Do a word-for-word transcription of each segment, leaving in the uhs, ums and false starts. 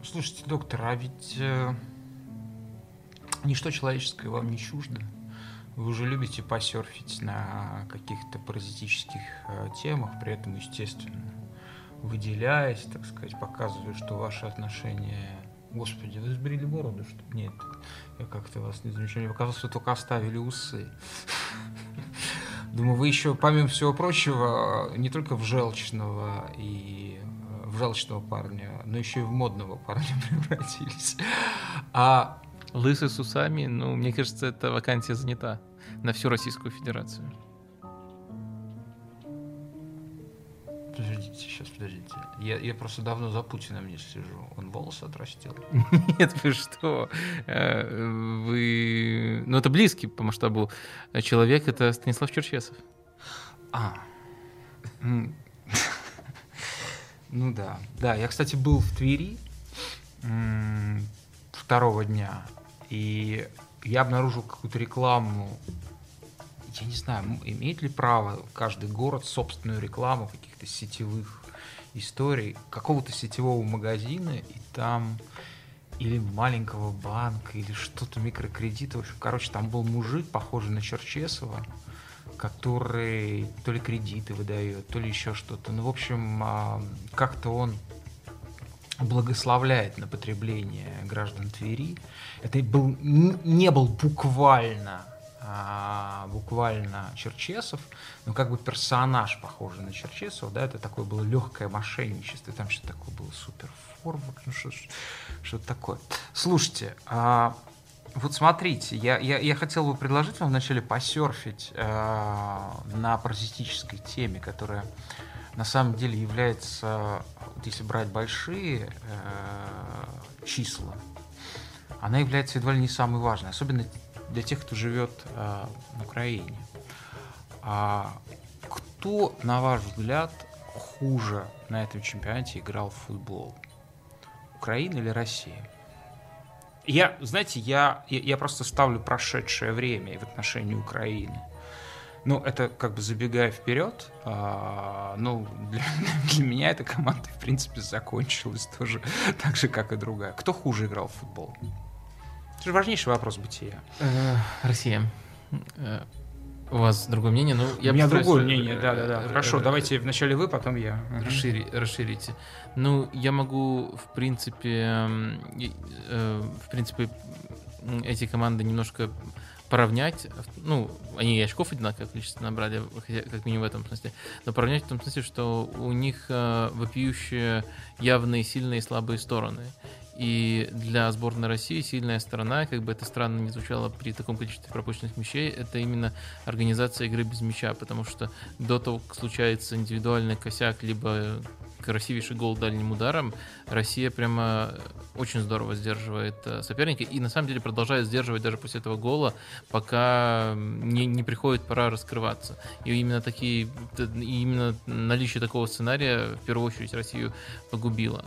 Слушайте, доктор, а ведь э, ничто человеческое вам не чуждо. Вы уже любите посерфить на каких-то паразитических э, темах, при этом, естественно, выделяясь, так сказать, показывая, что ваши отношения... Господи, вы сбрили бороду, что ли? Нет, я как-то вас не замечал. Мне показалось, что только оставили усы. Думаю, вы еще, помимо всего прочего, не только в желчного и в желчного парня, но еще и в модного парня превратились. А лысый с усами, ну, мне кажется, эта вакансия занята на всю Российскую Федерацию. Подождите, сейчас, подождите. Я, я просто давно за Путиным не слежу. Он волосы отрастил? Нет, вы что? Вы... Ну, это близкий по масштабу человек, это Станислав Черчесов. А. Ну да. Да, я, кстати, был в Твери второго дня, и я обнаружил какую-то рекламу. Я не знаю, имеет ли право каждый город собственную рекламу каких-то сетевых историй, какого-то сетевого магазина, и там или маленького банка, или что-то, микрокредита. В общем, короче, там был мужик, похожий на Черчесова, который то ли кредиты выдает, то ли еще что-то. Ну, в общем, как-то он благословляет на потребление граждан Твери. Это был, не был буквально буквально Черчесов, но как бы персонаж, похожий на Черчесова, да, это такое было легкое мошенничество, и там что-то такое было супер форвард, ну что, что-то такое. Слушайте, а, вот смотрите, я, я, я хотел бы предложить вам вначале посерфить а, на паразитической теме, которая на самом деле является, вот если брать большие а, числа, она является едва ли не самой важной, особенно для тех, кто живет э, на Украине. А кто, на ваш взгляд, хуже на этом чемпионате играл в футбол? Украина или Россия? Я, знаете, я, я, я просто ставлю прошедшее время в отношении Украины. Ну, это как бы забегая вперед, а, ну, для, для меня эта команда, в принципе, закончилась тоже так же, как и другая. Кто хуже играл в футбол? Это же важнейший вопрос бытия. Россия. У вас другое мнение? Ну, я У меня другое мнение, да-да-да. Хорошо, давайте вначале вы, потом я. Расшири, расширите. Ну, я могу, в принципе, в принципе, эти команды немножко поравнять. Ну, они и очков одинаковое количество набрали, как минимум в этом смысле, но поравнять в том смысле, что у них вопиющие явные сильные и слабые стороны. И для сборной России сильная сторона, как бы это странно не звучало при таком количестве пропущенных мячей, это именно организация игры без мяча, потому что до того, как случается индивидуальный косяк, либо красивейший гол дальним ударом, Россия прямо очень здорово сдерживает соперника и на самом деле продолжает сдерживать даже после этого гола, пока не, не приходит пора раскрываться. И именно такие, именно наличие такого сценария в первую очередь Россию погубило.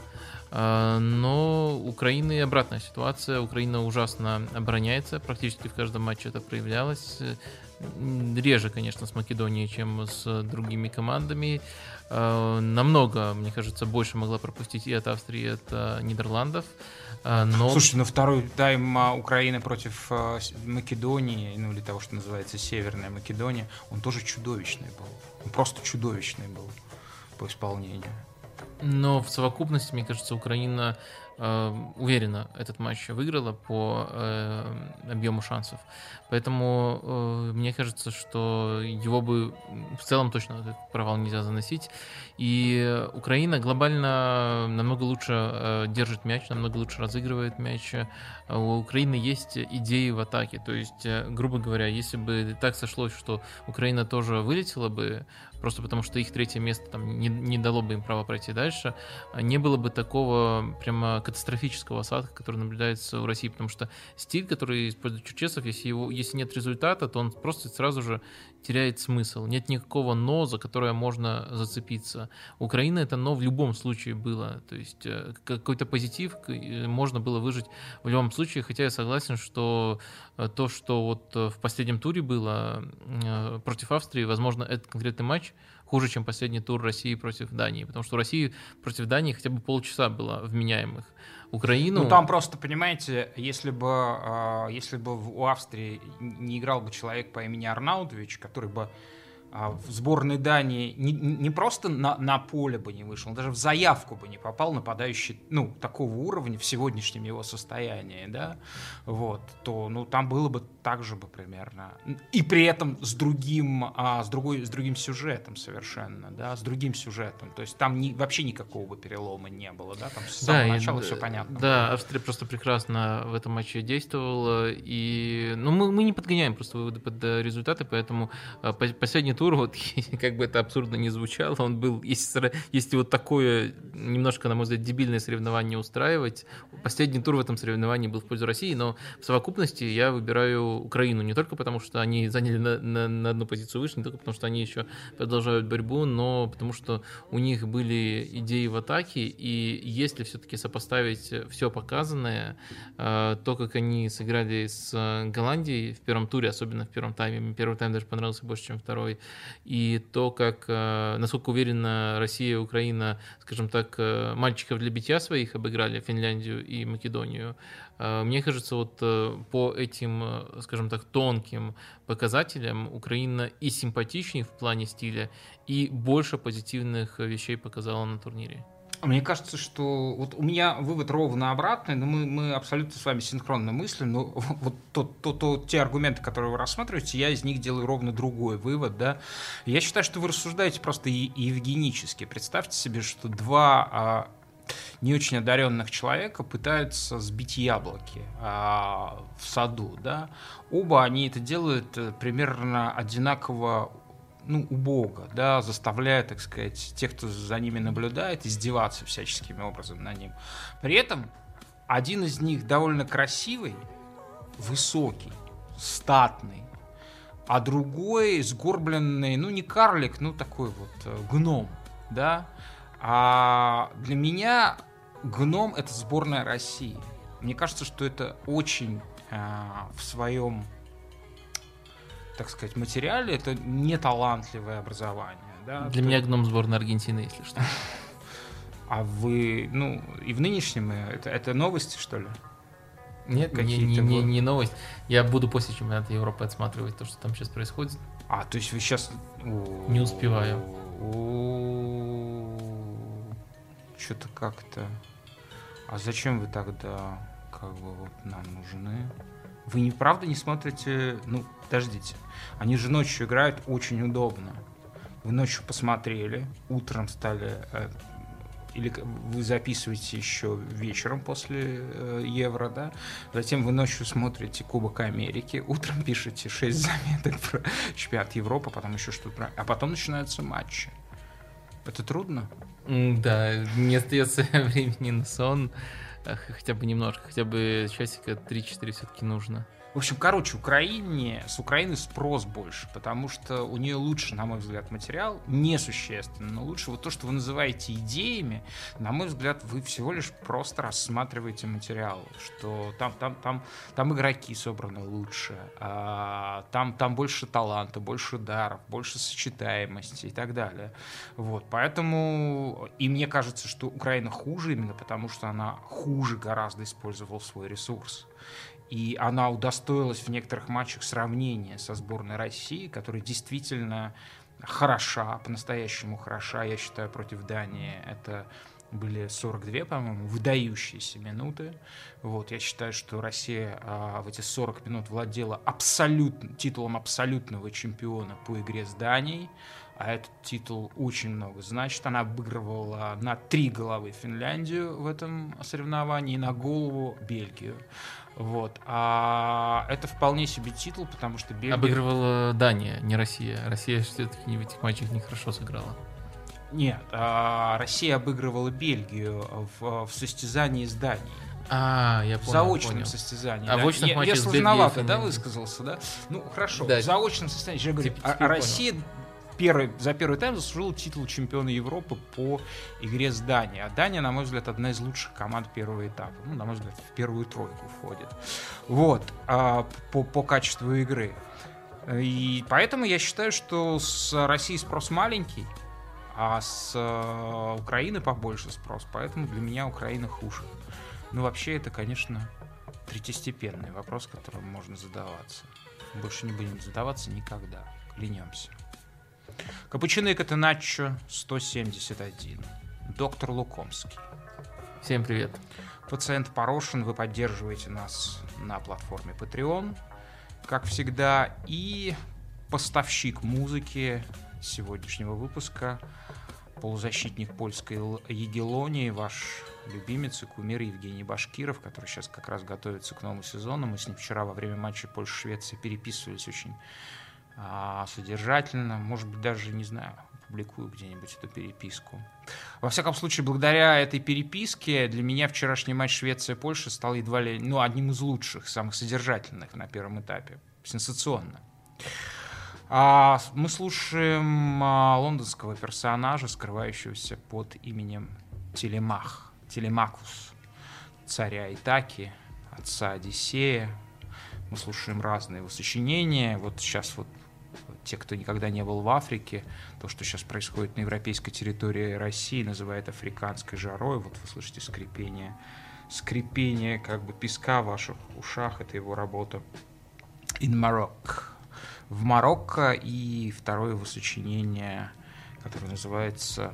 Но у Украины обратная ситуация. Украина ужасно обороняется. Практически в каждом матче это проявлялось. Реже, конечно, с Македонией, чем с другими командами. Намного, мне кажется, больше могла пропустить и от Австрии, и от Нидерландов. Но... Слушайте, ну второй тайм Украины против Македонии, ну или того, что называется Северная Македония, он тоже чудовищный был. Он просто чудовищный был по исполнению. Но в совокупности, мне кажется, Украина э, уверенно этот матч выиграла по э, объему шансов. Поэтому э, мне кажется, что его бы в целом точно этот провал нельзя заносить. И Украина глобально намного лучше э, держит мяч, намного лучше разыгрывает мяч. У Украины есть идеи в атаке. То есть, э, грубо говоря, если бы так сошлось, что Украина тоже вылетела бы, просто потому что их третье место там не, не дало бы им права пройти дальше, не было бы такого прямо катастрофического осадка, который наблюдается у России, потому что стиль, который использует Черчесов, если, его, если нет результата, то он просто сразу же теряет смысл. Нет никакого «но», за которое можно зацепиться. Украина это «но» в любом случае было. То есть какой-то позитив можно было выжить в любом случае, хотя я согласен, что то, что вот в последнем туре было против Австрии, возможно, этот конкретный матч хуже, чем последний тур России против Дании, потому что у России против Дании хотя бы полчаса было вменяемых. Украину... Ну, там просто, понимаете, если бы, э, если бы у Австрии не играл бы человек по имени Арнаутович, который бы в сборной Дании не, не просто на, на поле бы не вышел, он даже в заявку бы не попал, нападающий, ну, такого уровня в сегодняшнем его состоянии, да, вот, то, ну, там было бы так же бы примерно. И при этом с другим, а, с другой, с другим сюжетом совершенно, да, с другим сюжетом. То есть там ни, вообще никакого бы перелома не было, да, там с самого да, начала и, все понятно. Да, было. Австрия просто прекрасно в этом матче действовала, и, ну, мы, мы не подгоняем просто выводы под результаты, поэтому последний тур, вот, как бы это абсурдно не звучало, он был, если, если вот такое немножко, на мой взгляд, дебильное соревнование устраивать, последний тур в этом соревновании был в пользу России, но в совокупности я выбираю Украину не только потому, что они заняли на, на, на одну позицию выше, не только потому, что они еще продолжают борьбу, но потому что у них были идеи в атаке, и если все-таки сопоставить все показанное, то, как они сыграли с Голландией в первом туре, особенно в первом тайме, мне первый тайм даже понравился больше, чем второй, и то, как, насколько уверенно Россия и Украина, скажем так, мальчиков для битья своих обыграли Финляндию и Македонию, мне кажется, вот по этим, скажем так, тонким показателям Украина и симпатичнее в плане стиля, и больше позитивных вещей показала на турнире. Мне кажется, что вот у меня вывод ровно обратный, но мы, мы абсолютно с вами синхронно мыслим, но вот то, то, то, те аргументы, которые вы рассматриваете, я из них делаю ровно другой вывод, да. Я считаю, что вы рассуждаете просто евгенически. Представьте себе, что два а, не очень одаренных человека пытаются сбить яблоки а, в саду, да. Оба они это делают примерно одинаково, ну, убого, да, заставляя, так сказать, тех, кто за ними наблюдает, издеваться всяческими образом над ним. При этом один из них довольно красивый, высокий, статный, а другой сгорбленный, ну, не карлик, ну, такой вот гном, да. А для меня гном — это сборная России. Мне кажется, что это очень а, в своем, так сказать, материале, это не талантливое образование. Да? Для То... меня гном сборной Аргентины, если что. А вы, ну, и в нынешнем, это, это новости, что ли? Нет, не, не, не, не новость. Я буду после чемпионата Европы отсматривать то, что там сейчас происходит. А, то есть вы сейчас... Не успеваю. Что-то как-то... А зачем вы тогда, как бы, вот нам нужны? Вы не правда не смотрите... Ну, подождите. Они же ночью играют очень удобно. Вы ночью посмотрели, утром стали... Или вы записываете еще вечером после э, Евро, да? Затем вы ночью смотрите Кубок Америки, утром пишете шесть заметок про чемпионат Европы, потом еще что-то... А потом начинаются матчи. Это трудно? Да, не остается времени на сон. Хотя бы немножко, хотя бы часика три-четыре все-таки нужно. В общем, короче, Украине, с Украины спрос больше, потому что у нее лучше, на мой взгляд, материал, несущественно, но лучше. Вот то, что вы называете идеями, на мой взгляд, вы всего лишь просто рассматриваете материал, что там, там, там, там игроки собраны лучше, а, там, там больше таланта, больше ударов, больше сочетаемости и так далее. Вот, поэтому и мне кажется, что Украина хуже именно потому, что она хуже гораздо использовала свой ресурс. И она удостоилась в некоторых матчах сравнения со сборной России, которая действительно хороша, по-настоящему хороша. Я считаю, против Дании это были сорок две, по-моему, выдающиеся минуты. Вот, я считаю, что Россия а, в эти сорок минут владела абсолютно, титулом абсолютного чемпиона по игре с Данией. А этот титул очень много значит. Она обыгрывала на три головы Финляндию в этом соревновании и на голову Бельгию. Вот. А это вполне себе титул, потому что Бельгия... Обыгрывала Дания, не Россия. Россия все-таки в этих матчах нехорошо сыграла. Нет, а Россия обыгрывала Бельгию в, в состязании с Данией. А, я понял. В заочном понял. состязании. А да? в очных я, матчах я сложновато, да, высказался, да? Ну, хорошо. Да. В заочном состязании. Я говорю, а, а Россия первый, за первый тайм заслужила титул чемпиона Европы по игре с Данией. А Дания, на мой взгляд, одна из лучших команд первого этапа. Ну, на мой взгляд, в первую тройку входит. Вот. А, по, по качеству игры. И поэтому я считаю, что с России спрос маленький, а с э, Украины побольше спрос. Поэтому для меня Украина хуже. Ну, вообще, это, конечно, третьестепенный вопрос, которым можно задаваться. Больше не будем задаваться никогда. Клянемся. Капучино и Катеначчо сто семьдесят один. Доктор Лукомский. Всем привет. Пациент Порошин. Вы поддерживаете нас на платформе Patreon, как всегда. И поставщик музыки сегодняшнего выпуска, полузащитник польской Ягеллонии, ваш любимец и кумир Евгений Башкиров, который сейчас как раз готовится к новому сезону. Мы с ним вчера во время матча Польша-Швеция переписывались очень а, содержательно. Может быть, даже, не знаю, публикую где-нибудь эту переписку. Во всяком случае, благодаря этой переписке для меня вчерашний матч Швеция-Польша стал едва ли, ну, одним из лучших, самых содержательных на первом этапе. Сенсационно. А мы слушаем а, лондонского персонажа, скрывающегося под именем Телемах, Телемакус, царя Итаки, отца Одиссея. Мы слушаем разные его сочинения. Вот сейчас вот те, кто никогда не был в Африке, то, что сейчас происходит на европейской территории России, называют африканской жарой. Вот вы слышите скрипение, скрипение как бы песка в ваших ушах. Это его работа «In Morocco». В Марокко, и второе его сочинение, которое называется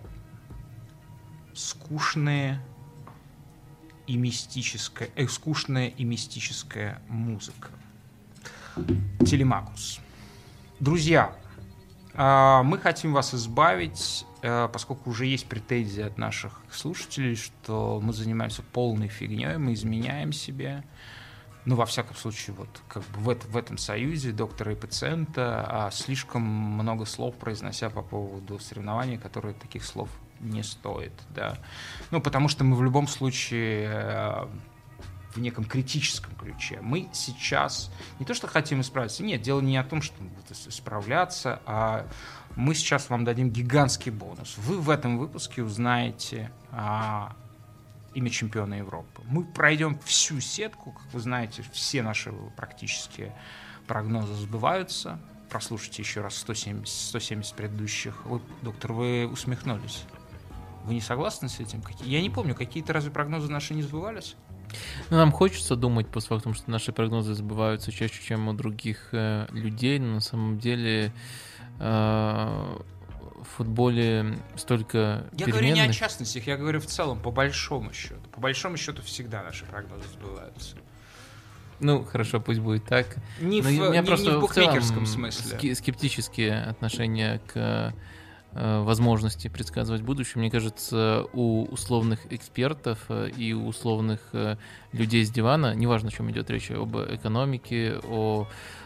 «Скучная и мистическая, э, скучная и мистическая музыка». Телемакус. Друзья, мы хотим вас избавить, поскольку уже есть претензии от наших слушателей, что мы занимаемся полной фигней, мы изменяем себе. Ну, во всяком случае, вот как бы в, это, в этом союзе доктора и пациента, а слишком много слов произнося по поводу соревнований, которые таких слов не стоит, да. Ну, потому что мы в любом случае э, в неком критическом ключе. Мы сейчас не то, что хотим исправиться, нет, дело не о том, что мы будем исправляться, а мы сейчас вам дадим гигантский бонус. Вы в этом выпуске узнаете о имя чемпиона Европы. Мы пройдем всю сетку, как вы знаете, все наши практически прогнозы сбываются. Прослушайте еще раз сто семьдесят, сто семьдесят предыдущих. Вы, доктор, вы усмехнулись. Вы не согласны с этим? Я не помню, какие-то разве прогнозы наши не сбывались? Ну, нам хочется думать по факту, что наши прогнозы сбываются чаще, чем у других э, людей, но на самом деле э, в футболе столько Я переменных. говорю не о частностях, я говорю в целом, по большому счету. По большому счету всегда наши прогнозы сбываются. Ну, хорошо, пусть будет так. Не, в, у меня не, просто не в букмекерском в целом смысле. Скептические отношения к э, возможности предсказывать будущее. Мне кажется, у условных экспертов э, и у условных э, людей с дивана, неважно, о чем идет речь, об экономике, о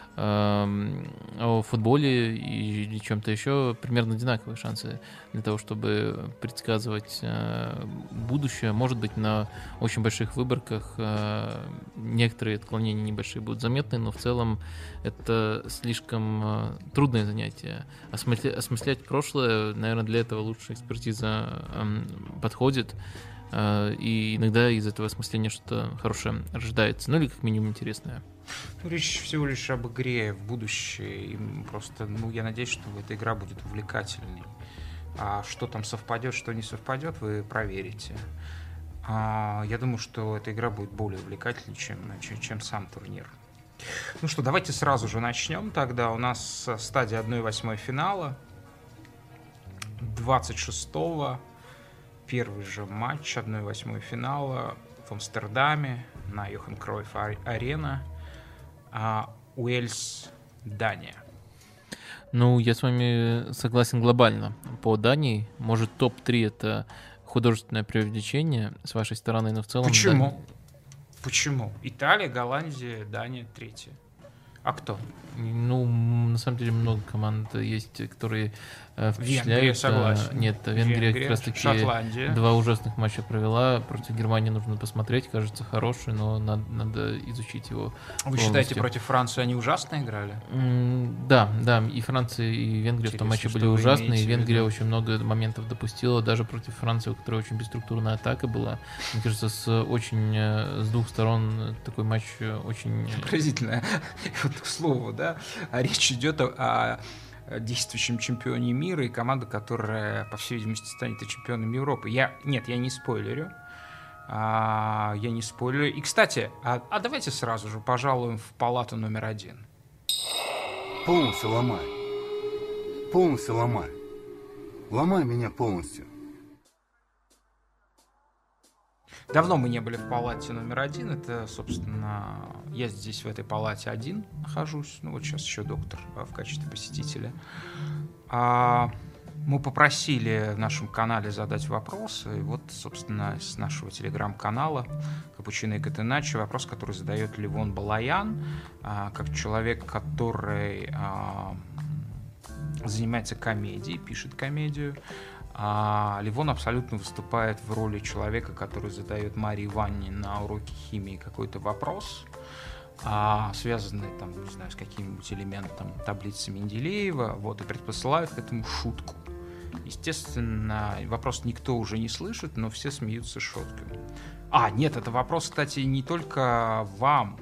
о футболе или чем-то еще, примерно одинаковые шансы для того, чтобы предсказывать э, будущее. Может быть, на очень больших выборках э, некоторые отклонения небольшие будут заметны, но в целом это слишком э, трудное занятие. Осмысля- осмыслять прошлое, наверное, для этого лучшая экспертиза э, подходит. И иногда из этого осмысления что-то хорошее рождается, ну или как минимум интересное. Ну, речь всего лишь об игре в будущее. И просто, ну, я надеюсь, что эта игра будет увлекательной. А что там совпадет, что не совпадет, вы проверите. А я думаю, что эта игра будет более увлекательной, чем, чем, чем сам турнир. Ну что, давайте сразу же начнем тогда. У нас стадия одна восьмая финала. двадцать шестого Первый же матч одна восьмая финала в Амстердаме на Йохан Кройф арена. А Уэльс, Дания. Ну, я с вами согласен глобально. По Дании, может, топ три это художественное преувеличение с вашей стороны, но в целом... Почему? Да... Почему? Италия, Голландия, Дания, третья. А кто? Ну, на самом деле много команд есть, которые э, впечатляют. Венгрия, согласен. Нет, Венгрия, Венгрия, как раз таки Шотландия. два ужасных матча провела. Против Германии нужно посмотреть, кажется, хороший, но надо, надо изучить его. Вы полностью. считаете, против Франции они ужасно играли? М, Да, да, и Франция, и Венгрия в том Интересно, матче что были вы ужасные. имеете в Венгрия виду? очень много моментов допустила, даже против Франции, у которой очень бесструктурная атака была. Мне кажется, с очень э, с двух сторон такой матч э, очень... э, Поразительно. Вот, к слову, да, а речь идет о, о действующем чемпионе мира и команда, которая, по всей видимости, станет и чемпионом Европы. Я, нет, я не спойлерю. А, я не спойлерю. И, кстати, а, а давайте сразу же пожалуем в палату номер один. Полностью ломай. Полностью ломай. Ломай меня полностью. Давно мы не были в палате номер один. Это, собственно, я здесь в этой палате один нахожусь. Ну вот сейчас еще доктор а, в качестве посетителя. А, мы попросили в нашем канале задать вопросы. И вот, собственно, с нашего телеграм-канала «Капучино и Катеначо» вопрос, который задает Левон Балаян, а, как человек, который а, занимается комедией, пишет комедию. А Левон абсолютно выступает в роли человека, который задает Марии Ивановне на уроке химии какой-то вопрос, а, связанный там, не знаю, с каким-нибудь элементом таблицы Менделеева, вот, и предпосылает к этому шутку. Естественно, вопрос никто уже не слышит, но все смеются шутками. А, нет, это вопрос, кстати, не только вам,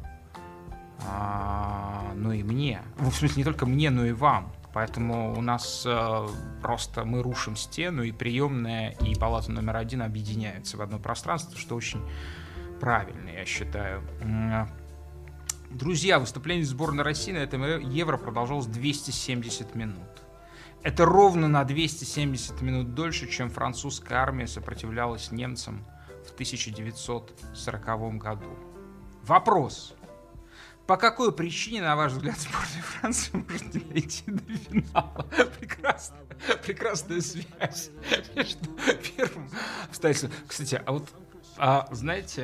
а, но и мне. В смысле, не только мне, но и вам. Поэтому у нас э, просто мы рушим стену, и приемная, и палата номер один объединяются в одно пространство, что очень правильно, я считаю. Друзья, выступление сборной России на этом Евро продолжалось двести семьдесят минут. Это ровно на двести семьдесят минут дольше, чем французская армия сопротивлялась немцам в тысяча девятьсот сороковом году. Вопрос. По какой причине, на ваш взгляд, сборная Франции может не дойти до финала? Прекрасная, прекрасная связь между первым обстоятельством. Кстати, а вот, а, знаете,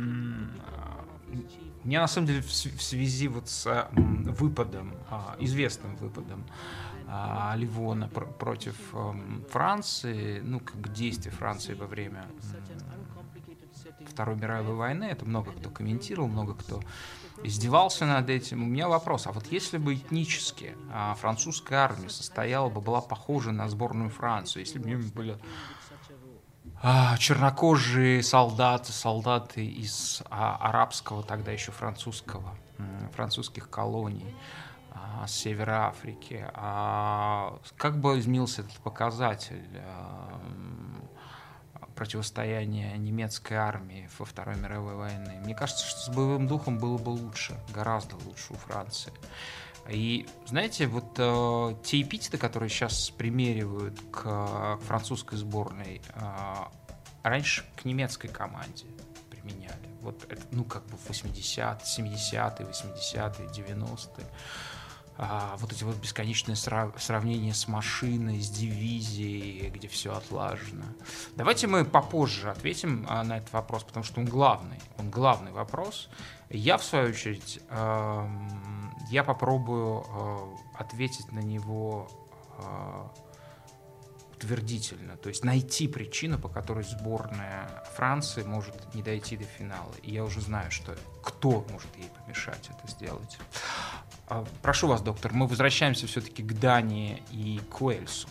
мне на самом деле в связи вот с выпадом, известным выпадом Левона против Франции, ну, как действие Франции во время Второй мировой войны, это много кто комментировал, много кто издевался над этим. У меня вопрос, а вот если бы этнически а, французская армия состояла бы, была похожа на сборную Францию, если бы у них были а, чернокожие солдаты, солдаты из а, арабского, тогда еще французского, м, французских колоний, а, с севера Африки, а, как бы изменился этот показатель а, противостояния немецкой армии во Второй мировой войны? Мне кажется, что с боевым духом было бы лучше, гораздо лучше у Франции. И, знаете, вот э, те эпитеты, которые сейчас примеривают к, к французской сборной, э, раньше к немецкой команде применяли. Вот это, ну, как бы в восьмидесятые, семидесятые, восьмидесятые, девяностые. А, вот эти вот бесконечные срав- сравнения с машиной, с дивизией, где все отлажено. Давайте мы попозже ответим а, на этот вопрос, потому что он главный. Он главный вопрос. Я, в свою очередь, э, я попробую э, ответить на него э, утвердительно. То есть найти причину, по которой сборная Франции может не дойти до финала. И я уже знаю, что кто может ей помешать это сделать. Прошу вас, доктор, мы возвращаемся все-таки к Дании и к Уэльсу.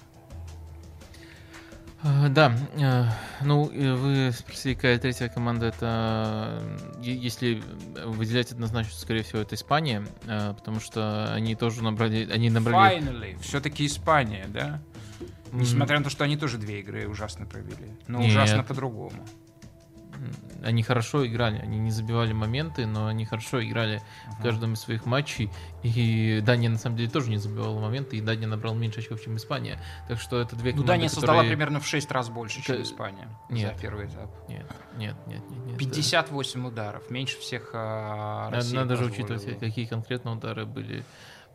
Да, ну, вы спросили, какая третья команда, это, если выделять однозначно, скорее всего, это Испания, потому что они тоже набрали, они набрали... Finally, все-таки Испания, да? Mm-hmm. Несмотря на то, что они тоже две игры ужасно провели, но Нет. ужасно по-другому. Они хорошо играли, они не забивали моменты, но они хорошо играли uh-huh. в каждом из своих матчей. И Дания, на самом деле, тоже не забивала моменты, и Дания набрала меньше очков, чем Испания. Так что это две команды, ну, Дания которые... создала примерно в шесть раз больше, чем Испания нет. за первый этап. Нет, нет, нет, нет. нет пятьдесят восемь да. ударов, меньше всех а, Россия Надо позволила. же учитывать, какие конкретно удары были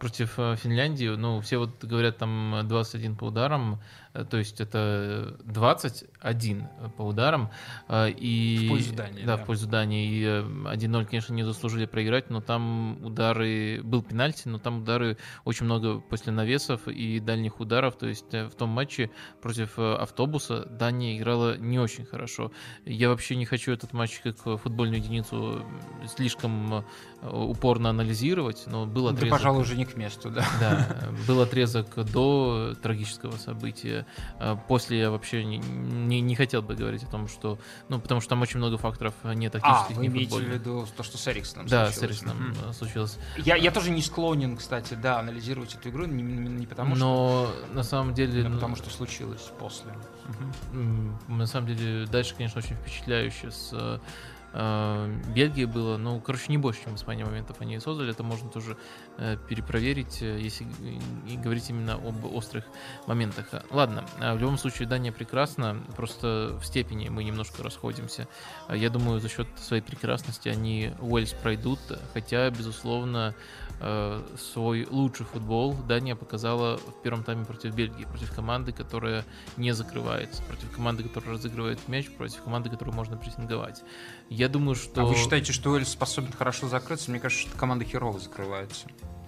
против э, Финляндии, ну, все вот говорят там двадцать один по ударам, э, то есть это двадцать один по ударам. э, И, В пользу Дании, Да, да. в пользу Дании. И э, один ноль, конечно, не заслужили проиграть, но там удары... Был пенальти, но там удары очень много после навесов и дальних ударов. То есть э, в том матче против э, Автобуса Дания играла не очень хорошо. Я вообще не хочу этот матч как футбольную единицу слишком э, упорно анализировать, но был Да, отрезок... пожалуй, уже не к месту, да. Да, был отрезок до трагического события. А После я вообще не, не, не хотел бы говорить о том, что... Ну, потому что там очень много факторов не А, тактических, вы не имеете в футбольных. виду то, что с Эриксоном Да, случилось? с Эриксоном Мгм. э, случилось. Я, я тоже не склонен, кстати, да, анализировать эту игру, не, не- не потому что... Но на самом деле... но ну, потому что случилось после. Мгм. м, на самом деле дальше, конечно, очень впечатляюще с э, э, Бельгией было. Ну, короче, не больше, чем Испания моментов они создали. Это можно тоже э, перепроверить, э, если и говорить именно об острых моментах. Ладно, а в любом случае Дания прекрасна, просто в степени мы немножко расходимся. А Я думаю, за счет своей прекрасности они Уэльс пройдут, хотя, безусловно, э, свой лучший футбол Дания показала в первом тайме против Бельгии, против команды, которая не закрывается, против команды, которая разыгрывает мяч, против команды, которую можно прессинговать. Я думаю, что... А вы считаете, что Уэльс способен хорошо закрыться? Мне кажется, что команда херово закрывается.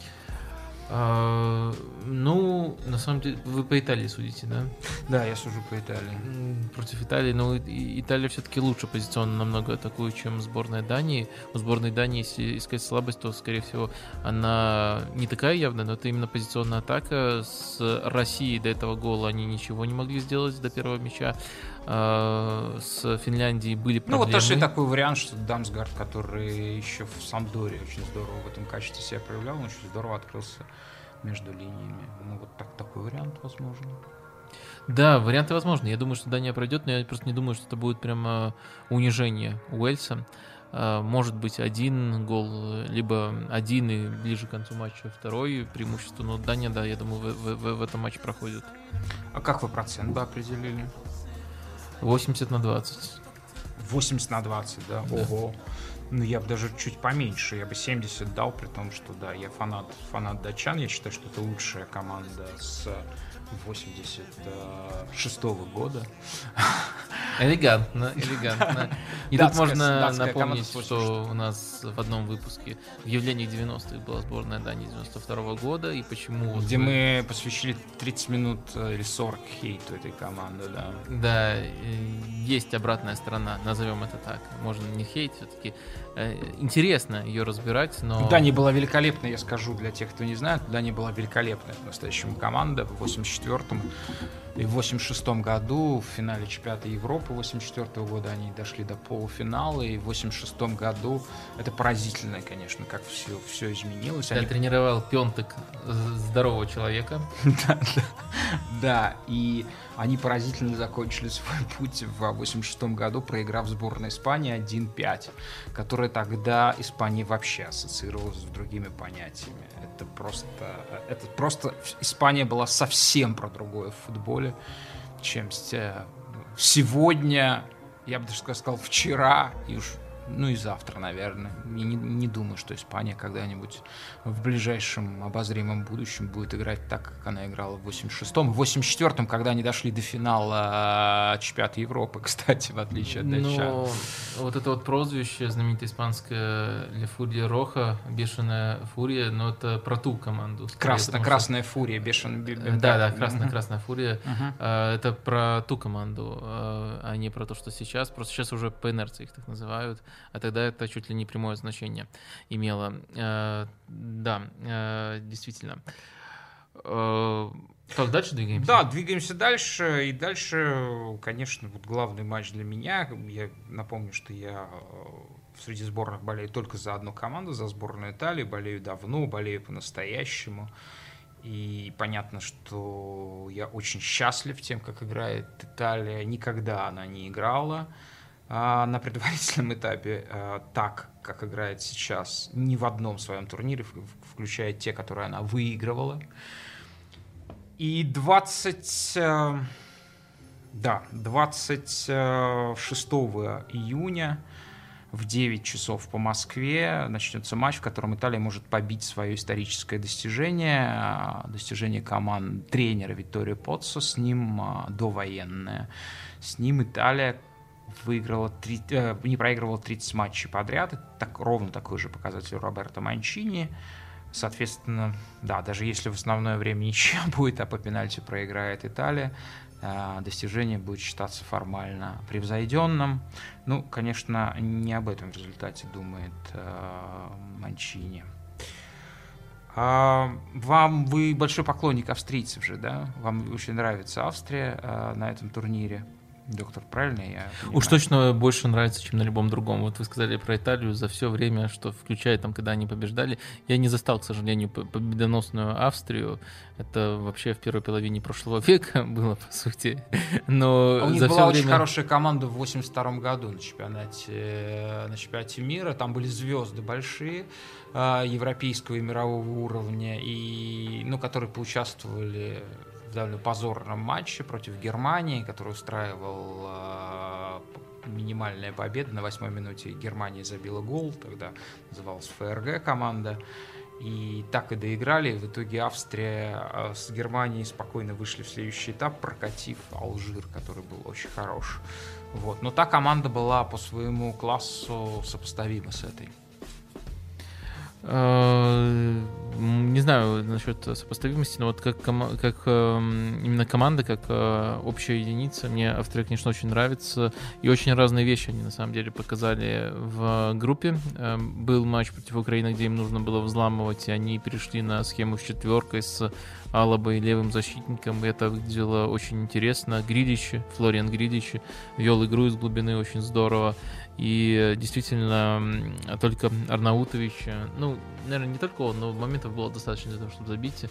А, ну, на самом деле, вы по Италии судите, да? Да, я сужу по Италии. М, Против Италии, но и- Италия все-таки лучше позиционно намного атакует, чем сборная Дании. У сборной Дании, если искать слабость, то, скорее всего, она не такая явная, но это именно позиционная атака. С Россией до этого гола они ничего не могли сделать, до первого мяча. А, С Финляндией были Ну, вот проблемы. тоже и такой вариант, что Дамсгард, который еще в Самдоре очень здорово в этом качестве себя проявлял, он очень здорово открылся между линиями. Ну, вот так, такой вариант возможно. Да, варианты возможны. Я думаю, что Дания пройдет, но я просто не думаю, что это будет прямо унижение Уэльса. А, Может быть, один гол, либо один и ближе к концу матча второй преимущество. Но Дания, да, я думаю, в, в- в этом матче проходит. А как вы процент бы определили? восемьдесят на двадцать. восемьдесят на двадцать, да? Да. Ого. Ну, я бы даже чуть поменьше, я бы семьдесят дал, при том, что, да, я фанат, фанат датчан, я считаю, что это лучшая команда с восемьдесят шестого года. Элегантно, элегантно. И Датская- тут можно датская команда напомнить, с что у нас в одном выпуске в явлениях девяностых была сборная Дании девяносто второго года, и почему... вот Где вы- мы посвящили тридцать минут э, или сорок хейту этой команды, да. Да, э, есть обратная сторона, назовем это так. Можно не хейт, все-таки интересно ее разбирать, но... Дания была великолепна, я скажу для тех, кто не знает. Дания была великолепная по-настоящему команда в восемьдесят четвёртом и в восемьдесят шестом году в финале чемпионата Европы восемьдесят четвёртого года они дошли до полуфинала, и в восемьдесят шестом году это поразительно, конечно, как все, все изменилось. Я Они- тренировал Пентек, здорового человека. Да, да. Да, и они поразительно закончили свой путь в восемьдесят шестом году, проиграв сборной Испании один пять, которая тогда Испания вообще ассоциировалась с другими понятиями. Это просто, это просто Испания была совсем про другое в футболе, чем с- сегодня, я бы даже сказал, вчера, и уж ну и завтра, наверное. Я не, не думаю, что Испания когда-нибудь в ближайшем обозримом будущем будет играть так, как она играла в восемьдесят шестом. В восемьдесят четвёртом, когда они дошли до финала чемпионата Европы, кстати, в отличие от датчан. Но вот это вот прозвище знаменитое испанское «Ля Фурия Роха», «Бешеная фурия», но это про ту команду. скорее, Красно, потому что- красная фурия, бешеный... Э, Да, да, красная, красная фурия. Мгм. А, Это про ту команду, а а не про то, что сейчас. Просто сейчас уже по инерции их так называют, а тогда это чуть ли не прямое значение имело. А, Да, а, действительно. А, Так, дальше двигаемся? Да, двигаемся дальше. И дальше, конечно, вот главный матч для меня. Я напомню, что я э, среди сборных болею только за одну команду, за сборную Италии. Болею давно, болею по-настоящему. И понятно, что я очень счастлив тем, как играет Италия. Никогда она не играла а, на предварительном этапе а, так, как играет сейчас, ни в одном своем турнире, в- включая те, которые она выигрывала. И двадцать, э, да, двадцать шестого июня в девять часов по Москве начнется матч, в котором Италия может побить свое историческое достижение, достижение команд тренера Витторио Поццо, с ним довоенное. С ним Италия выиграла три, э, не проигрывала тридцать матчей подряд. Это так, ровно такой же показатель Роберто Манчини. Соответственно, да, даже если в основное время ничья будет, а по пенальти проиграет Италия, достижение будет считаться формально превзойденным. Ну, конечно, не об этом в результате думает э, Манчини. А вам, вы большой поклонник австрийцев же, да? Вам очень нравится Австрия э, на этом турнире? Доктор, правильно я понимаю? Уж точно больше нравится, чем на любом другом. Вот вы сказали про Италию за все время, что включая там, когда они побеждали. Я не застал, к сожалению, победоносную Австрию. Это вообще в первой половине прошлого века было, по сути. Но а у них за была все очень время... хорошая команда в восемьдесят втором году на чемпионате, на чемпионате мира. Там были звезды большие европейского и мирового уровня, и, ну, которые поучаствовали в довольно позорном матче против Германии, который устраивал э, минимальная победа. На восьмой минуте Германия забила гол, тогда называлась ФРГ команда. И так и доиграли. В итоге Австрия э, с Германией спокойно вышли в следующий этап, прокатив Алжир, который был очень хорош. Вот. Но та команда была по своему классу сопоставима с этой. Не знаю насчет сопоставимости, но вот как, кома- как э, именно команда, как э, общая единица, мне Австрия, конечно, очень нравится. И очень разные вещи они на самом деле показали в группе. Э, был матч против Украины, где им нужно было взламывать, и они перешли на схему с четверкой, с Алабой, левым защитником. И это выглядело очень интересно. Гридич, Флориан Гридич вел игру из глубины очень здорово. И действительно, только Арнаутович, ну, наверное, не только он, но моментов было достаточно для того, чтобы забить.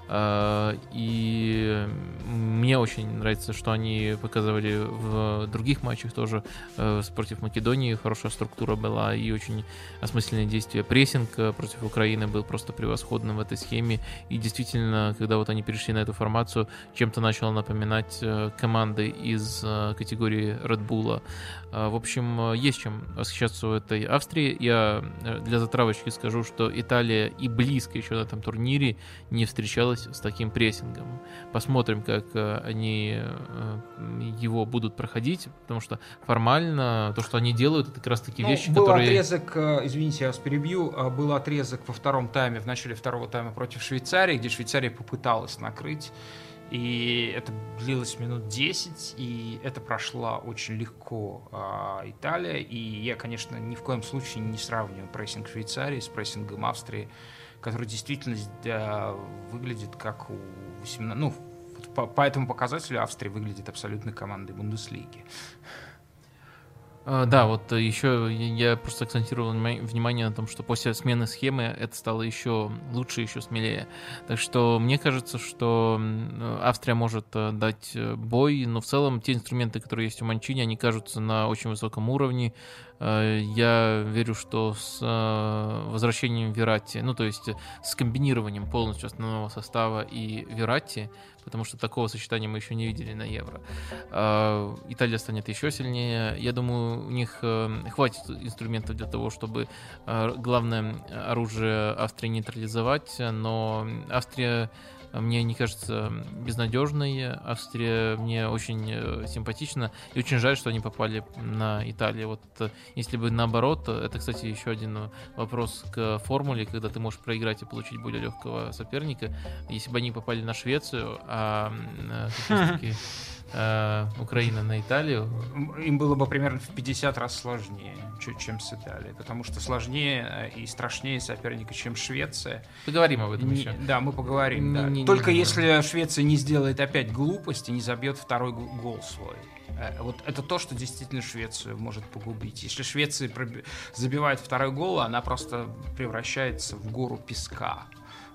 И мне очень нравится, что они показывали в других матчах тоже. Против Македонии хорошая структура была и очень осмысленные действия. Прессинг против Украины был просто превосходным в этой схеме. И действительно, когда вот они перешли на эту формацию, чем-то начало напоминать команды из категории Red Bull. В общем, есть чем восхищаться у этой Австрии. Я для затравочки скажу, что Италия и близко еще на этом турнире не встречалась с таким прессингом. Посмотрим, как они его будут проходить, потому что формально то, что они делают, это как раз таки вещи, ну, был которые... отрезок, извините, я вас перебью, был отрезок во втором тайме, в начале второго тайма против Швейцарии, где Швейцария попыталась накрыть. И это длилось минут десять, и это прошла очень легко э, Италия. И я, конечно, ни в коем случае не сравниваю прессинг Швейцарии с прессингом Австрии, который действительно э, выглядит как у восемнадцати... Ну, по, по этому показателю Австрия выглядит абсолютной командой Бундеслиги. Да, вот еще я просто акцентировал внимание на том, что после смены схемы это стало еще лучше, еще смелее. Так что мне кажется, что Австрия может дать бой, но в целом те инструменты, которые есть у Манчини, они кажутся на очень высоком уровне. Я верю, что с возвращением Вератти, ну то есть с комбинированием полностью основного состава и Вератти, потому что такого сочетания мы еще не видели на Евро, Италия станет еще сильнее. Я думаю, у них хватит инструментов для того, чтобы главное оружие Австрии нейтрализовать, но Австрия мне не кажется безнадежной. Австрия мне очень симпатична. И очень жаль, что они попали на Италию. Вот если бы наоборот, это, кстати, еще один вопрос к формуле, когда ты можешь проиграть и получить более легкого соперника. Если бы они попали на Швецию, а как раз таки Украина на Италию, им было бы примерно в пятьдесят раз сложнее, чем с Италией, потому что сложнее и страшнее соперника, чем Швеция. Поговорим об этом не, еще. Да, мы поговорим. Не, да. не, Только не если Швеция не сделает опять глупость и не забьет второй гол свой. Вот это то, что действительно Швецию может погубить. Если Швеция забивает второй гол, она просто превращается в гору песка.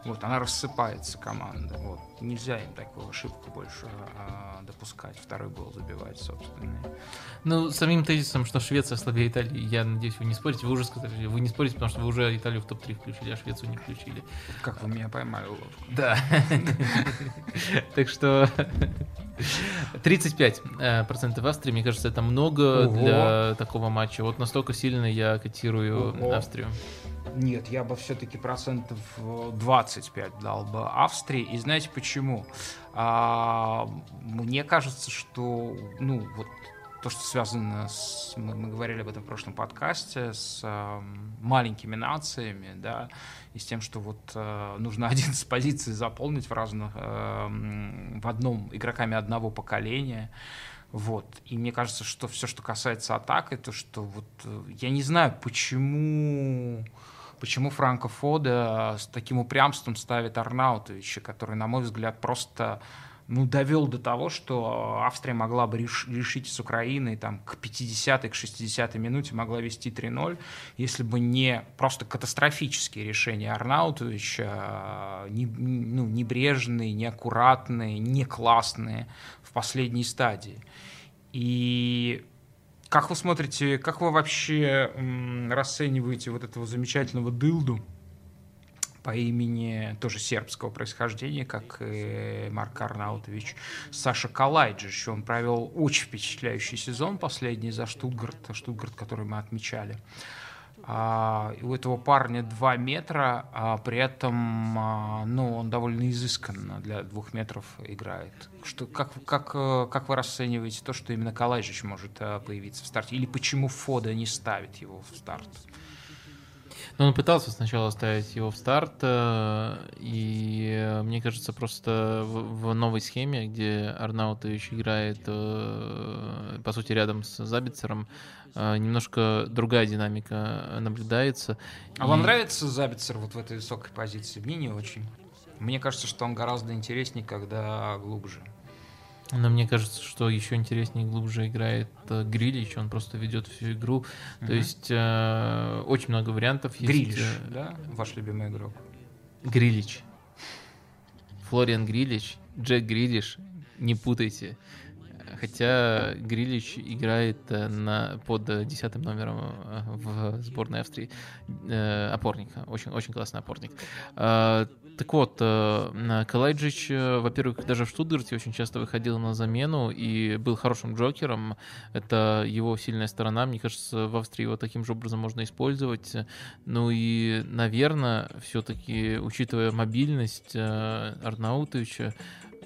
Вот, она рассыпается, команда. Вот. Нельзя им такую ошибку больше а, допускать. Второй гол забивать собственный. Ну, самим тезисом, что Швеция слабее Италии, я надеюсь, вы не спорите. Вы уже сказали, вы не спорите, потому что вы уже Италию в топ три включили, а Швецию не включили. Как вы меня поймали, уловку. Да. Так что тридцать пять процентов Австрии, мне кажется, это много для такого матча. Вот настолько сильно я котирую Австрию. Нет, я бы все-таки процентов двадцать пять дал бы Австрии. И знаете почему? А, мне кажется, что, ну, вот то, что связано с... Мы, мы говорили об этом в прошлом подкасте, с а, маленькими нациями, да, и с тем, что вот а, нужно одиннадцать позиций заполнить в разных... А, в одном... игроками одного поколения. Вот. И мне кажется, что все, что касается атак, это что вот... Я не знаю, почему... Почему Франко Фода с таким упрямством ставит Арнаутовича, который, на мой взгляд, просто ну, довел до того, что Австрия могла бы реш- решить с Украиной там, к пятидесятой, к шестидесятой минуте могла вести три ноль, если бы не просто катастрофические решения Арнаутовича, не, ну, небрежные, неаккуратные, не классные в последней стадии. И... Как вы смотрите, как вы вообще м, расцениваете вот этого замечательного дылду по имени тоже сербского происхождения, как и Марк Арнаутович, Саша Калайджич? Он провел очень впечатляющий сезон последний за Штутгарт, Штутгарт, который мы отмечали. А, у этого парня два метра, а при этом а, ну, он довольно изысканно для двух метров играет. Что, как, как, как вы расцениваете то, что именно Калайджич может а, появиться в старте? Или почему Фода не ставит его в старт? Ну, он пытался сначала ставить его в старт, и мне кажется, просто в, в новой схеме, где Арнаутович играет, по сути, рядом с Забицером, немножко другая динамика наблюдается. А и... вам нравится Забицер вот в этой высокой позиции? Мне не очень. Мне кажется, что он гораздо интереснее, когда глубже. Но мне кажется, что еще интереснее и глубже играет э, Грилич, он просто ведет всю игру. Uh-huh. То есть э, очень много вариантов есть. Грилич, да? Ваш любимый игрок? Грилич. Флориан Грилич, Джек Грилиш, не путайте. Хотя Грилич играет на, под десятым номером в сборной Австрии. Опорник, очень, очень классный опорник. Так вот, Калайджич, во-первых, даже в Штутгарте очень часто выходил на замену и был хорошим джокером. Это его сильная сторона. Мне кажется, в Австрии его таким же образом можно использовать. Ну и, наверное, все-таки, учитывая мобильность Арнаутовича,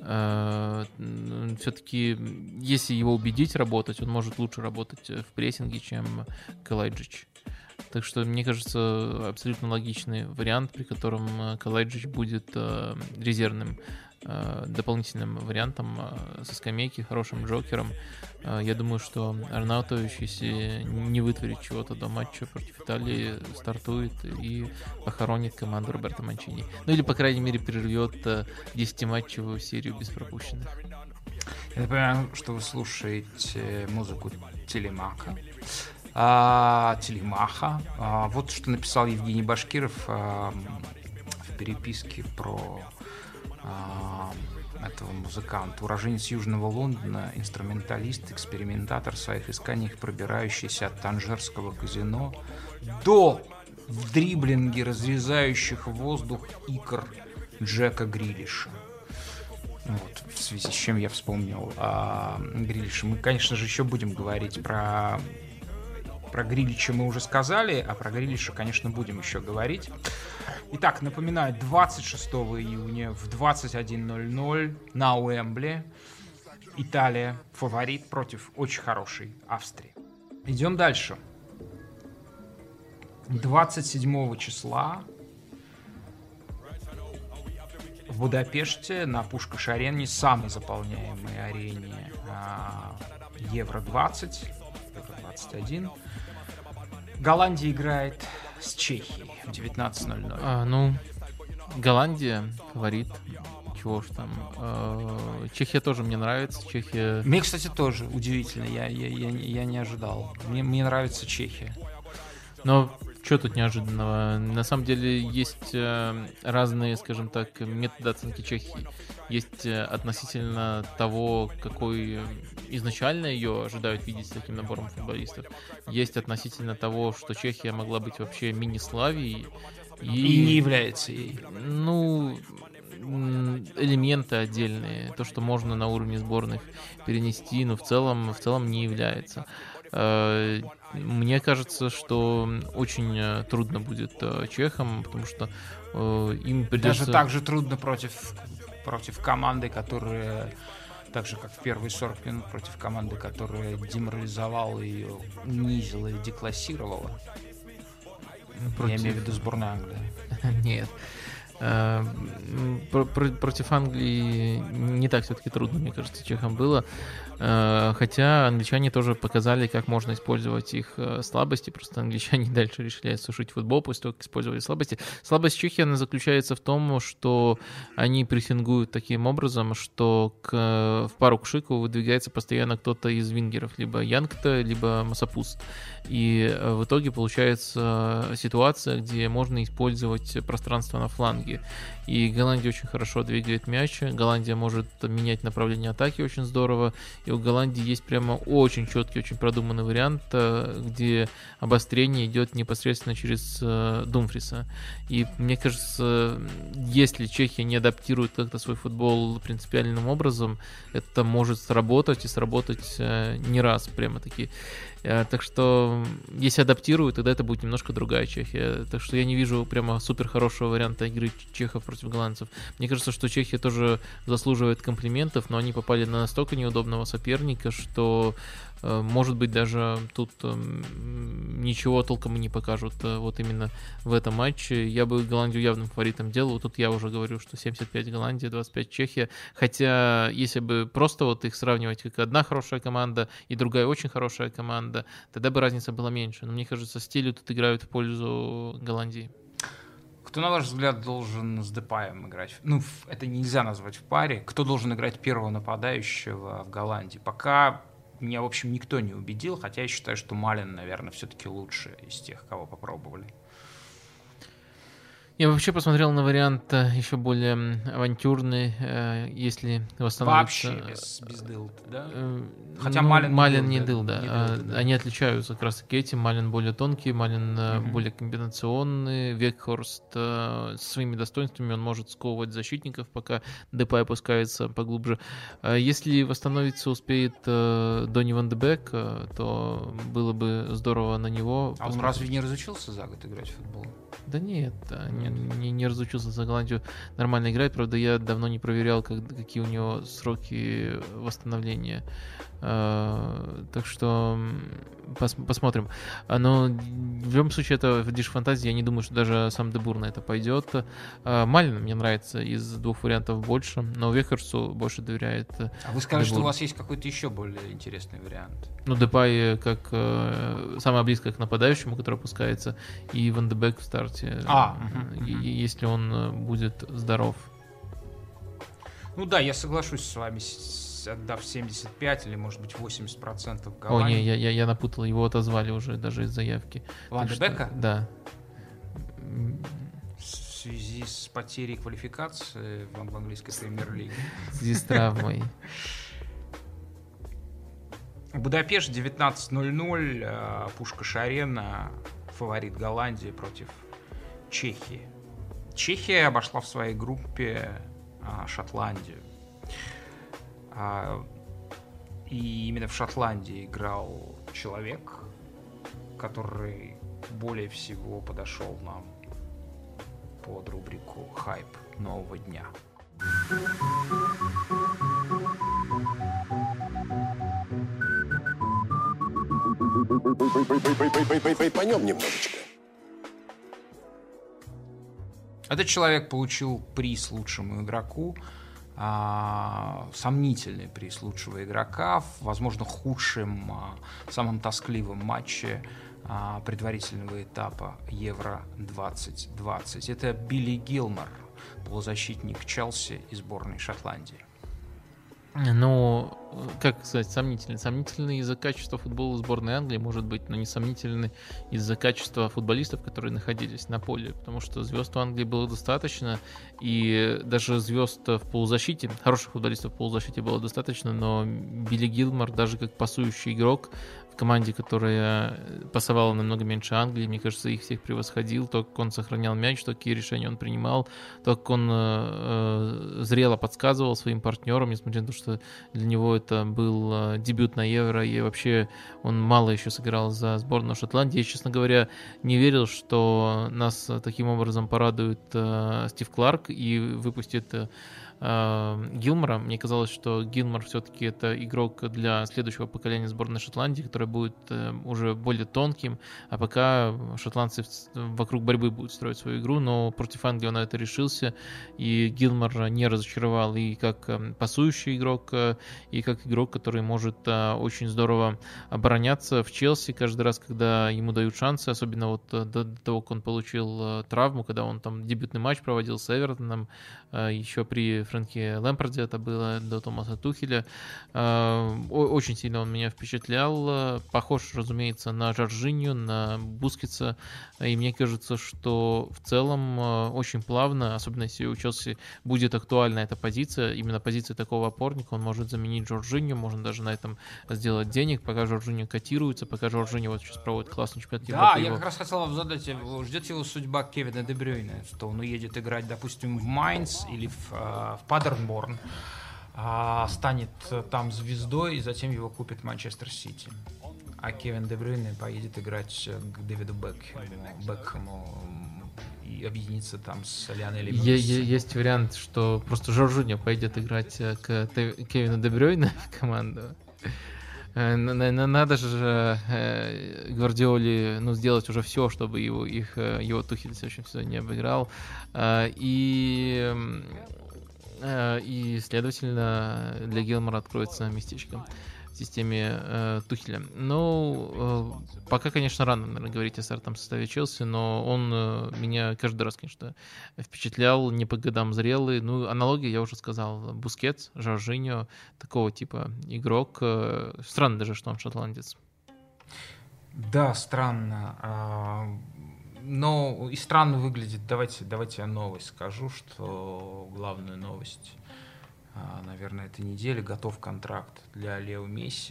все-таки, если его убедить работать, он может лучше работать в прессинге, чем Калайджич. Так что, мне кажется, абсолютно логичный вариант, при котором Калайджич будет резервным дополнительным вариантом со скамейки, хорошим джокером. Я думаю, что Арнаутович, если не вытворит чего-то до матча против Италии, стартует и похоронит команду Роберто Манчини. Ну или, по крайней мере, прервет десятиматчевую серию без пропущенных. Я напоминаю, что вы слушаете музыку Телемака. А, Телемаха. А, вот что написал Евгений Башкиров а, в переписке про этого музыканта. Уроженец Южного Лондона, инструменталист, экспериментатор в своих исканиях, пробирающийся от танжерского казино до в дриблинге разрезающих воздух икр Джека Грилиша. Вот, в связи с чем я вспомнил о Грилише. Мы, конечно же, еще будем говорить про Про Грилича мы уже сказали, а про Грилиша, конечно, будем еще говорить. Итак, напоминаю, двадцать шестого июня в двадцать один ноль ноль на Уэмбли Италия фаворит против очень хорошей Австрии. Идем дальше. двадцать седьмого числа в Будапеште на Пушкаш-арене, самой заполняемой арене Евро двадцать, Евро двадцать один, Голландия играет с Чехией в девятнадцать ноль ноль. А, ну, Голландия фаворит. Чего ж там. Э, Чехия тоже мне нравится. Чехия... Мне, кстати, тоже удивительно. Я, я, я, я не ожидал. Мне, мне нравится Чехия. Но Что тут неожиданного? На самом деле есть э, разные, скажем так, методы оценки Чехии. Есть э, относительно того, какой изначально ее ожидают видеть с таким набором футболистов. Есть относительно того, что Чехия могла быть вообще мини-Славией. И, И не является ей. Ну, элементы отдельные, то, что можно на уровне сборных перенести, но в целом, в целом не является. Мне кажется, что очень трудно будет чехам, потому что им придется... Даже так же трудно против, против команды, которая, так же как в первые сорок минут, против команды, которая деморализовала ее, унизила и деклассировала. Против... Я имею в виду сборную Англии. Нет. Против Англии не так все-таки трудно, мне кажется, чехам было. Хотя англичане тоже показали, как можно использовать их слабости. Просто англичане дальше решили осушить футбол после того, как использовали слабости. Слабость Чехии, она заключается в том, что они прессингуют таким образом, что к, в пару к Шику выдвигается постоянно кто-то из вингеров. Либо Янгта, либо Масапус. И в итоге получается ситуация, где можно использовать пространство на фланге. И Голландия очень хорошо двигает мяч. Голландия может менять направление атаки очень здорово. И у Голландии есть прямо очень четкий, очень продуманный вариант, где обострение идет непосредственно через Думфриса. И мне кажется, если Чехия не адаптирует как-то свой футбол принципиальным образом, это может сработать и сработать не раз прямо-таки. Так что, если адаптируют, тогда это будет немножко другая Чехия. Так что я не вижу прямо супер хорошего варианта игры чехов против голландцев. Мне кажется, что Чехия тоже заслуживает комплиментов, но они попали на настолько неудобного соперника, что, может быть, даже тут ничего толком и не покажут вот именно в этом матче. Я бы Голландию явным фаворитом делал. Тут я уже говорю, что семьдесят пять Голландия, двадцать пять Чехия. Хотя, если бы просто вот их сравнивать, как одна хорошая команда и другая очень хорошая команда, тогда бы разница была меньше. Но мне кажется, стили тут играют в пользу Голландии. Кто, на ваш взгляд, должен с Депаем играть? Ну, это нельзя назвать в паре. Кто должен играть первого нападающего в Голландии? Пока меня, в общем, никто не убедил, хотя я считаю, что Малин, наверное, все-таки лучше из тех, кого попробовали. Я вообще посмотрел на вариант еще более авантюрный, если восстановится... Вообще без, без дылд, да? Хотя ну, Малин, Малин не дыл, да. Не дыл, да. Они отличаются как раз таки этим. Малин более тонкий, Малин uh-huh. более комбинационный. Векхорст со своими достоинствами, он может сковывать защитников, пока Депай опускается поглубже. Если восстановиться успеет Донни Ван де Бек, то было бы здорово на него. А посмотреть. Он разве не разучился за год играть в футбол? Да нет, не, не, не разучился за Голландию нормально играть. Правда, я давно не проверял, как, какие у него сроки восстановления. Uh, так что пос, посмотрим. Но в любом случае это в Dish Fantasy, я не думаю, что даже сам Дебур на это пойдет. Uh, Малин мне нравится из двух вариантов больше, но Вехерсу больше доверяет. А вы скажете, что у вас есть какой-то еще более интересный вариант? Ну, Депай как uh, самое близкое к нападающему, который опускается, и Ван де Бек в старте, а, uh, угу, и, если он будет здоров. Ну да, я соглашусь с вами, отдав семьдесят пять или, может быть, восемьдесят процентов Голландии. О, не, я, я, я напутал, его отозвали уже даже из заявки. Ван де Бека? Да. В связи с потерей квалификации в английской премьер-лиге. В связи с травмой. Будапешт, девятнадцать ноль ноль, Пушкаш-арена, фаворит Голландии против Чехии. Чехия обошла в своей группе Шотландию. И именно в Шотландии играл человек, который более всего подошел нам под рубрику «Хайп нового дня». Поймем немножечко. Этот человек получил приз лучшему игроку, а, сомнительный приз лучшего игрока в, возможно, худшем, а, самом тоскливом матче а, предварительного этапа Евро двадцать двадцать. Это Билли Гилмор, полузащитник Челси и сборной Шотландии. Ну, как сказать, сомнительный. Сомнительный из-за качества футбола сборной Англии, может быть, но не сомнительный из-за качества футболистов, которые находились на поле. Потому что звезд у Англии было достаточно, и даже звезд в полузащите, хороших футболистов в полузащите было достаточно, но Билли Гилмор, даже как пасующий игрок, команде, которая пасовала намного меньше Англии, мне кажется, их всех превосходил. То, как он сохранял мяч, то, какие решения он принимал, то, как он э, зрело подсказывал своим партнерам, несмотря на то, что для него это был э, дебют на Евро, и вообще он мало еще сыграл за сборную Шотландии. Я, честно говоря, не верил, что нас таким образом порадует э, Стив Кларк и выпустит э, Гилмора. Мне казалось, что Гилмор все-таки это игрок для следующего поколения сборной Шотландии, который будет уже более тонким, а пока шотландцы вокруг борьбы будут строить свою игру, но против Англии он на это решился, и Гилмор не разочаровал и как пасующий игрок, и как игрок, который может очень здорово обороняться в Челси каждый раз, когда ему дают шансы, особенно вот до того, как он получил травму, когда он там дебютный матч проводил с Эвертоном, еще при Фрэнки Лэмпарде это было, до Томаса Тухеля. Очень сильно он меня впечатлял. Похож, разумеется, на Жоржинью, на Бускетса. И мне кажется, что в целом очень плавно, особенно если у Челси будет актуальна эта позиция, именно позиция такого опорника, он может заменить Жоржинью, можно даже на этом сделать денег, пока Жоржинью котируется, пока Жоржинью вот сейчас проводит классный чемпионат Европы. Да, я как раз хотел вам задать, ждет его судьба Кевина Де Брюйне, что он уедет играть, допустим, в Майнц или в, в Падерборн, станет там звездой, и затем его купит Манчестер Сити. А Кевин Де Брюйне поедет играть к Дэвиду Бекхэму, Бекхэму и объединиться там с Лионелем Месси. Есть вариант, что просто Жоржиньо пойдет играть к Кевину Де Брюйне в команду. Надо же Гвардиоле, ну, сделать уже все, чтобы его, их, его Тухель в следующем сезоне не обыграл. И, и следовательно, для Гилмора откроется местечко в системе э, Тухеля. Ну, э, пока, конечно, рано, наверное, говорить о стартовом составе Челси, но он э, меня каждый раз, конечно, впечатлял, не по годам зрелый. Ну, аналогия, я уже сказал, Бускетс, Жоржиньо, такого типа игрок. Э, странно даже, что он шотландец. Да, странно. Но и странно выглядит. Давайте, давайте я новость скажу, что главную новость, наверное, этой недели: готов контракт для Лео Месси.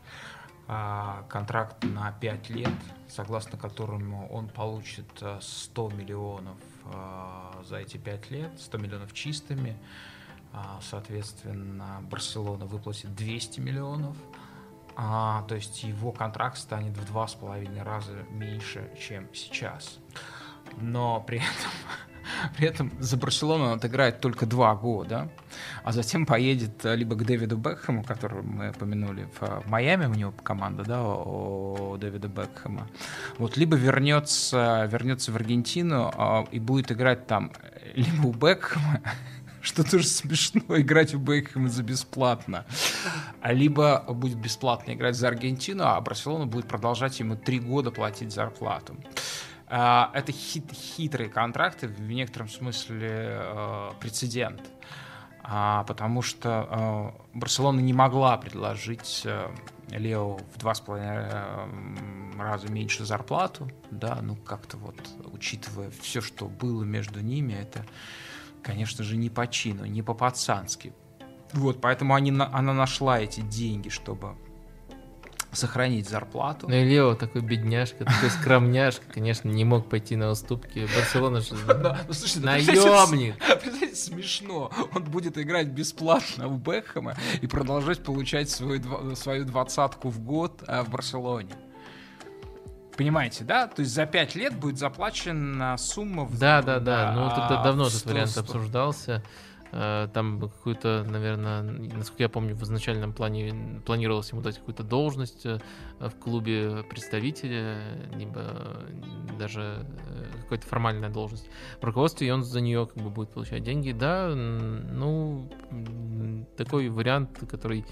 Контракт на пять лет, согласно которому он получит сто миллионов за эти пять лет, сто миллионов чистыми. Соответственно, Барселона выплатит двести миллионов. А, то есть его контракт станет в два с половиной раза меньше, чем сейчас. Но при этом, при этом за Барселону он отыграет только два года, а затем поедет либо к Дэвиду Бекхэму, которого мы упомянули в, в Майами, у него команда, да, у Дэвида Бекхэма, вот, либо вернется, вернется в Аргентину а, и будет играть там либо у Бекхэма, что тоже смешно, играть у Бекхэма за бесплатно. Либо будет бесплатно играть за Аргентину, а Барселона будет продолжать ему три года платить зарплату. Это хит, хитрые контракты, в некотором смысле прецедент. Потому что Барселона не могла предложить Лео в два с половиной раза меньше зарплату. Да, ну как-то вот, учитывая все, что было между ними, это, конечно же, не по чину, не по-пацански. Вот, поэтому они, она нашла эти деньги, чтобы сохранить зарплату. Ну и Лео такой бедняжка, такой скромняшка, конечно, не мог пойти на уступки. Барселона же наемник. Представляете, смешно. Он будет играть бесплатно у Бекхэма и продолжать получать свою, свою двадцатку в год в Барселоне. Понимаете, да? То есть за пять лет будет заплачена сумма... В... Да, да, да. Ну, это давно этот вариант обсуждался. Там какую-то, наверное, насколько я помню, в изначальном плане планировалось ему дать какую-то должность в клубе представителя, либо даже какая-то формальная должность в руководстве, и он за нее как бы будет получать деньги. Да, ну, такой вариант, который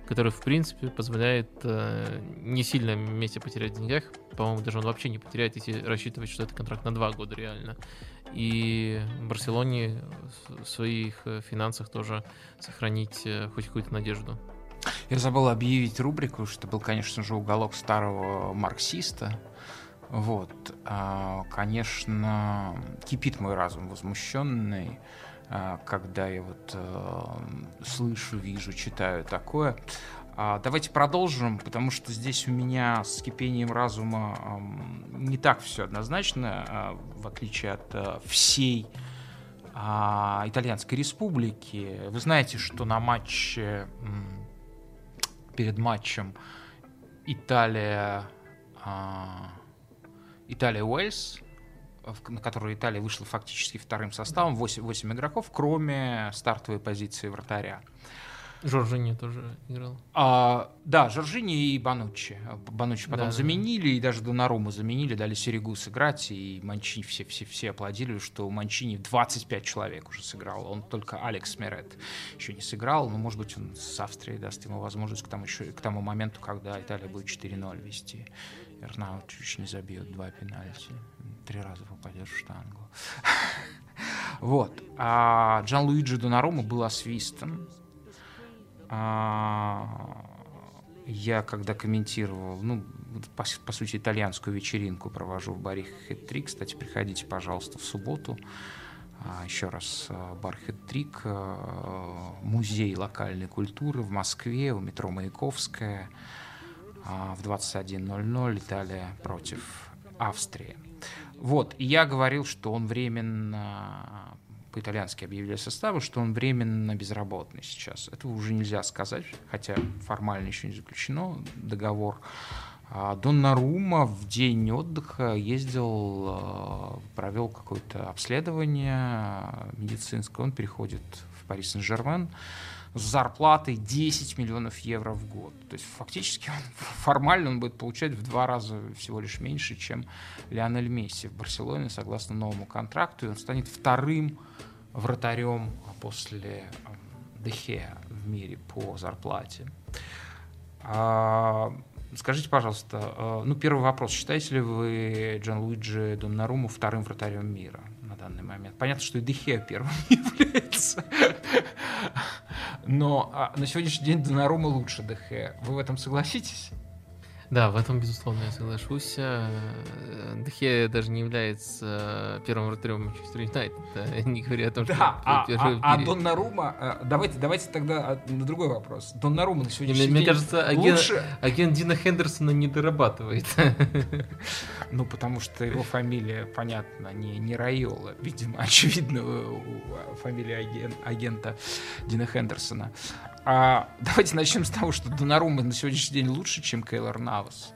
который, в принципе, позволяет э, не сильно вместе потерять в деньгах. По-моему, даже он вообще не потеряет, если рассчитывать, что это контракт на два года реально. И Барселоне в своих финансах тоже сохранить э, хоть какую-то надежду. Я забыл объявить рубрику, что был, конечно же, уголок старого марксиста. Вот, конечно, кипит мой разум возмущенный, когда я вот слышу, вижу, читаю такое. Давайте продолжим, потому что здесь у меня с кипением разума не так все однозначно, в отличие от всей Итальянской Республики. Вы знаете, что на матче, перед матчем Италия... Италия-Уэльс, на которую Италия вышла фактически вторым составом, восемь, восемь игроков, кроме стартовой позиции вратаря. Жоржини тоже играл. А, да, Жоржини и Бануччи. Бануччи потом да, заменили, да. и даже Доннарумму заменили, дали Серегу сыграть, и Манчини, все, все, все аплодировали, что Манчини двадцать пять человек уже сыграл. Он только Алекс Мерет еще не сыграл, но, может быть, он с Австрией даст ему возможность к тому, еще, к тому моменту, когда Италия будет четыре ноль вести. Арнаутович не забьет два пенальти, три раза попадет в штангу. Вот. А Джанлуиджи Доннарумма был освистан. Я когда комментировал, ну, по, по сути, итальянскую вечеринку провожу в баре Хэт-Трик. Кстати, приходите, пожалуйста, в субботу. Еще раз, бар Хэт-Трик, музей локальной культуры в Москве, у метро Маяковская. В двадцать один ноль ноль Италия против Австрии. Вот, и я говорил, что он временно, по-итальянски объявили составы, что он временно безработный сейчас. Этого уже нельзя сказать, хотя формально еще не заключено договор. Доннарумма в день отдыха ездил, провел какое-то обследование медицинское, он переходит в Пари Сен-Жермен с зарплатой десять миллионов евро в год. То есть фактически он, формально он будет получать в два раза всего лишь меньше, чем Лионель Месси в Барселоне, согласно новому контракту, и он станет вторым вратарем после Де Хеа в мире по зарплате. Скажите, пожалуйста, ну, первый вопрос. Считаете ли вы Джанлуиджи Доннарумму вторым вратарем мира на данный момент? Понятно, что и Де Хеа первым не является. Но на сегодняшний день Доннарумма лучше Де Хеа. Вы в этом согласитесь? Да, в этом, безусловно, я соглашусь. Де Хеа даже не является первым вратарем Манчестер Юнайтед, не говоря о том, да, что... А, а, а Доннарумма... Давайте, давайте тогда на другой вопрос. Доннарумма на сегодняшний Мне день кажется, агент, лучше... агент Дина Хендерсона не дорабатывает. Ну, потому что его фамилия, понятно, не, не Райола. Видимо, очевидно, фамилия аген, агента Дина Хендерсона. А, давайте начнем с того, что Доннарумма на сегодняшний день лучше, чем Кейлор Навас.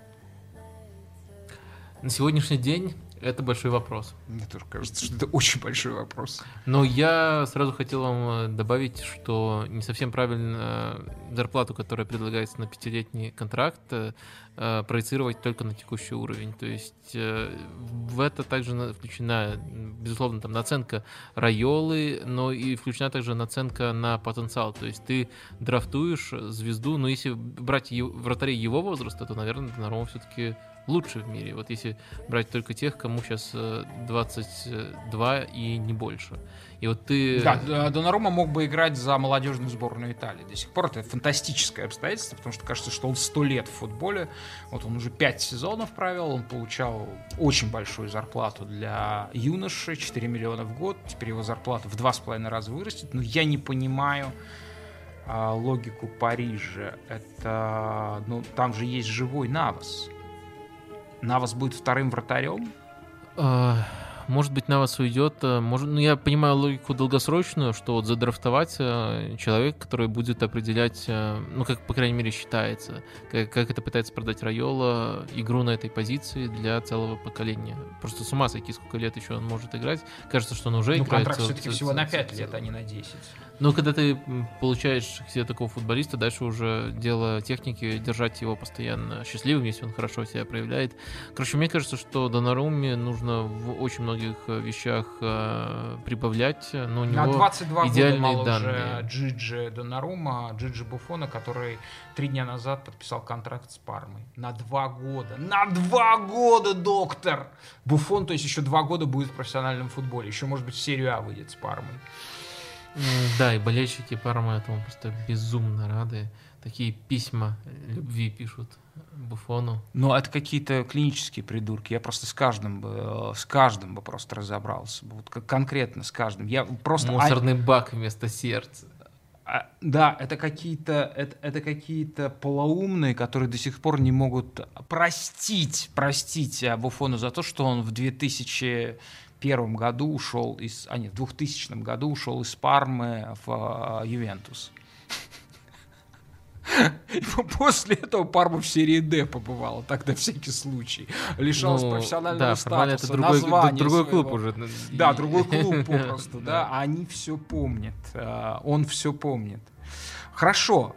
На сегодняшний день это большой вопрос. Мне тоже кажется, что это очень большой вопрос. Но я сразу хотел вам добавить, что не совсем правильно зарплату, которая предлагается на пятилетний контракт, проецировать только на текущий уровень. То есть в это также включена, безусловно, там наценка Райолы, но и включена также наценка на потенциал. То есть ты драфтуешь звезду, но если брать вратарей его возраста, то, наверное, Доннарумма все-таки лучше в мире. Вот если брать только тех, кому сейчас двадцать два и не больше. И вот ты... Да, Доннарумма мог бы играть за молодежную сборную Италии. До сих пор это фантастическое обстоятельство, потому что кажется, что он сто лет в футболе. Вот он уже пять сезонов провел, он получал очень большую зарплату для юноши, четыре миллиона в год. Теперь его зарплата в два с половиной раза вырастет. Но я не понимаю а, логику Парижа. Это, ну, там же есть живой Навас. Навас будет вторым вратарем? Может быть, Навас уйдет. Может, ну, я понимаю логику долгосрочную, что вот задрафтовать человека, который будет определять, ну, как, по крайней мере, считается, как, как это пытается продать Райола, игру на этой позиции для целого поколения. Просто с ума сойти, сколько лет еще он может играть. Кажется, что он уже ну, играет. Контракт все-таки всего на пять лет, а не на десять. Но когда ты получаешь к себе такого футболиста, дальше уже дело техники держать его постоянно счастливым, если он хорошо себя проявляет. Короче, мне кажется, что Доннарумме нужно в очень многих многих вещах э, прибавлять, но у него на двадцать два идеальные года моложе данные. Джиджи Донарума, Джиджи Буффона, который три дня назад подписал контракт с Пармой. На два года. На два года, доктор! Буффон, то есть еще два года будет в профессиональном футболе. Еще, может быть, в серию А выйдет с Пармой. Да, и болельщики Пармы этому просто безумно рады. Такие письма любви пишут Буффону. Но это какие-то клинические придурки. Я просто с каждым бы, с каждым бы просто разобрался. Вот конкретно с каждым. Я просто... Мусорный бак вместо сердца. А, да, это какие-то, это, это какие-то полоумные, которые до сих пор не могут простить, простить Буффону за то, что он в две тысячи первом году ушел из... А нет, в двухтысячном году ушел из Пармы в Ювентус. После этого Парма в серии Д побывала, так на всякий случай. Лишалась ну, профессионального да, статуса, это другой, названия другой своего. клуб уже. Да, другой клуб попросту, да. Они все помнят. Он все помнит. Хорошо.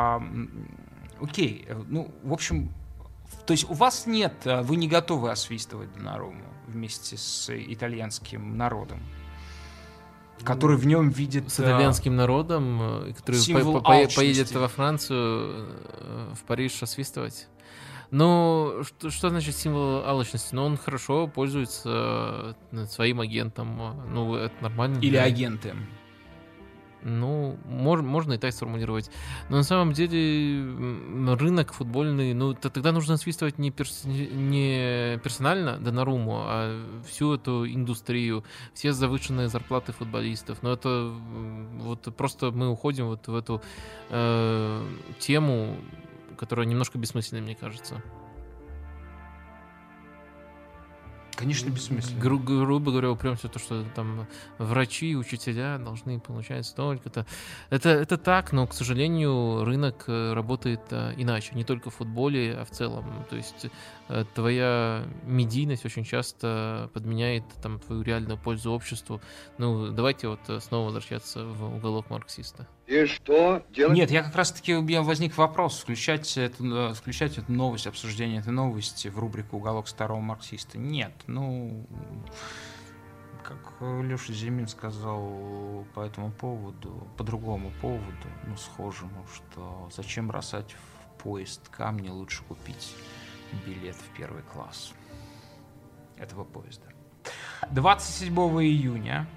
Окей. Ну, в общем, то есть у вас нет, вы не готовы освистывать Донарумму вместе с итальянским народом, который в нем видит... С итальянским народом, который по- по- поедет во Францию, в Париж освистывать. Ну, что, что значит символ алчности? Ну, он хорошо пользуется своим агентом. Ну, это нормально. Или агентом. Ну, мож, можно и так сформулировать. Но на самом деле рынок футбольный, ну, то, тогда нужно освистывать не, перс, не персонально Донарумму, а всю эту индустрию, все завышенные зарплаты футболистов. Но это вот просто мы уходим вот в эту э, тему, которая немножко бессмысленная, мне кажется. Конечно, бессмысленно. Гру- грубо говоря, упрямся то, что там врачи, учителя должны получать столько-то. Это, это так, но, к сожалению, рынок работает а, иначе. Не только в футболе, а в целом. То есть а, твоя медийность очень часто подменяет там, твою реальную пользу обществу. Ну, давайте вот снова возвращаться в уголок марксиста. И что делать? Нет, я как раз-таки, у меня возник вопрос, включать эту, включать эту новость, обсуждение этой новости в рубрику «Уголок старого марксиста». Нет, ну, как Леша Зимин сказал по этому поводу, по другому поводу, ну, схожему, что зачем бросать в поезд камни, лучше купить билет в первый класс этого поезда. двадцать седьмого июня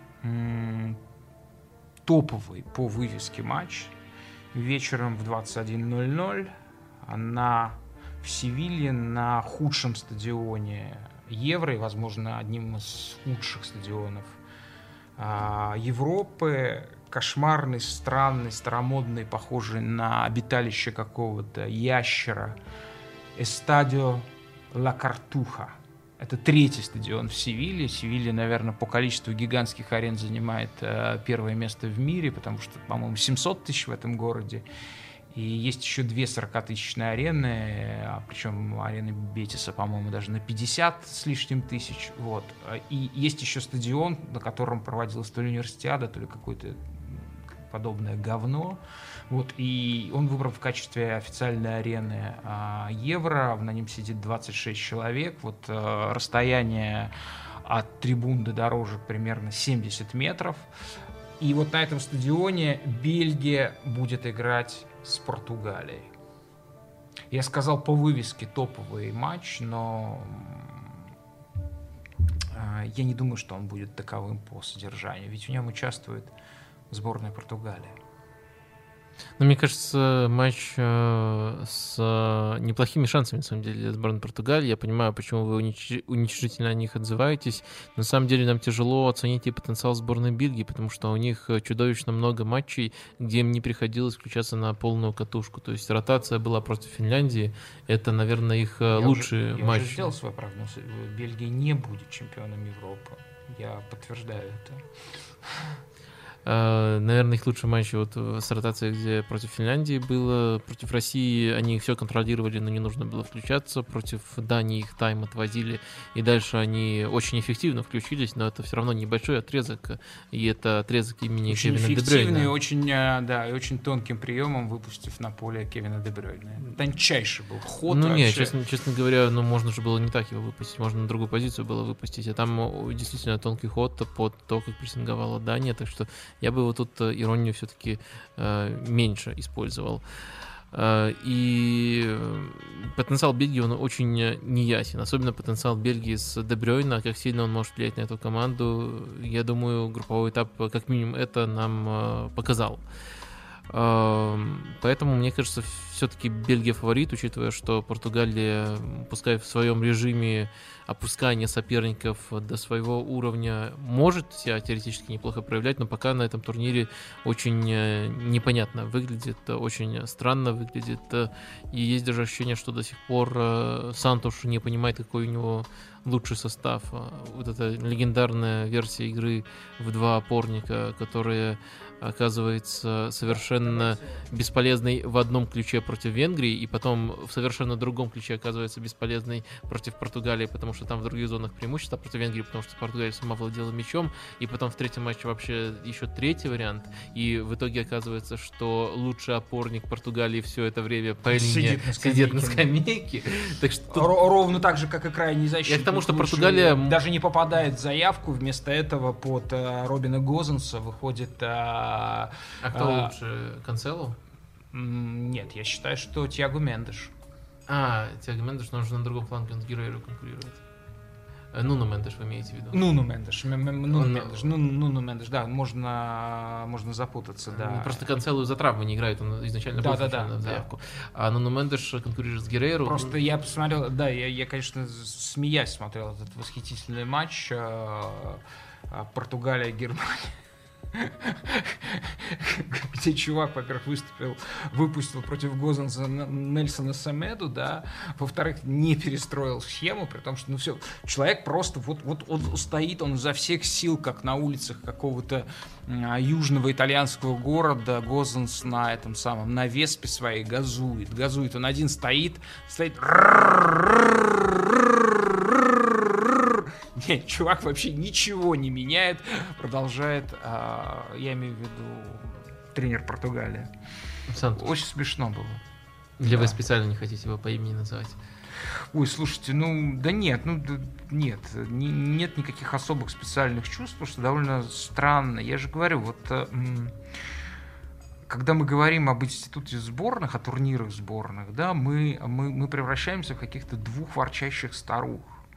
топовый по вывеске матч вечером в двадцать один ноль ноль на, в Севилье на худшем стадионе Евро и, возможно, одним из худших стадионов а, Европы. Кошмарный, странный, старомодный, похожий на обиталище какого-то ящера Эстадио Ла Картуха. Это третий стадион в Севилье. Севилья, наверное, по количеству гигантских арен занимает э, первое место в мире, потому что, по-моему, семьсот тысяч в этом городе. И есть еще две сорокатысячные арены, а, причем арены Бетиса, по-моему, даже на пятьдесят с лишним тысяч. Вот. И есть еще стадион, на котором проводилась то ли универсиада, то ли какое-то подобное говно. Вот, и он выбран в качестве официальной арены а, Евро. На нем сидит двадцать шесть человек. Вот, а, расстояние от трибун до дорожек примерно семьдесят метров. И вот на этом стадионе Бельгия будет играть с Португалией. Я сказал по вывеске топовый матч, но а, я не думаю, что он будет таковым по содержанию. Ведь в нем участвует сборная Португалии. Ну, мне кажется, матч э, с э, неплохими шансами, на самом деле, для сборной Португалии. Я понимаю, почему вы унич- уничижительно о них отзываетесь. На самом деле, нам тяжело оценить и потенциал сборной Бельгии, потому что у них чудовищно много матчей, где им не приходилось включаться на полную катушку. То есть ротация была против Финляндии. Это, наверное, их я лучшие уже, матчи. Я уже сделал свой прогноз. Бельгия не будет чемпионом Европы. Я подтверждаю это. Наверное, их лучший матч вот с ротацией, где против Финляндии было. Против России они все контролировали, но не нужно было включаться. Против Дании их тайм отводили. И дальше они очень эффективно включились, но это все равно небольшой отрезок. И это отрезок имени очень Кевина Де эффективный, Брюйна. очень, да, и очень тонким приемом, выпустив на поле Кевина Де Брюйна. Тончайший был ход. Ну вообще. нет, честно, честно говоря, ну можно же было не так его выпустить, можно на другую позицию было выпустить. А там действительно тонкий ход под то, как прессинговала Дания. Так что я бы вот тут иронию все-таки э, меньше использовал. Э, и потенциал Бельгии, он очень неясен. Особенно потенциал Бельгии с Де Брюйна, как сильно он может влиять на эту команду. Я думаю, групповой этап, как минимум, это нам э, показал. Поэтому, мне кажется, все-таки Бельгия фаворит, учитывая, что Португалия, пускай в своем режиме опускания соперников до своего уровня, может себя теоретически неплохо проявлять, но пока на этом турнире очень непонятно выглядит, очень странно выглядит. И есть даже ощущение, что до сих пор Сантуш не понимает, какой у него лучший состав. Вот эта легендарная версия игры в два опорника, которая оказывается совершенно бесполезной в одном ключе против Венгрии, и потом в совершенно другом ключе оказывается бесполезной против Португалии, потому что там в других зонах преимущества против Венгрии, потому что Португалия сама владела мячом, и потом в третьем матче вообще еще третий вариант, и в итоге оказывается, что лучший опорник Португалии все это время по линии Сидит на сидит на скамейке. скамейке. Так что тут- Ро- Ровно так же, как и крайний защитник. Я к тому, что Лучше Португалия- даже не попадает в заявку. Вместо этого под э, Робина Гозенса выходит... э, А кто э, лучше? Канцело? м, Нет, я считаю, что Тиаго Мендеш. А, Тиаго Мендеш, но он же на другом фланге, он с Герейро конкурирует. Э, Нуно Мендеш вы имеете в виду? Нуну Мендеш. М- м- Нуну Он- Мендеш. Ну, Нуну Мендеш, да, можно, можно запутаться, да. Ну, Просто Канцело из-за травмы не играет, он изначально Да, был да, включен да, в да. заявку. А Нуно Мендеш конкурирует с Герейро. Просто я посмотрел, да, я, я, конечно, смеясь смотрел этот восхитительный матч э, э, Португалия-Германия. Где чувак, во-первых, выступил, выпустил против Гозенса Нельсона Самеду, да, во-вторых, не перестроил схему, при том, что, ну, все, человек просто вот, вот он стоит, он изо всех сил, как на улицах какого-то а, южного итальянского города, Гозенс на этом самом, на веспе своей газует, газует, он один стоит, стоит, нет, чувак вообще ничего не меняет, продолжает, а, я имею в виду тренер Португалии. Сантуш. Очень смешно было. Или Да. вы специально не хотите его по имени называть? Ой, слушайте, ну, да нет, ну, да, нет, не- нет никаких особых специальных чувств, потому что довольно странно. Я же говорю, вот, э, м, когда мы говорим об институте сборных, о турнирах сборных, да, мы, мы, мы превращаемся в каких-то двух ворчащих старух.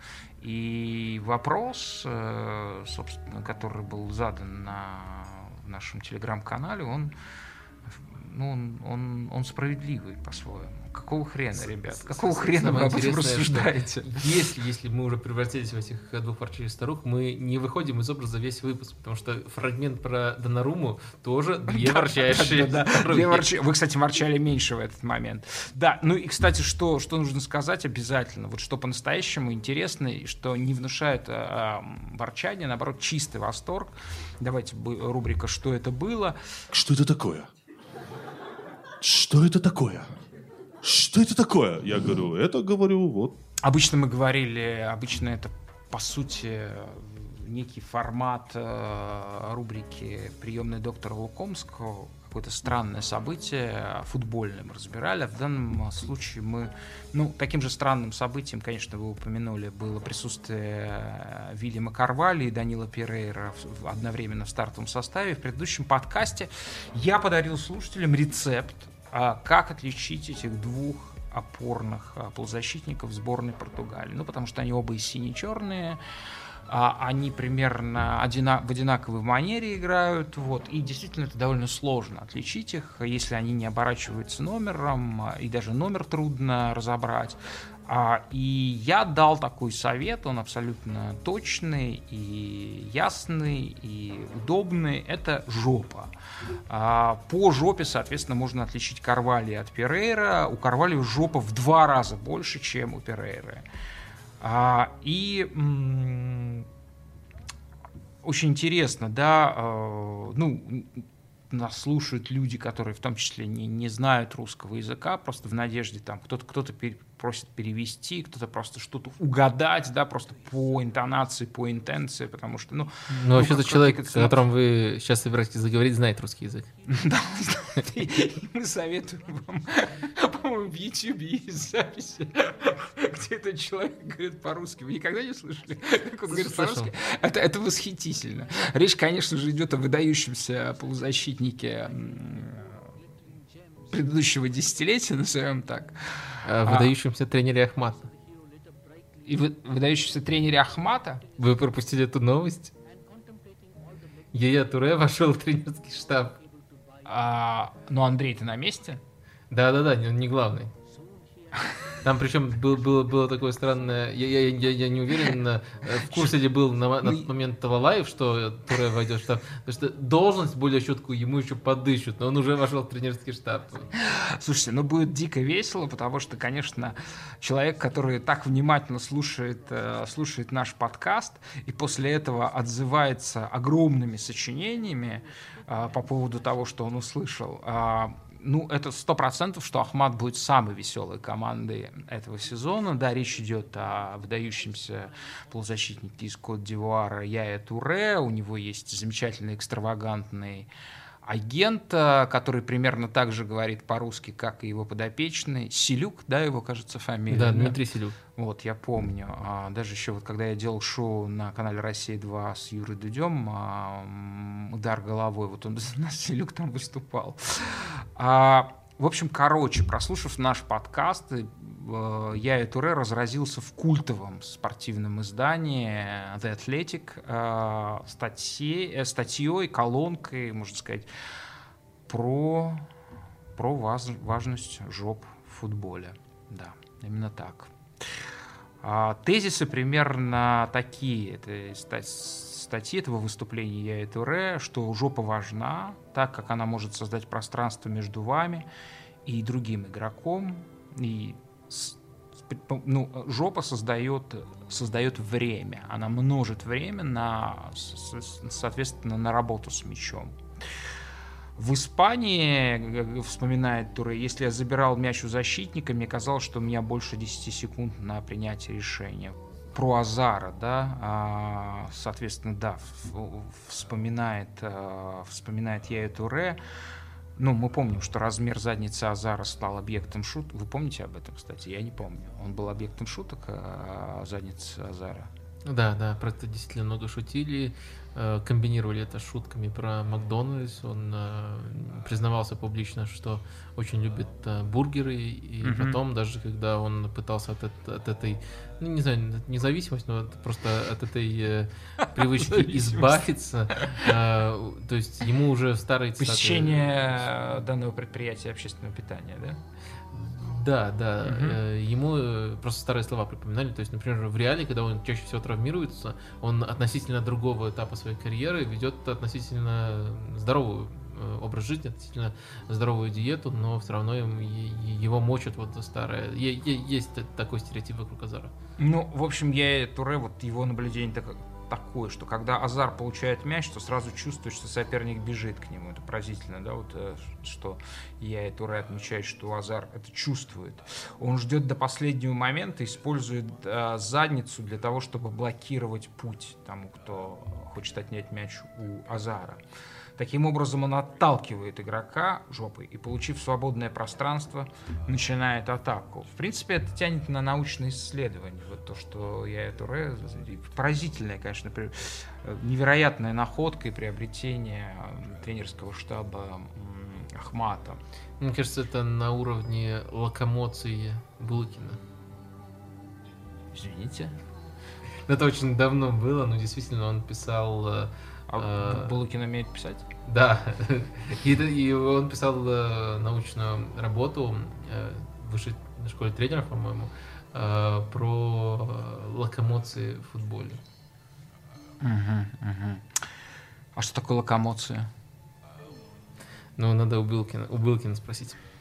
И вопрос, э, собственно, который был задан на в нашем телеграм-канале, он, ну, он, он, он справедливый по-своему. Какого хрена, ребят? Какого хрена вы Самое об этом интересное, что рассуждаете? Если, если мы уже превратились в этих двух ворчащих старух, мы не выходим из образа весь выпуск, потому что фрагмент про Доннарумму тоже две ворчащие Да, да, старухи. две ворчи- Вы, кстати, ворчали меньше в этот момент. Да, ну и, кстати, что, что нужно сказать обязательно, вот что по-настоящему интересно, и что не внушает а, ворчание, наоборот, чистый восторг. Давайте бу- рубрика «Что это было?». Что это такое? Что это такое? Что это такое? Я говорю, это говорю, вот. Обычно мы говорили, обычно это, по сути, некий формат э, рубрики «Приемный доктора Лукомского», какое-то странное событие, футбольное мы разбирали. А в данном случае мы, ну, таким же странным событием, конечно, вы упомянули, было присутствие Вильяма Карвали и Данила Перейра в- в- одновременно в стартовом составе. В предыдущем подкасте я подарил слушателям рецепт, а, как отличить этих двух опорных а, полузащитников сборной Португалии. Ну, потому что они оба и сине-черные, а, они примерно одина- в одинаковой манере играют, вот, и действительно это довольно сложно отличить их, если они не оборачиваются номером, а, и даже номер трудно разобрать. А, И я дал такой совет, он абсолютно точный и ясный, и удобный. Это жопа. А, По жопе, соответственно, можно отличить Карвали от Перейра. У Карвали жопа в два раза больше, чем у Перейры. А, И м, очень интересно, да, э, ну, нас слушают люди, которые в том числе не, не знают русского языка, просто в надежде, там, кто-то, кто-то пер, просит перевести, кто-то просто что-то угадать, да, просто по интонации, по интенции, потому что, ну... Ну, вообще-то как, человек, как, с которым вы сейчас собираетесь заговорить, знает русский язык. Да, мы советуем вам, по-моему, в Ютьюбе есть записи, где этот человек говорит по-русски. Вы никогда не слышали, как он говорит по-русски? Это, это восхитительно. Речь, конечно же, идет о выдающемся полузащитнике предыдущего десятилетия, назовем так. О выдающемся а, тренере Ахмата. И вы, выдающемся тренере Ахмата? Вы пропустили эту новость? Яя Туре вошел в тренерский штаб. А, ну, Андрей, ты на месте? Да-да-да, он не главный. Там причем был, было, было такое странное... Я, я, я, я не уверен, в курсе ли был на, на тот момент Талалаев, что Туре войдет в штаб. Потому что должность более четкую ему еще подыщут, но он уже вошел в тренерский штаб. Слушайте, ну будет дико весело, потому что, конечно, человек, который так внимательно слушает, слушает наш подкаст и после этого отзывается огромными сочинениями по поводу того, что он услышал, ну, это сто процентов, что Ахмат будет самой веселой командой этого сезона. Да, речь идет о выдающемся полузащитнике из Кот-д'Ивуара Яя Туре. У него есть замечательный экстравагантный агент, который примерно так же говорит по-русски, как и его подопечный. Селюк, да, его, кажется, фамилия. Да, Дмитрий Селюк. Вот, я помню. Даже еще вот когда я делал шоу на канале «Россия-два» с Юрой Дудем, «Удар головой», вот он, у нас Селюк там выступал. В общем, короче, прослушав наш подкаст, Яя Туре разразился в культовом спортивном издании The Athletic статьей, статьей, колонкой, можно сказать, про, про важность жоп в футболе. Да, именно так. Тезисы примерно такие. Это статьи этого выступления Яя Туре, что жопа важна, так как она может создать пространство между вами и другим игроком. И ну, жопа создает, создает время, она множит время на, соответственно, на работу с мячом. В Испании, вспоминает Туре, если я забирал мяч у защитника, мне казалось, что у меня больше десяти секунд на принятие решения. Про Азара, да, соответственно, да, вспоминает, вспоминает Яя Туре. Ну, мы помним, что размер задницы Азара стал объектом шуток. Вы помните об этом, кстати? Я не помню. Он был объектом шуток, а задницы Азара. Да, да, про это действительно много шутили. Комбинировали это с шутками про Макдональдс. Он э, признавался публично, что очень любит э, бургеры. И mm-hmm. потом, даже когда он пытался от, от этой, ну, не знаю, независимости, но просто от этой э, привычки избавиться. Э, то есть ему уже в старой цитате... Посещение данного предприятия общественного питания, да? Да, да. Угу. Ему просто старые слова припоминали. То есть, например, в Реале, когда он чаще всего травмируется, он относительно другого этапа своей карьеры ведет относительно здоровый образ жизни, относительно здоровую диету, но все равно его мочат вот старое. Есть такой стереотип вокруг Азара. Ну, в общем, я Туре, вот его наблюдение такое. такое, что когда Азар получает мяч, то сразу чувствует, что соперник бежит к нему. Это поразительно, да, вот что Яя Туре отмечает, что Азар это чувствует. Он ждет до последнего момента, использует э, задницу для того, чтобы блокировать путь тому, кто хочет отнять мяч у Азара. Таким образом, он отталкивает игрока жопой и, получив свободное пространство, начинает атаку. В принципе, это тянет на научные исследования. Вот то, что Яя Туре, поразительная, конечно, невероятная находка и приобретение тренерского штаба Ахмата. Мне кажется, это на уровне локомоции Булкина. Извините. Это очень давно было, но действительно он писал... А Булкин умеет писать? Да. И, и он писал э, научную работу э, в высшей школе тренеров, по-моему, э, про локомоции в футболе. Угу, угу. А что такое локомоция? Ну, надо у Булкина, у Булкина спросить.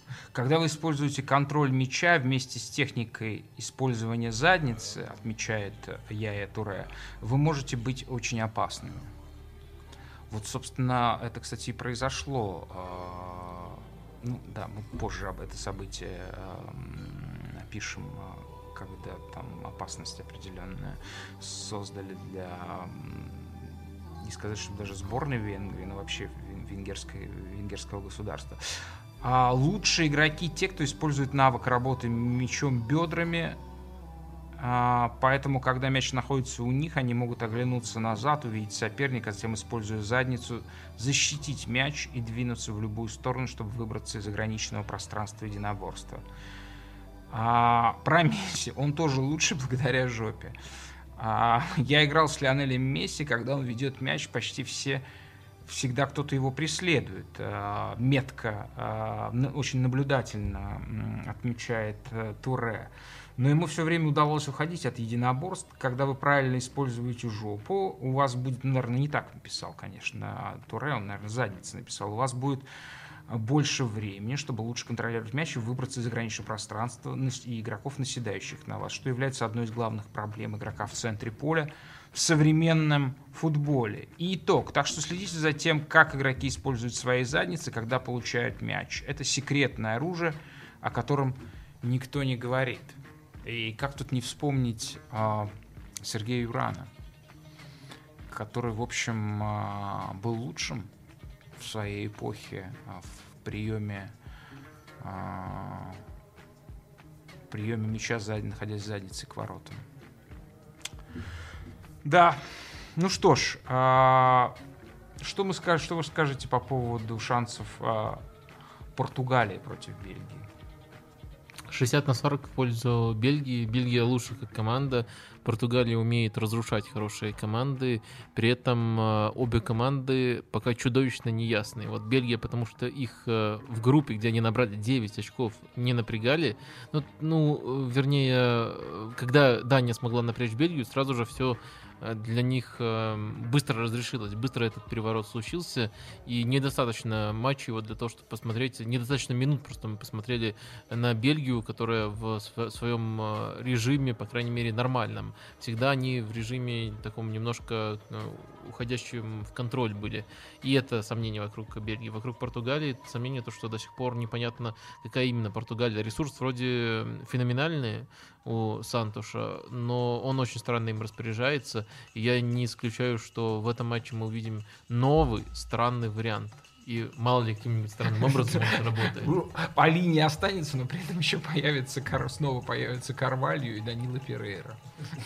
Когда вы используете контроль мяча вместе с техникой использования задницы, отмечает Яя Туре, вы можете быть очень опасными. Вот, собственно, это, кстати, и произошло. Ну, да, мы позже об это событие напишем, когда там опасность определенная создали для, не сказать, что даже сборной Венгрии, но вообще венгерской, венгерского государства. А лучшие игроки те, кто использует навык работы мячом бедрами. А, поэтому, когда мяч находится у них, они могут оглянуться назад, увидеть соперника, затем, используя задницу, защитить мяч и двинуться в любую сторону, чтобы выбраться из ограниченного пространства единоборства. А, про Месси. Он тоже лучше благодаря жопе. А, я играл с Лионелем Месси, когда он ведет мяч, почти все... Всегда кто-то его преследует. Метко, очень наблюдательно отмечает Туре. Но ему все время удалось уходить от единоборств. Когда вы правильно используете жопу, у вас будет, наверное, не так написал, конечно, Туре, он, наверное, задница написал, у вас будет больше времени, чтобы лучше контролировать мяч и выбраться из ограниченного пространства и игроков, наседающих на вас, что является одной из главных проблем игрока в центре поля в современном футболе. И итог. Так что следите за тем, как игроки используют свои задницы, когда получают мяч. Это секретное оружие, о котором никто не говорит. И как тут не вспомнить а, Сергея Юрана, который, в общем, а, был лучшим в своей эпохе а, в приеме, а, приеме мяча, находясь с задницей к воротам. Да, ну что ж, а, что, мы скаж, что вы скажете по поводу шансов а, Португалии против Бельгии? шестьдесят на сорок в пользу Бельгии. Бельгия лучше как команда. Португалия умеет разрушать хорошие команды. При этом э, обе команды пока чудовищно неясные. Вот Бельгия, потому что их э, в группе, где они набрали девять очков, не напрягали. Ну, ну, вернее, когда Дания смогла напрячь Бельгию, сразу же все для них быстро разрешилось, быстро этот переворот случился, и недостаточно матчей вот для того, чтобы посмотреть, недостаточно минут просто мы посмотрели на Бельгию, которая в своем режиме, по крайней мере, нормальном. Всегда они в режиме таком немножко уходящем в контроль были. И это сомнение вокруг Бельгии. Вокруг Португалии сомнение то, что до сих пор непонятно, какая именно Португалия. Ресурс вроде феноменальный у Сантуша, но он очень странно им распоряжается. И я не исключаю, что в этом матче мы увидим новый странный вариант. И мало ли каким-нибудь странным образом он работает. По линии останется, но при этом еще появится, снова появится Карвалью и Данила Перейра.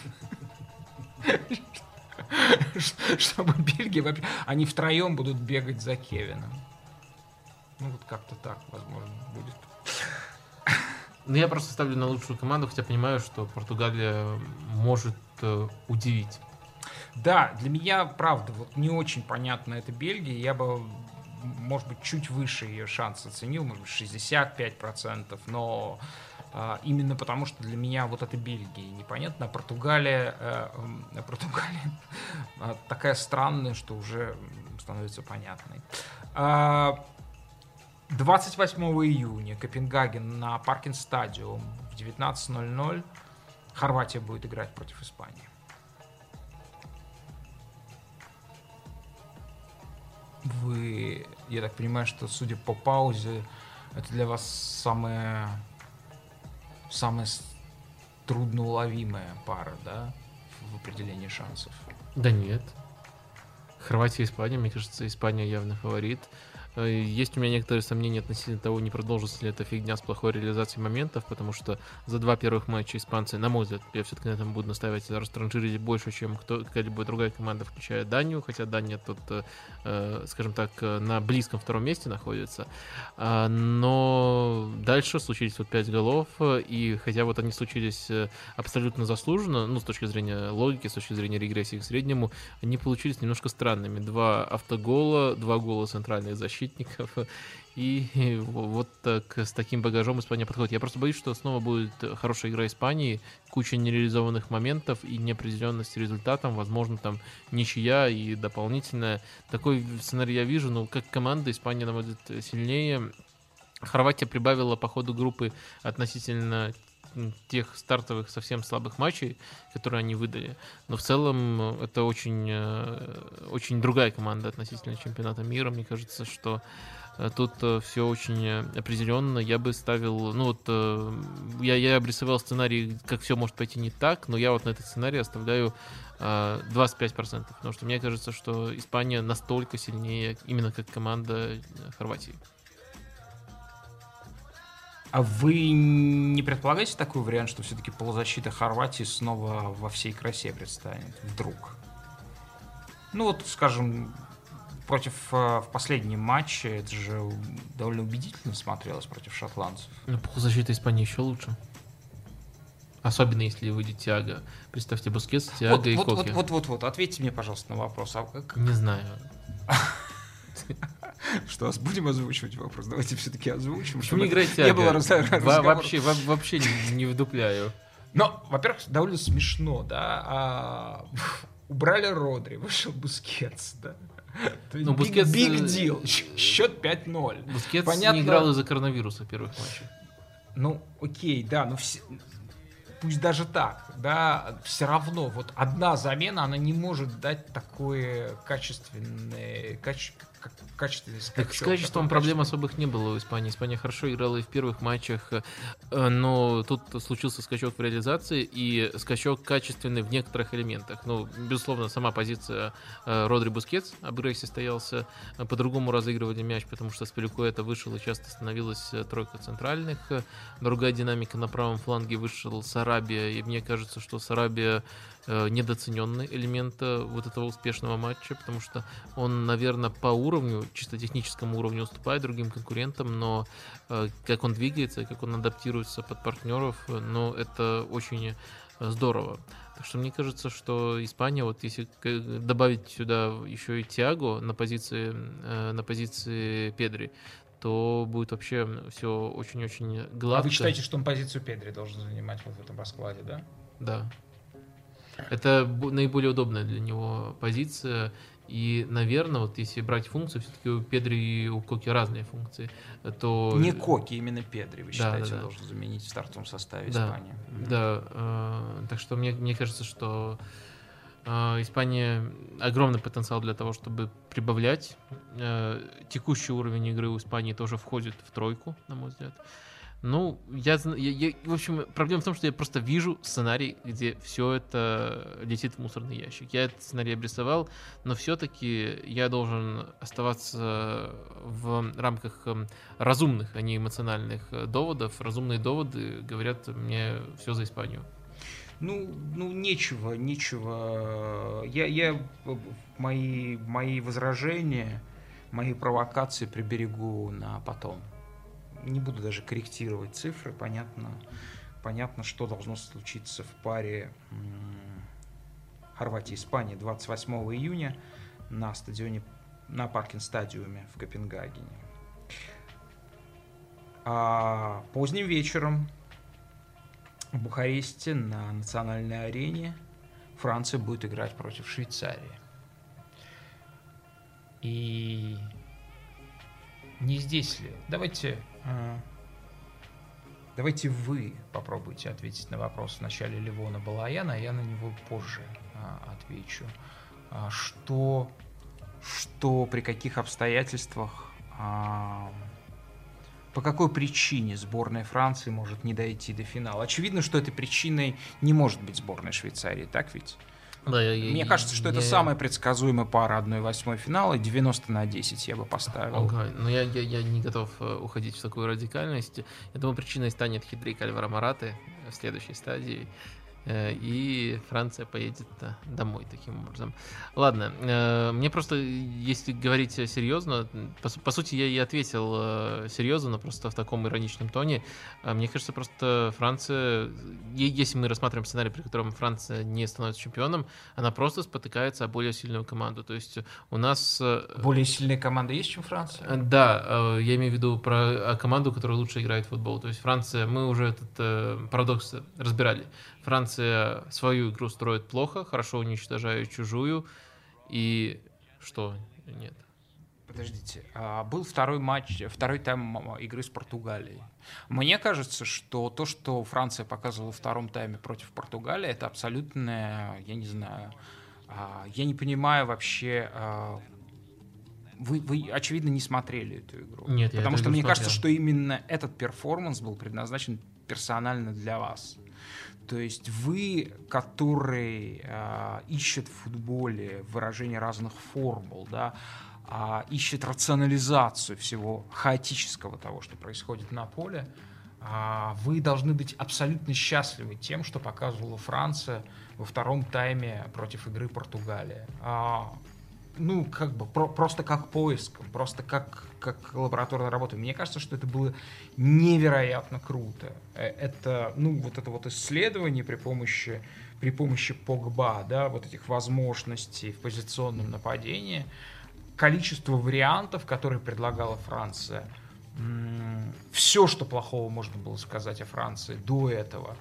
Чтобы Бельгия вообще... Они втроем будут бегать за Кевином. Ну вот как-то так, возможно, будет. Ну, я просто ставлю на лучшую команду, хотя понимаю, что Португалия может э, удивить. Да, для меня, правда, вот не очень понятна эта Бельгия. Я бы, может быть, чуть выше ее шанс оценил, может быть, шестьдесят пять процентов, но э, именно потому, что для меня вот эта Бельгия непонятна, а Португалия, э, э, Португалия э, такая странная, что уже становится понятной. Э, двадцать восьмого июня Копенгаген на Паркен-стадиум в девятнадцать ноль ноль. Хорватия будет играть против Испании. Вы, я так понимаю, что, судя по паузе, это для вас самая, самая трудноуловимая пара, да, в определении шансов? Да нет. Хорватия и Испания, мне кажется, Испания явно фаворит. Есть у меня некоторые сомнения относительно того, не продолжится ли эта фигня с плохой реализацией моментов, потому что за два первых матча испанцы, на мой взгляд, я все-таки на этом буду настаивать, растранжирили больше, чем кто, какая-либо другая команда, включая Данию, хотя Дания тут, э, скажем так, на близком втором месте находится. А, но дальше случились вот пять голов, и хотя вот они случились абсолютно заслуженно, ну, с точки зрения логики, с точки зрения регрессии к среднему, они получились немножко странными. Два автогола, два гола центральных защитников, и вот так, с таким багажом Испания подходит. Я просто боюсь, что снова будет хорошая игра Испании, куча нереализованных моментов и неопределенность результатом, возможно, там ничья и дополнительная. Такой сценарий я вижу, но как команда Испания, на мой взгляд, сильнее. Хорватия прибавила по ходу группы относительно тех стартовых совсем слабых матчей, которые они выдали. Но в целом это очень, очень другая команда относительно чемпионата мира. Мне кажется, что тут все очень определенно. Я бы ставил... Ну вот, я, я обрисовал сценарий, как все может пойти не так, но я вот на этот сценарий оставляю двадцать пять процентов. Потому что мне кажется, что Испания настолько сильнее именно как команда Хорватии. А вы не предполагаете такой вариант, что все-таки полузащита Хорватии снова во всей красе предстанет? Вдруг? Ну вот, скажем, против в последнем матче это же довольно убедительно смотрелось против шотландцев. Ну, полузащита Испании еще лучше. Особенно если выйдет Тиаго. Представьте, Бускетс, Тиаго вот, и вот, Коке. Вот, вот, вот, вот, ответьте мне, пожалуйста, на вопрос. А как... Не знаю. Что, будем озвучивать вопрос? Давайте все-таки озвучим. Почему не играть Тиаго? Не было раз... разговора. Вообще, вообще не, не вдупляю. Но, во-первых, довольно смешно, да. А, убрали Родри, вышел Бускетс, да. Ну, Бускетс... Big deal. Счет пять ноль. Бускетс Понятно... не играл из-за коронавируса в первых матчах. Ну, окей, да, но все... пусть даже так, да, все равно вот одна замена, она не может дать такое качественное, каче, качественный скачок. Так с качеством проблем особых не было у Испании. Испания хорошо играла и в первых матчах, но тут случился скачок в реализации и скачок качественный в некоторых элементах. Ну, безусловно, сама позиция Родри Бускетс об игре состоялся. По-другому разыгрывали мяч, потому что Спиликуэта вышел и часто становилась тройка центральных. Другая динамика на правом фланге, вышел Сарабия, и мне кажется, что Сарабия недооцененный элемент вот этого успешного матча, потому что он, наверное, по уровню, чисто техническому уровню уступает другим конкурентам, но как он двигается, как он адаптируется под партнеров, ну, это очень здорово. Так что мне кажется, что Испания, вот если добавить сюда еще и Тиаго на позиции, на позиции Педри, то будет вообще все очень-очень гладко. А вы считаете, что он позицию Педри должен занимать вот в этом раскладе, да? Да. Это наиболее удобная для него позиция. И, наверное, вот если брать функцию, все-таки у Педри и у Коки разные функции, то... Не Коки, именно Педри, вы считаете, да, да, да. должен заменить в стартовом составе да, Испании? Да, э, так что мне, мне кажется, что э, Испания огромный потенциал для того, чтобы прибавлять. Э, текущий уровень игры у Испании тоже входит в тройку, на мой взгляд. Ну, я, я, я, в общем, проблема в том, что я просто вижу сценарий, где все это летит в мусорный ящик. Я этот сценарий обрисовал, но все-таки я должен оставаться в рамках разумных, а не эмоциональных доводов. Разумные доводы говорят мне все за Испанию. Ну, ну нечего, нечего. Я, я мои, мои возражения, мои провокации приберегу на потом. Не буду даже корректировать цифры, понятно, понятно, что должно случиться в паре Хорватия-Испания двадцать восьмого июня на стадионе, на Паркинг-стадиуме в Копенгагене. А поздним вечером в Бухаресте на национальной арене Франция будет играть против Швейцарии. И не здесь ли? Давайте, давайте вы попробуйте ответить на вопрос вначале Левона Балаяна, а я на него позже отвечу. Что, что при каких обстоятельствах, по какой причине сборная Франции может не дойти до финала? Очевидно, что этой причиной не может быть сборная Швейцарии, так ведь? Да, я, Мне я, кажется, что я, это я... самая предсказуемая пара одной восьмой финала, девяносто на десять я бы поставил. Okay. Но я, я, я не готов уходить в такую радикальность. Я думаю, причиной станет хитрик Альваро Мораты в следующей стадии. И Франция поедет домой таким образом. Ладно, мне просто, если говорить серьезно, по, по сути, я и ответил серьезно, но просто в таком ироничном тоне. Мне кажется, просто Франция, если мы рассматриваем сценарий, при котором Франция не становится чемпионом, она просто спотыкается о более сильную команду. То есть у нас... Более сильная команда есть, чем Франция? Да, я имею в виду про команду, которая лучше играет в футбол. То есть Франция, мы уже этот парадокс разбирали. Франция свою игру строит плохо, хорошо уничтожая чужую. И что? Нет. Подождите, а, был второй матч, второй тайм игры с Португалией. Мне кажется, что то, что Франция показывала в втором тайме против Португалии, это абсолютно, я не знаю, а, я не понимаю вообще. А, вы, вы, очевидно, не смотрели эту игру. Нет, я Потому эту что игру мне смотрел. кажется, что именно этот перформанс был предназначен персонально для вас. То есть вы, который а, ищет в футболе выражение разных формул, да, а, ищет рационализацию всего хаотического того, что происходит на поле, а, вы должны быть абсолютно счастливы тем, что показывала Франция во втором тайме против игры Португалии. А, ну, как бы, про, просто как поиск, просто как, как лабораторная работа. Мне кажется, что это было невероятно круто. Это, ну, вот это вот исследование при помощи, при помощи Погба, да, вот этих возможностей в позиционном нападении, количество вариантов, которые предлагала Франция, все, что плохого можно было сказать о Франции до этого,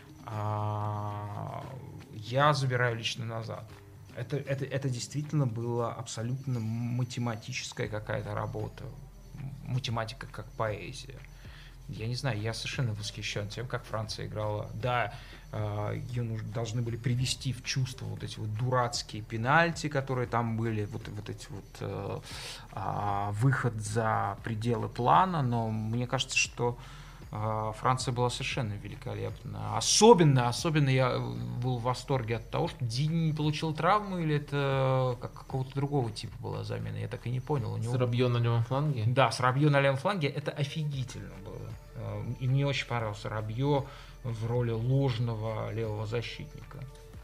я забираю лично назад. Это, это, это действительно была абсолютно математическая какая-то работа. Математика как поэзия. Я не знаю, я совершенно восхищен тем, как Франция играла. Да, э, ее нужно, должны были привести в чувство вот эти вот дурацкие пенальти, которые там были, вот, вот эти вот э, э, выход за пределы плана, но мне кажется, что Франция была совершенно великолепна. Особенно, особенно я был в восторге от того, что Дини не получил травму, или это как, какого-то другого типа была замена, я так и не понял. У него... С Рабьё на левом фланге? Да, с Рабьё на левом фланге, это офигительно было. И мне очень понравился Рабьё в роли ложного левого защитника.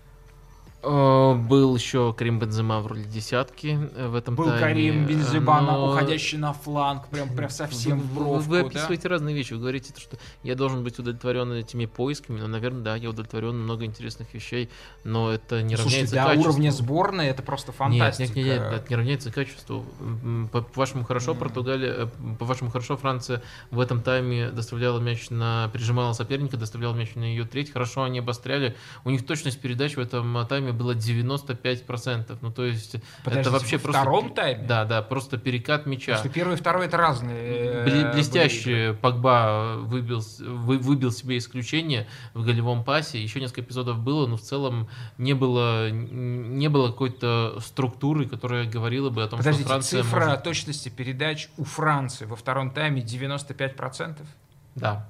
Был еще Карим Бензема в роли десятки в этом Был тайме. Карим Бензема, но... уходящий на фланг, прям, прям совсем в бровку. Вы, вы да? описываете разные вещи. Вы говорите, что я должен быть удовлетворен этими поисками. Но, наверное, да, я удовлетворен много интересных вещей, но это не Слушайте, равняется для качеству. уровня сборной это просто фантастика. Нет, нет, нет, нет, это не равняется качеству. По-вашему, хорошо Португалия, по-вашему, хорошо Франция в этом тайме доставляла мяч на, прижимала соперника, доставляла мяч на ее треть. Хорошо они обостряли. У них точность передач в этом тайме была девяносто пять процентов. Ну, то есть, Подождите, это вообще во просто... втором тайме? Да, да, просто перекат мяча. Потому что первый и второй это разные. Бли- Блестяще Погба выбил, вы, выбил себе исключение в голевом пасе. Еще несколько эпизодов было, но в целом не было, не было какой-то структуры, которая говорила бы о том, Подождите, что Франция цифра может... точности передач у Франции во втором тайме девяносто пять процентов? Да.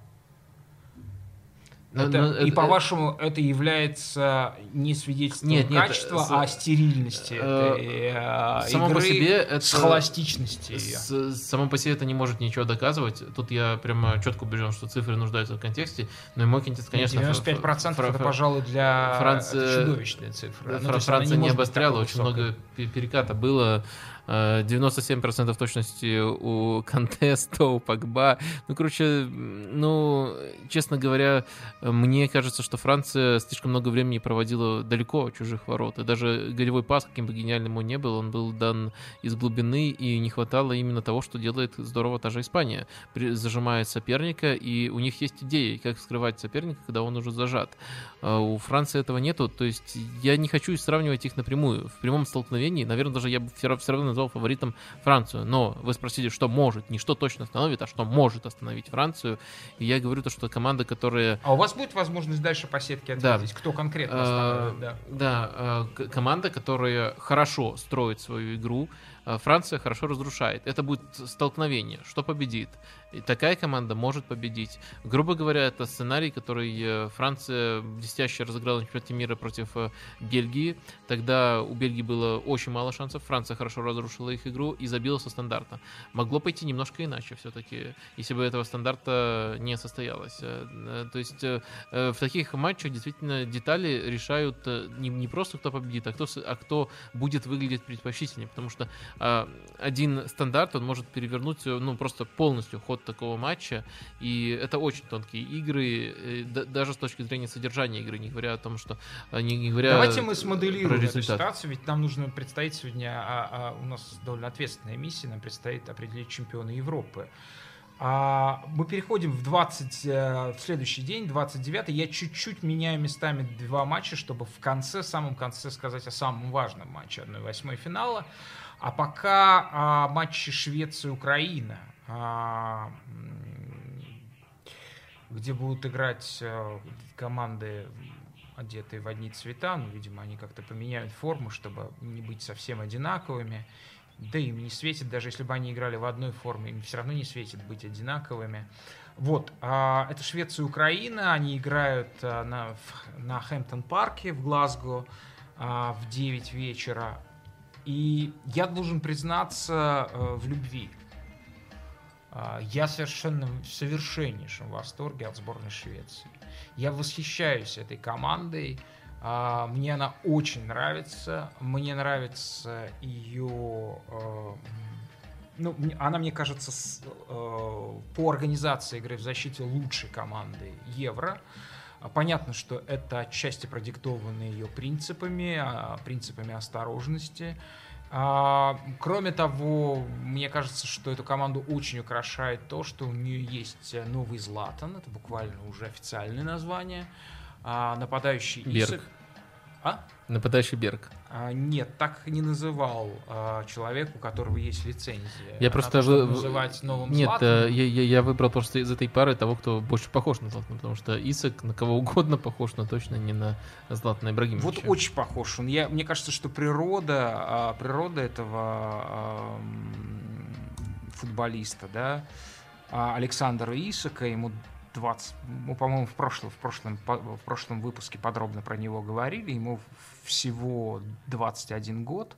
Но, Это, но, и это, по-вашему, это является не свидетельством Нет, нет, качества, с- а стерильности этой э, само игры, по себе это- схоластичности ее. С- само по себе это не может ничего доказывать. Тут я прямо четко убежден, что цифры нуждаются в контексте. Но и мой контекст, конечно... девяносто пять процентов фра- это, фра- пожалуй, для Франция, это чудовищная цифра. Ну, Фра- то есть она Франция не может быть обостряла, такой очень высокой. много пе- переката было. э, девяносто семь процентов точности у Канте, сто у Погба. Ну, короче, ну, честно говоря, мне кажется, что Франция слишком много времени проводила далеко от чужих ворот. И даже голевой пас, каким бы гениальным он ни был, он был дан из глубины, и не хватало именно того, что делает здорово та же Испания. При- Зажимает соперника, и у них есть идеи, как скрывать соперника, когда он уже зажат. А у Франции этого нету, то есть я не хочу сравнивать их напрямую. В прямом столкновении, наверное, даже я бы все равно назвал фаворитом Францию. Но вы спросили, что может, не что точно остановит, а что может остановить Францию. И я говорю то, что команда, которая... А у вас будет возможность дальше по сетке Да. ответить, кто конкретно Э, остановит? Да. Да, э, к- команда, которая хорошо строит свою игру, э, Франция хорошо разрушает. Это будет столкновение. Что победит? И такая команда может победить. Грубо говоря, это сценарий, который э, Франция блестяще разыграла на чемпионате мира против э, Бельгии. Тогда у Бельгии было очень мало шансов. Франция хорошо разрушила их игру и забила со стандарта. Могло пойти немножко иначе все-таки, если бы этого стандарта не состоялось. Э, э, То есть э, э, в таких матчах действительно детали решают э, не, не просто кто победит, а кто, с- а кто будет выглядеть предпочтительнее. Потому что э, один стандарт, он может перевернуть э, ну, просто полностью ход такого матча. И это очень тонкие игры, э, да- даже с точки зрения содержания игры, не говоря о том, что... э, Не, не говоря Давайте мы про смоделируем эту результат. ситуацию, ведь нам нужно предстоит сегодня, а, а у нас довольно ответственная миссия, нам предстоит определить чемпиона Европы. А, мы переходим в двадцать, в следующий день, двадцать девятый. Я чуть-чуть меняю местами два матча, чтобы в конце, в самом конце сказать о самом важном матче одной восьмой финала. А пока а, матчи Швеция-Украина, а, где будут играть а, команды, одетые в одни цвета. Ну, видимо, они как-то поменяют форму, чтобы не быть совсем одинаковыми. Да им не светит, даже если бы они играли в одной форме, им все равно не светит быть одинаковыми. Вот, а, это Швеция и Украина, они играют а, на, на Хэмптон-парке в Глазго а, в девять вечера. И я должен признаться а, в любви. А, я совершенно в совершеннейшем восторге от сборной Швеции. Я восхищаюсь этой командой. Uh, мне она очень нравится. Мне нравится ее... Uh, ну, она, мне кажется, с, uh, по организации игры в защите лучшей команды Евро. Uh, понятно, что это отчасти продиктовано ее принципами, uh, принципами осторожности. Uh, кроме того, мне кажется, что эту команду очень украшает то, что у нее есть новый Златан. Это буквально уже официальное название. А, нападающий Берг. Исак. А? Нападающий Берг. А, нет, так не называл а, человек, у которого есть лицензия. Я на просто то, чтобы вы... называть новым Нет, Златаном. я, я, я выбрал просто из этой пары того, кто больше похож на Златана, потому что Исак на кого угодно похож, но точно не на Златана Ибрагимовича. Вот очень похож он. Я, мне кажется, что природа, а, природа этого а, футболиста, да, а, Александра Исака, ему двадцать, мы, по-моему, в прошлом, в, прошлом, в прошлом выпуске подробно про него говорили, ему всего двадцать один год,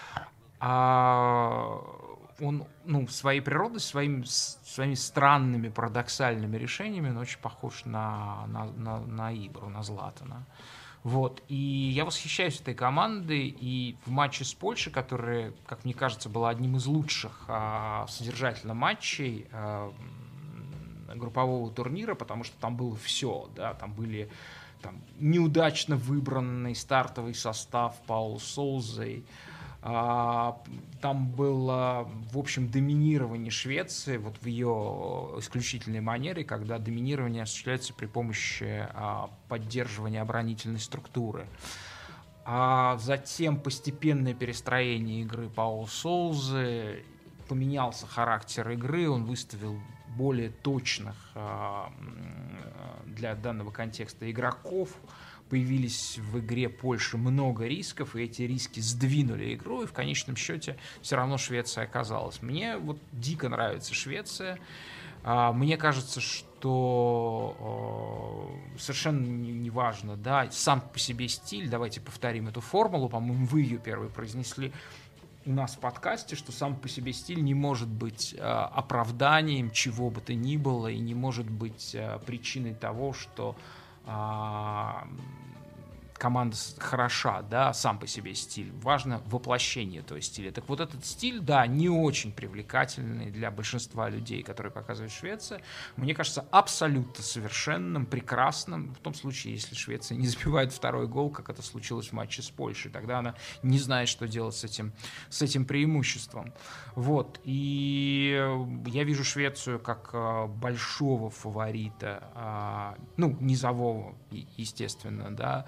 а он, ну, своей природой, своими, своими странными, парадоксальными решениями, он очень похож на, на, на, на Ибру, на Златана. Вот. И я восхищаюсь этой командой, и в матче с Польшей, который, как мне кажется, был одним из лучших а, содержательно матчей а, группового турнира, потому что там было все, да, там были там, неудачно выбранный стартовый состав Пауло Соузой, а, там было, в общем, доминирование Швеции вот в ее исключительной манере, когда доминирование осуществляется при помощи а, поддерживания оборонительной структуры. А затем постепенное перестроение игры Пауло Соузы, поменялся характер игры, он выставил более точных э, для данного контекста игроков. Появились в игре Польши много рисков, и эти риски сдвинули игру, и в конечном счете все равно Швеция оказалась. Мне вот дико нравится Швеция. Э, мне кажется, что э, совершенно не важно, да, сам по себе стиль, давайте повторим эту формулу, по-моему, вы ее первые произнесли у нас в подкасте, что сам по себе стиль не может быть э, оправданием чего бы то ни было и не может быть э, причиной того, что э, команда хороша, да, сам по себе стиль. Важно воплощение этого стиля. Так вот этот стиль, да, не очень привлекательный для большинства людей, которые показывает Швеция. Мне кажется, абсолютно совершенным, прекрасным, в том случае, если Швеция не забивает второй гол, как это случилось в матче с Польшей. Тогда она не знает, что делать с этим, с этим преимуществом. Вот. И я вижу Швецию как большого фаворита, ну, низового, естественно, да,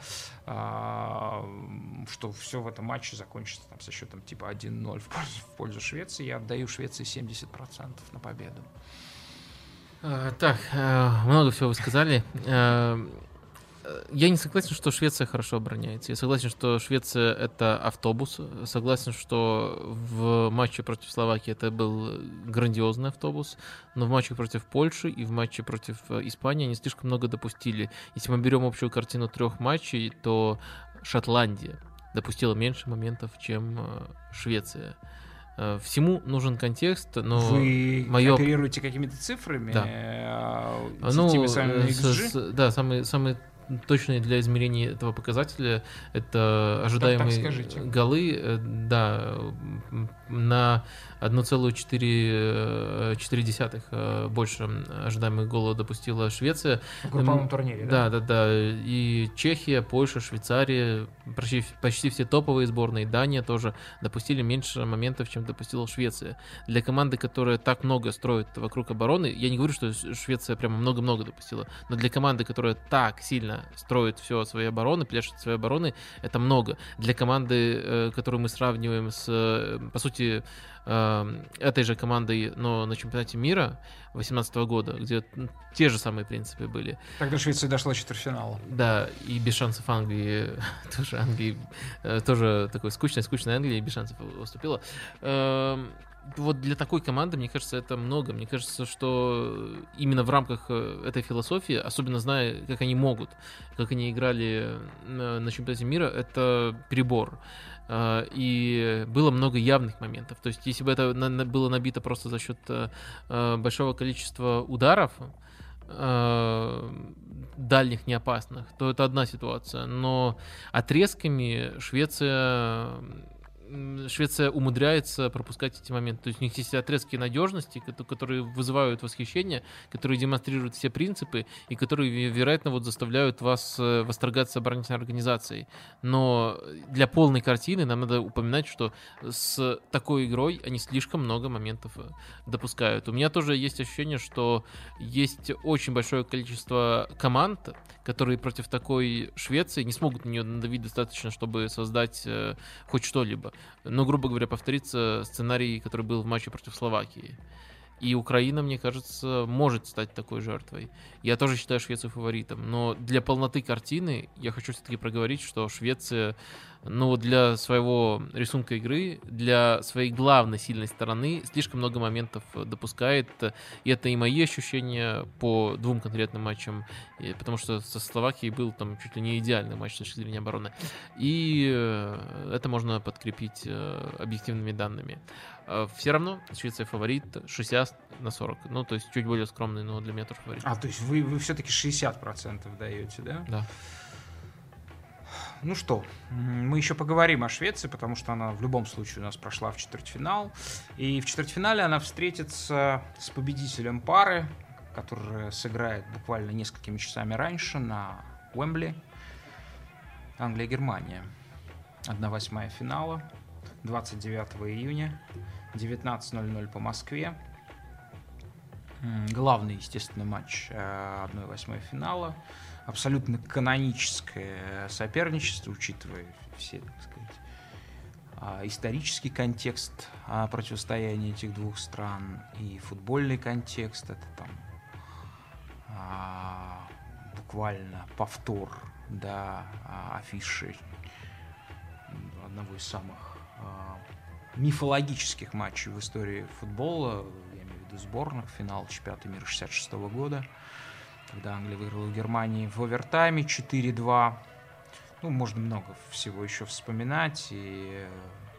что все в этом матче закончится там, со счетом типа один ноль в пользу, в пользу Швеции. Я отдаю Швеции семьдесят процентов на победу. Так, много всего вы сказали. Я не согласен, что Швеция хорошо обороняется. Я согласен, что Швеция — это автобус. Согласен, что в матче против Словакии это был грандиозный автобус. Но в матче против Польши и в матче против Испании они слишком много допустили. Если мы берем общую картину трех матчей, то Шотландия допустила меньше моментов, чем Швеция. Всему нужен контекст, но вы моё... оперируете какими-то цифрами? Да. Э, ну, теми самыми икс джи? с, с, да, самые, самые точные для измерения этого показателя это ожидаемые Так, так скажите. голы, э, да, м, на одна целая четыре десятых э, больше ожидаемых голов допустила Швеция. В групповом Эм, турнире, да? Да, да, да. И Чехия, Польша, Швейцария, почти, почти все топовые сборные, Дания тоже допустили меньше моментов, чем допустила Швеция. Для команды, которая так много строит вокруг обороны, я не говорю, что Швеция прямо много-много допустила, но для команды, которая так сильно строит все своей обороны, пляшет своей обороны, это много. Для команды, э, которую мы сравниваем с, э, по сути, э, этой же командой, но на чемпионате мира две тысячи восемнадцатого года, где ну, те же самые принципы были. Тогда Швеция дошла до четвертьфинала. Да, и без шансов Англии, тоже Англии, э, тоже такой скучной, скучной Англии без шансов уступила. Эм, Вот для такой команды, мне кажется, это много. Мне кажется, что именно в рамках э, этой философии, особенно зная, как они могут, как они играли на, на чемпионате мира, это перебор. Э, И было много явных моментов. То есть, если бы это на- на- было набито просто за счет э, э, большого количества ударов, э, дальних, неопасных, то это одна ситуация. Но отрезками Швеция м, Швеция умудряется пропускать эти моменты. То есть у них есть отрезки надежности, кото- которые вызывают восхищение, которые демонстрируют все принципы и которые, ве- вероятно, вот заставляют вас э, восторгаться оборонительной организацией. Но для полной картины нам надо упоминать, что с такой игрой они слишком много моментов э, допускают. У меня тоже есть ощущение, что есть очень большое количество команд, которые против такой Швеции не смогут на нее надавить достаточно, чтобы создать э, хоть что-либо. Но, грубо говоря, повторится сценарий, который был в матче против Словакии. И Украина, мне кажется, может стать такой жертвой. Я тоже считаю Швецию фаворитом. Но для полноты картины я хочу все-таки проговорить, что Швеция, ну, для своего рисунка игры, для своей главной сильной стороны слишком много моментов допускает. И это и мои ощущения по двум конкретным матчам. И потому что со Словакией был там чуть ли не идеальный матч с точки зрения обороны. И э, это можно подкрепить э, объективными данными. Э, Все равно Швеция фаворит шестьдесят на сорок. Ну, то есть чуть более скромный, но для меня тоже фаворит. А, то есть вы, вы все-таки шестьдесят процентов даете, да? Да. Ну что, м, мы еще поговорим о Швеции, потому что она в любом случае у нас прошла в четвертьфинал. И в четвертьфинале она встретится с победителем пары, которая сыграет буквально несколькими часами раньше на Уэмбли. Англия-Германия. одна восьмая финала. двадцать девятого июня. девятнадцать ноль ноль по Москве. М, Главный, естественно, матч э, одна восьмая финала. Абсолютно каноническое соперничество, учитывая все, так сказать, а, исторический контекст а, противостояния этих двух стран и футбольный контекст. Это там а, буквально повтор, да, а, афиши одного из самых а, мифологических матчей в истории футбола, я имею в виду сборных, финал чемпионата мира шестьдесят шестого года, когда Англия выиграла у Германии в овертайме четыре два. Ну, можно много всего еще вспоминать. И э,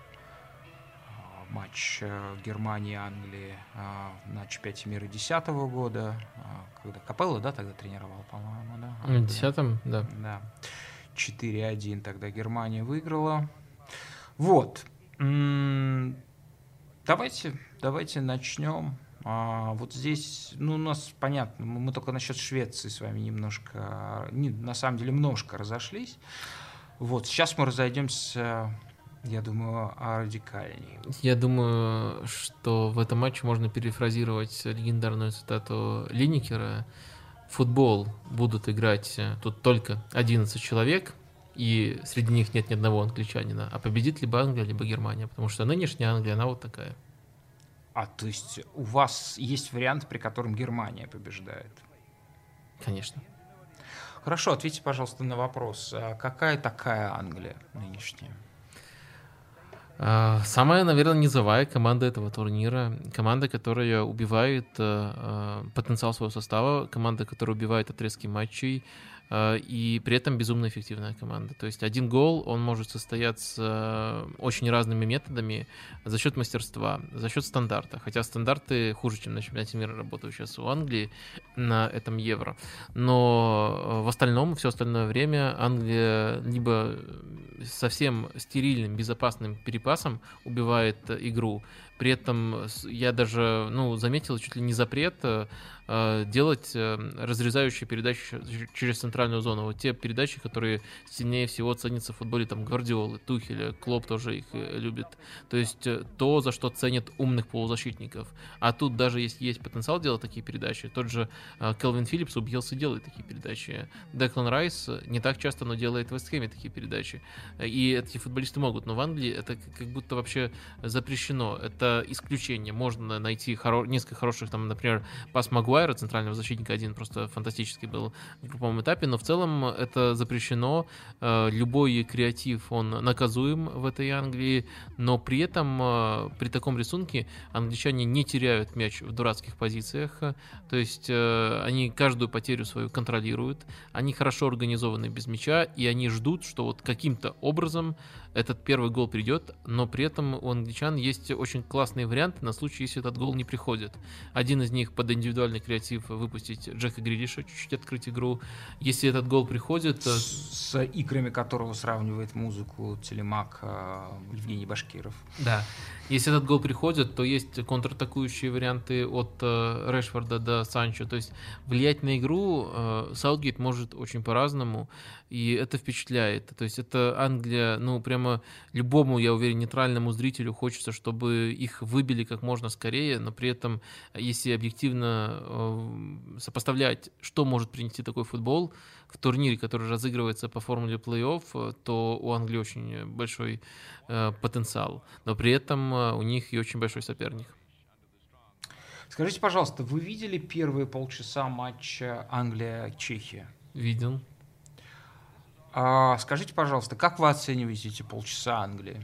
матч э, Германии-Англии э, на чемпионате мира десятого года, э, когда Капелло, да, тогда тренировал, по-моему, да? В десятом, да. Да. четыре один тогда Германия выиграла. Вот. М, Давайте, давайте начнем. А, вот здесь, ну, у нас понятно, мы, мы только насчет Швеции с вами немножко, не, на самом деле, немножко разошлись. Вот, сейчас мы разойдемся, я думаю, радикальнее. Я думаю, что в этом матче можно перефразировать легендарную цитату Линнекера. Футбол будут играть тут только одиннадцать человек, и среди них нет ни одного англичанина. А победит либо Англия, либо Германия, потому что нынешняя Англия, она вот такая. А, то есть у вас есть вариант, при котором Германия побеждает? Конечно. Хорошо, ответьте, пожалуйста, на вопрос. А какая такая Англия нынешняя? А, Самая, наверное, низовая команда этого турнира. Команда, которая убивает э, э, потенциал своего состава. Команда, которая убивает отрезки матчей. и при этом безумно эффективная команда. То есть один гол, он может состояться очень разными методами за счет мастерства, за счет стандарта. Хотя стандарты хуже, чем на чемпионате мира работают сейчас у Англии на этом Евро. Но в остальном, все остальное время Англия либо совсем стерильным, безопасным перепасом убивает игру. При этом я даже ну, заметил чуть ли не запрет э, делать э, разрезающие передачи через центральную зону. Вот те передачи, которые сильнее всего ценятся в футболе, там Гвардиолы, Тухеля, Клоп тоже их э, любит. То есть э, то, за что ценят умных полузащитников. А тут даже если есть потенциал делать такие передачи, тот же э, Келвин Филлипс убился делает такие передачи. Деклан Райс не так часто, но делает в Вест Хэме такие передачи. И эти футболисты могут, но в Англии это как будто вообще запрещено. Это исключение. Можно найти хоро- несколько хороших, там, например, пас Магуайра, центрального защитника, один просто фантастический был в групповом этапе, но в целом это запрещено. Любой креатив, он наказуем в этой Англии, но при этом при таком рисунке англичане не теряют мяч в дурацких позициях, то есть они каждую потерю свою контролируют, они хорошо организованы без мяча, и они ждут, что вот каким-то образом этот первый гол придет, но при этом у англичан есть очень классные варианты на случай, если этот гол не приходит. Один из них под индивидуальный креатив выпустить Джека Грилиша, чуть-чуть открыть игру. Если этот гол приходит... С, с икрами которого сравнивает музыку Телемак э, Евгений Башкиров. Да. Если этот гол приходит, то есть контратакующие варианты от э, Решфорда до Санчо. То есть влиять на игру э, Саутгейт может очень по-разному, и это впечатляет. То есть это Англия, ну прямо любому, я уверен, нейтральному зрителю хочется, чтобы их выбили как можно скорее, но при этом, если объективно э, сопоставлять, что может принести такой футбол в турнире, который разыгрывается по формуле плей-офф, то у Англии очень большой э, потенциал. Но при этом э, у них и очень большой соперник. Скажите, пожалуйста, вы видели первые полчаса матча Англия-Чехия? Видел. А, скажите, пожалуйста, как вы оцениваете эти полчаса Англии?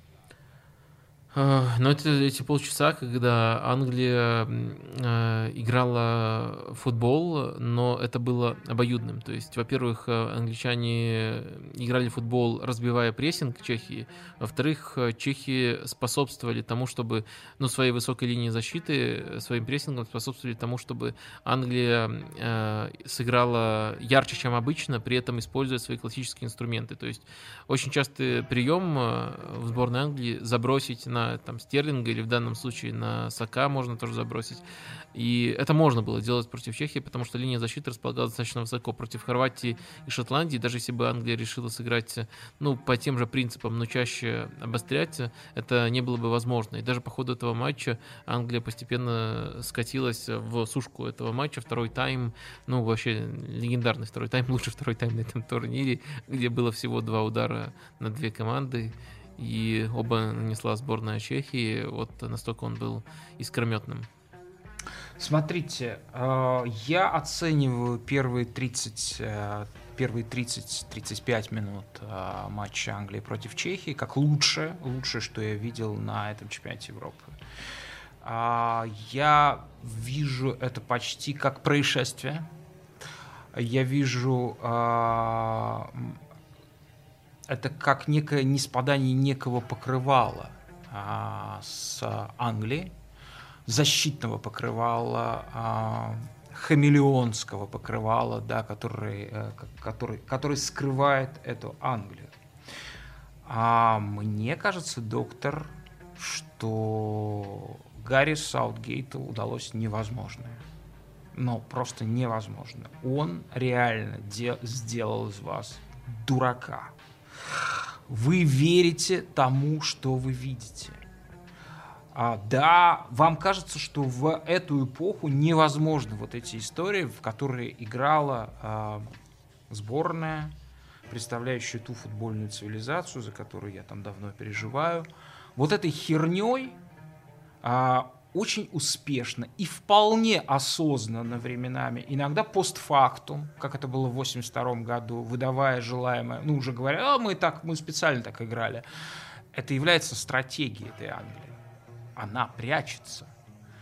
Но это эти полчаса, когда Англия э, играла в футбол, но это было обоюдным. То есть, во-первых, англичане играли в футбол, разбивая прессинг Чехии. Во-вторых, чехи способствовали тому, чтобы, ну, своей высокой линией защиты, своим прессингом способствовали тому, чтобы Англия э, сыграла ярче, чем обычно, при этом используя свои классические инструменты. То есть, очень частый прием в сборной Англии забросить на там Стерлинга или в данном случае на Сака можно тоже забросить. И это можно было делать против Чехии, потому что линия защиты располагалась достаточно высоко. Против Хорватии и Шотландии, даже если бы Англия решила сыграть, ну, по тем же принципам, но чаще обострять, это не было бы возможно. И даже по ходу этого матча Англия постепенно скатилась в сушку этого матча. Второй тайм, ну, вообще легендарный второй тайм, лучший второй тайм на этом турнире, где было всего два удара на две команды. И оба нанесла сборная Чехии. Вот настолько он был искрометным. Смотрите, я оцениваю первые тридцать, первые тридцать-тридцать пять минут матча Англии против Чехии как лучшее, лучшее, что я видел на этом чемпионате Европы. Я вижу это почти как происшествие. Я вижу это как некое неспадание некого покрывала а, с Англии, защитного покрывала, а, хамелеонского покрывала, да, который, который, который скрывает эту Англию. А мне кажется, доктор, что Гарри Саутгейту удалось невозможное. Но просто невозможно. Он реально де- сделал из вас дурака. Вы верите тому, что вы видите. А, да, вам кажется, что в эту эпоху невозможны вот эти истории, в которые играла а, сборная, представляющая ту футбольную цивилизацию, за которую я там давно переживаю. Вот этой херней а, очень успешно и вполне осознанно временами, иногда постфактум, как это было в восемьдесят втором году, выдавая желаемое, ну, уже говоря, а, мы, так, мы специально так играли. Это является стратегией этой Англии. Она прячется.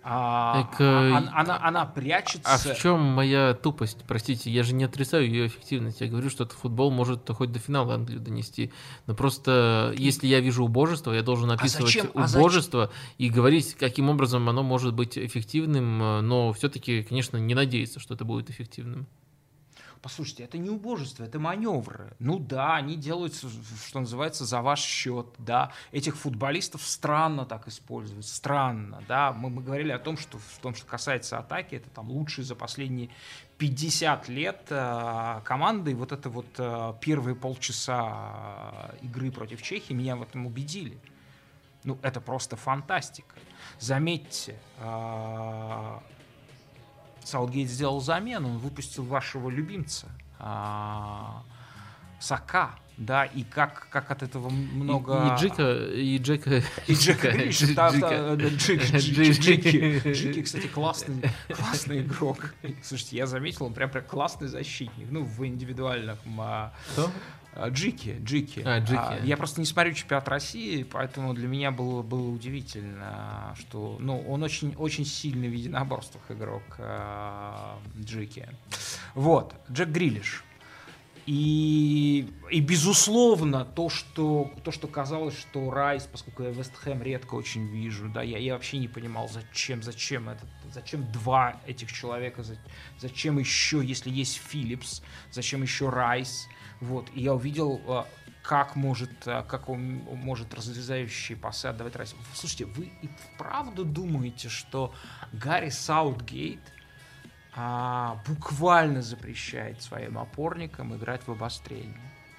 А, Так, а- э, она, она, она прячется. А в чем моя тупость? Простите, я же не отрицаю ее эффективность. Я говорю, что этот футбол может хоть до финала Англию донести. Но просто, если я вижу убожество, я должен описывать зачем? А зачем? убожество и говорить, каким образом оно может быть эффективным, но все-таки, конечно, не надеяться, что это будет эффективным. Послушайте, это не убожество, это маневры. Ну да, они делаются, что называется, за ваш счет, да. Этих футболистов странно так используют, странно, да. Мы, мы говорили о том, что в том, что касается атаки, это там лучшие за последние пятьдесят лет э, команды. И вот это вот э, первые полчаса игры против Чехии меня в этом убедили. Ну, это просто фантастика. Заметьте, э, Саутгейт сделал замену, он выпустил вашего любимца а, Сака, да, и как, как от этого много... И, и Джика, и Джека... И Джека Грилиша, да, Джика. да, да, Джик, Джик, Джики. Джики, кстати, классный, классный игрок. Слушайте, я заметил, он прям, прям классный защитник, ну, в индивидуальных... а, Кто? а, Джики, Джики. А, Джики. А, я просто не смотрю чемпионат России, поэтому для меня было, было удивительно, что, ну, он очень, очень сильный в единоборствах игрок, а, Джики. Вот, Джек Грилиш. И, и безусловно, то что, то, что казалось, что Райс, поскольку я Вест Хэм редко очень вижу, да, я, я вообще не понимал, зачем, зачем это, зачем два этих человека, зачем еще, если есть Филлипс, зачем еще Райс, вот, и я увидел, как может, как он может разрезающие пасы отдавать Райс. Слушайте, вы и вправду думаете, что Гарри Саутгейт А, буквально запрещает своим опорникам играть в обострение?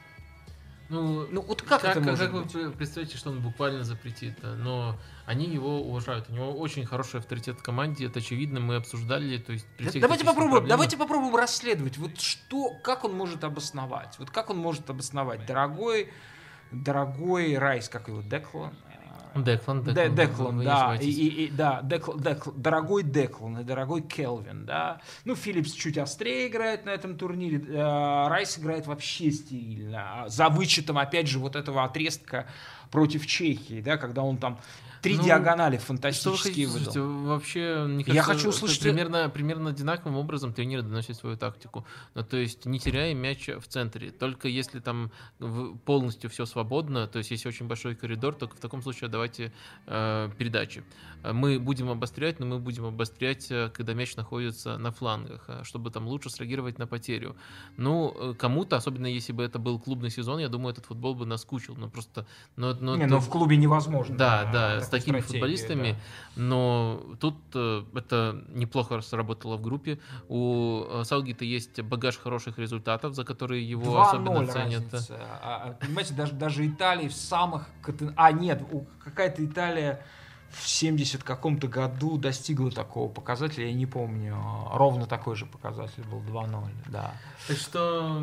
Ну, Ну, вот как это может как быть? вы представляете, что он буквально запретит? Но они его уважают. У него очень хороший авторитет в команде, это очевидно, мы обсуждали. То есть, при Да, всех давайте технических попробуем, проблемах- давайте попробуем расследовать. Вот что, как он может обосновать? Вот как он может обосновать? Дорогой, дорогой Райс, как его, Деклан? Деклан, Де- Деклан, Деклан, вы да, и, ошибаетесь. и- и- да, Декл- Декл- дорогой Деклан и дорогой Келвин, да. Ну, Филлипс чуть острее играет на этом турнире, э, Райс играет вообще стерильно, за вычетом, опять же, вот этого отрезка против Чехии, да, когда он там три Ну, диагонали Что вы фантастические хотите услышать? выдал. Вообще, мне Я кажется, хочу это услышать- примерно, примерно одинаковым образом тренеры доносят свою тактику. Ну, то есть, не теряя мяч в центре. Только если там в- полностью все свободно, то есть, если очень большой коридор, только в таком случае давайте э, передачи. Мы будем обострять, но мы будем обострять, э, когда мяч находится на флангах, э, чтобы там лучше среагировать на потерю. Ну, э, кому-то, особенно если бы это был клубный сезон, я думаю, этот футбол бы наскучил. Но просто... Но, но, Не, то- но в клубе невозможно. Да, а, да, такую с такими стратегию, футболистами, да. но тут э, это неплохо сработало в группе. У э, Саутгейта есть багаж хороших результатов, за которые его два особенно ноль ценят. разница. А, а, понимаете, даже, даже Италии в самых... катен- А, нет, у- какая-то Италия в семидесятом каком-то году достигла такого показателя, я не помню. Ровно такой же показатель был два ноль, да. Так что,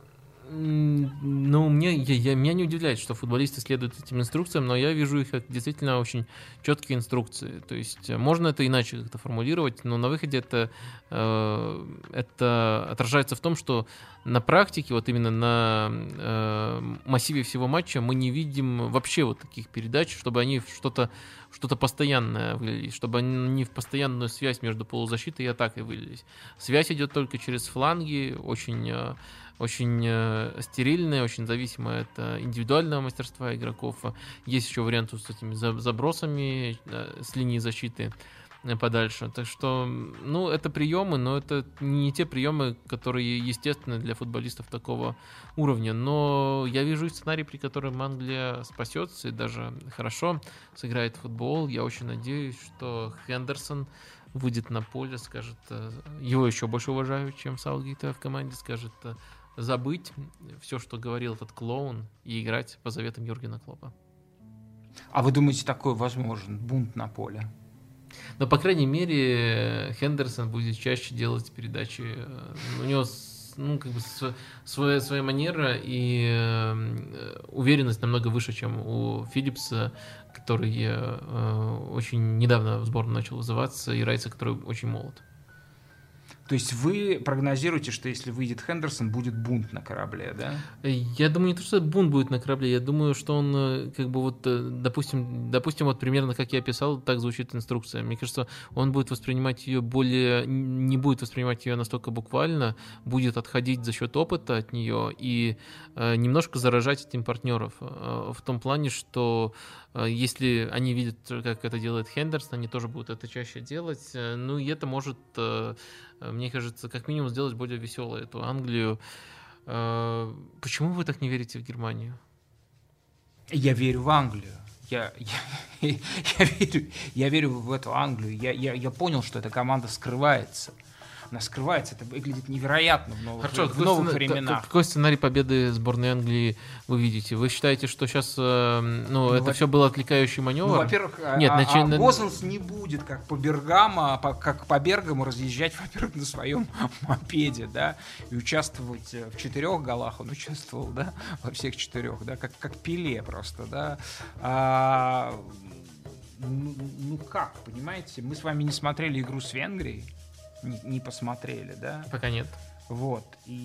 м, ну, мне, я, я- меня не удивляет, что футболисты следуют этим инструкциям, но я вижу их как действительно очень четкие инструкции. То есть, э, можно это иначе как-то формулировать, но на выходе это, э, это отражается в том, что на практике, вот именно на э, массиве всего матча, мы не видим вообще вот таких передач, чтобы они в что-то что-то постоянное вылились, чтобы они в постоянную связь между полузащитой и атакой вылились. Связь идет только через фланги, очень, э, очень э, стерильная, очень зависимая от э, индивидуального мастерства игроков. Есть еще варианты с этими за- забросами э, с линии защиты э, подальше. Так что, ну, это приемы, но это не те приемы, которые естественны для футболистов такого уровня. Но я вижу и сценарий, при котором Англия спасется и даже хорошо сыграет в футбол. Я очень надеюсь, что Хендерсон выйдет на поле, скажет, э, его еще больше уважаю, чем Саутгейта в команде, скажет э, забыть все, что говорил этот клоун, и играть по заветам Юргена Клоппа. А вы думаете, такой возможен бунт на поле? Но, по крайней мере, Хендерсон будет чаще делать передачи. э, У него с- ну, как бы с- своя, своя манера и э, уверенность намного выше, чем у Филлипса, который э, очень недавно в сборную начал вызываться, и Райса, который очень молод. То есть вы прогнозируете, что если выйдет Хендерсон, будет бунт на корабле, да? Я думаю, не то, что бунт будет на корабле, я думаю, что он, э, как бы вот, э, допустим, допустим, вот примерно как я описал, так звучит инструкция. Мне кажется, он будет воспринимать ее более, не будет воспринимать ее настолько буквально, будет отходить за счет опыта от нее и э, немножко заражать этим партнеров. Э, в том плане, что э, если они видят, как это делает Хендерсон, они тоже будут это чаще делать. Э, ну и это может... Э, мне кажется, как минимум сделать более веселой эту Англию. Почему вы так не верите в Германию? Я верю в Англию. Я, я, я, верю, я верю в эту Англию. Я, я, я понял, что эта команда скрывается. Она скрывается. Это выглядит невероятно в новых, Хорошо, в новых сценарий, временах. Какой сценарий победы сборной Англии вы видите? Вы считаете, что сейчас ну, ну, это во... все был отвлекающий маневр? Ну, во-первых, Нет, а, начи... а Гозенс не будет, как по Бергамо, по, как по Бергаму разъезжать, во-первых, на своем мопеде, да, и участвовать в четырех голах. Он участвовал, да, во всех четырех, да, как, как Пеле просто, да. А, ну, ну как, понимаете, мы с вами не смотрели игру с Венгрией, не, не посмотрели, да? Пока нет. Вот,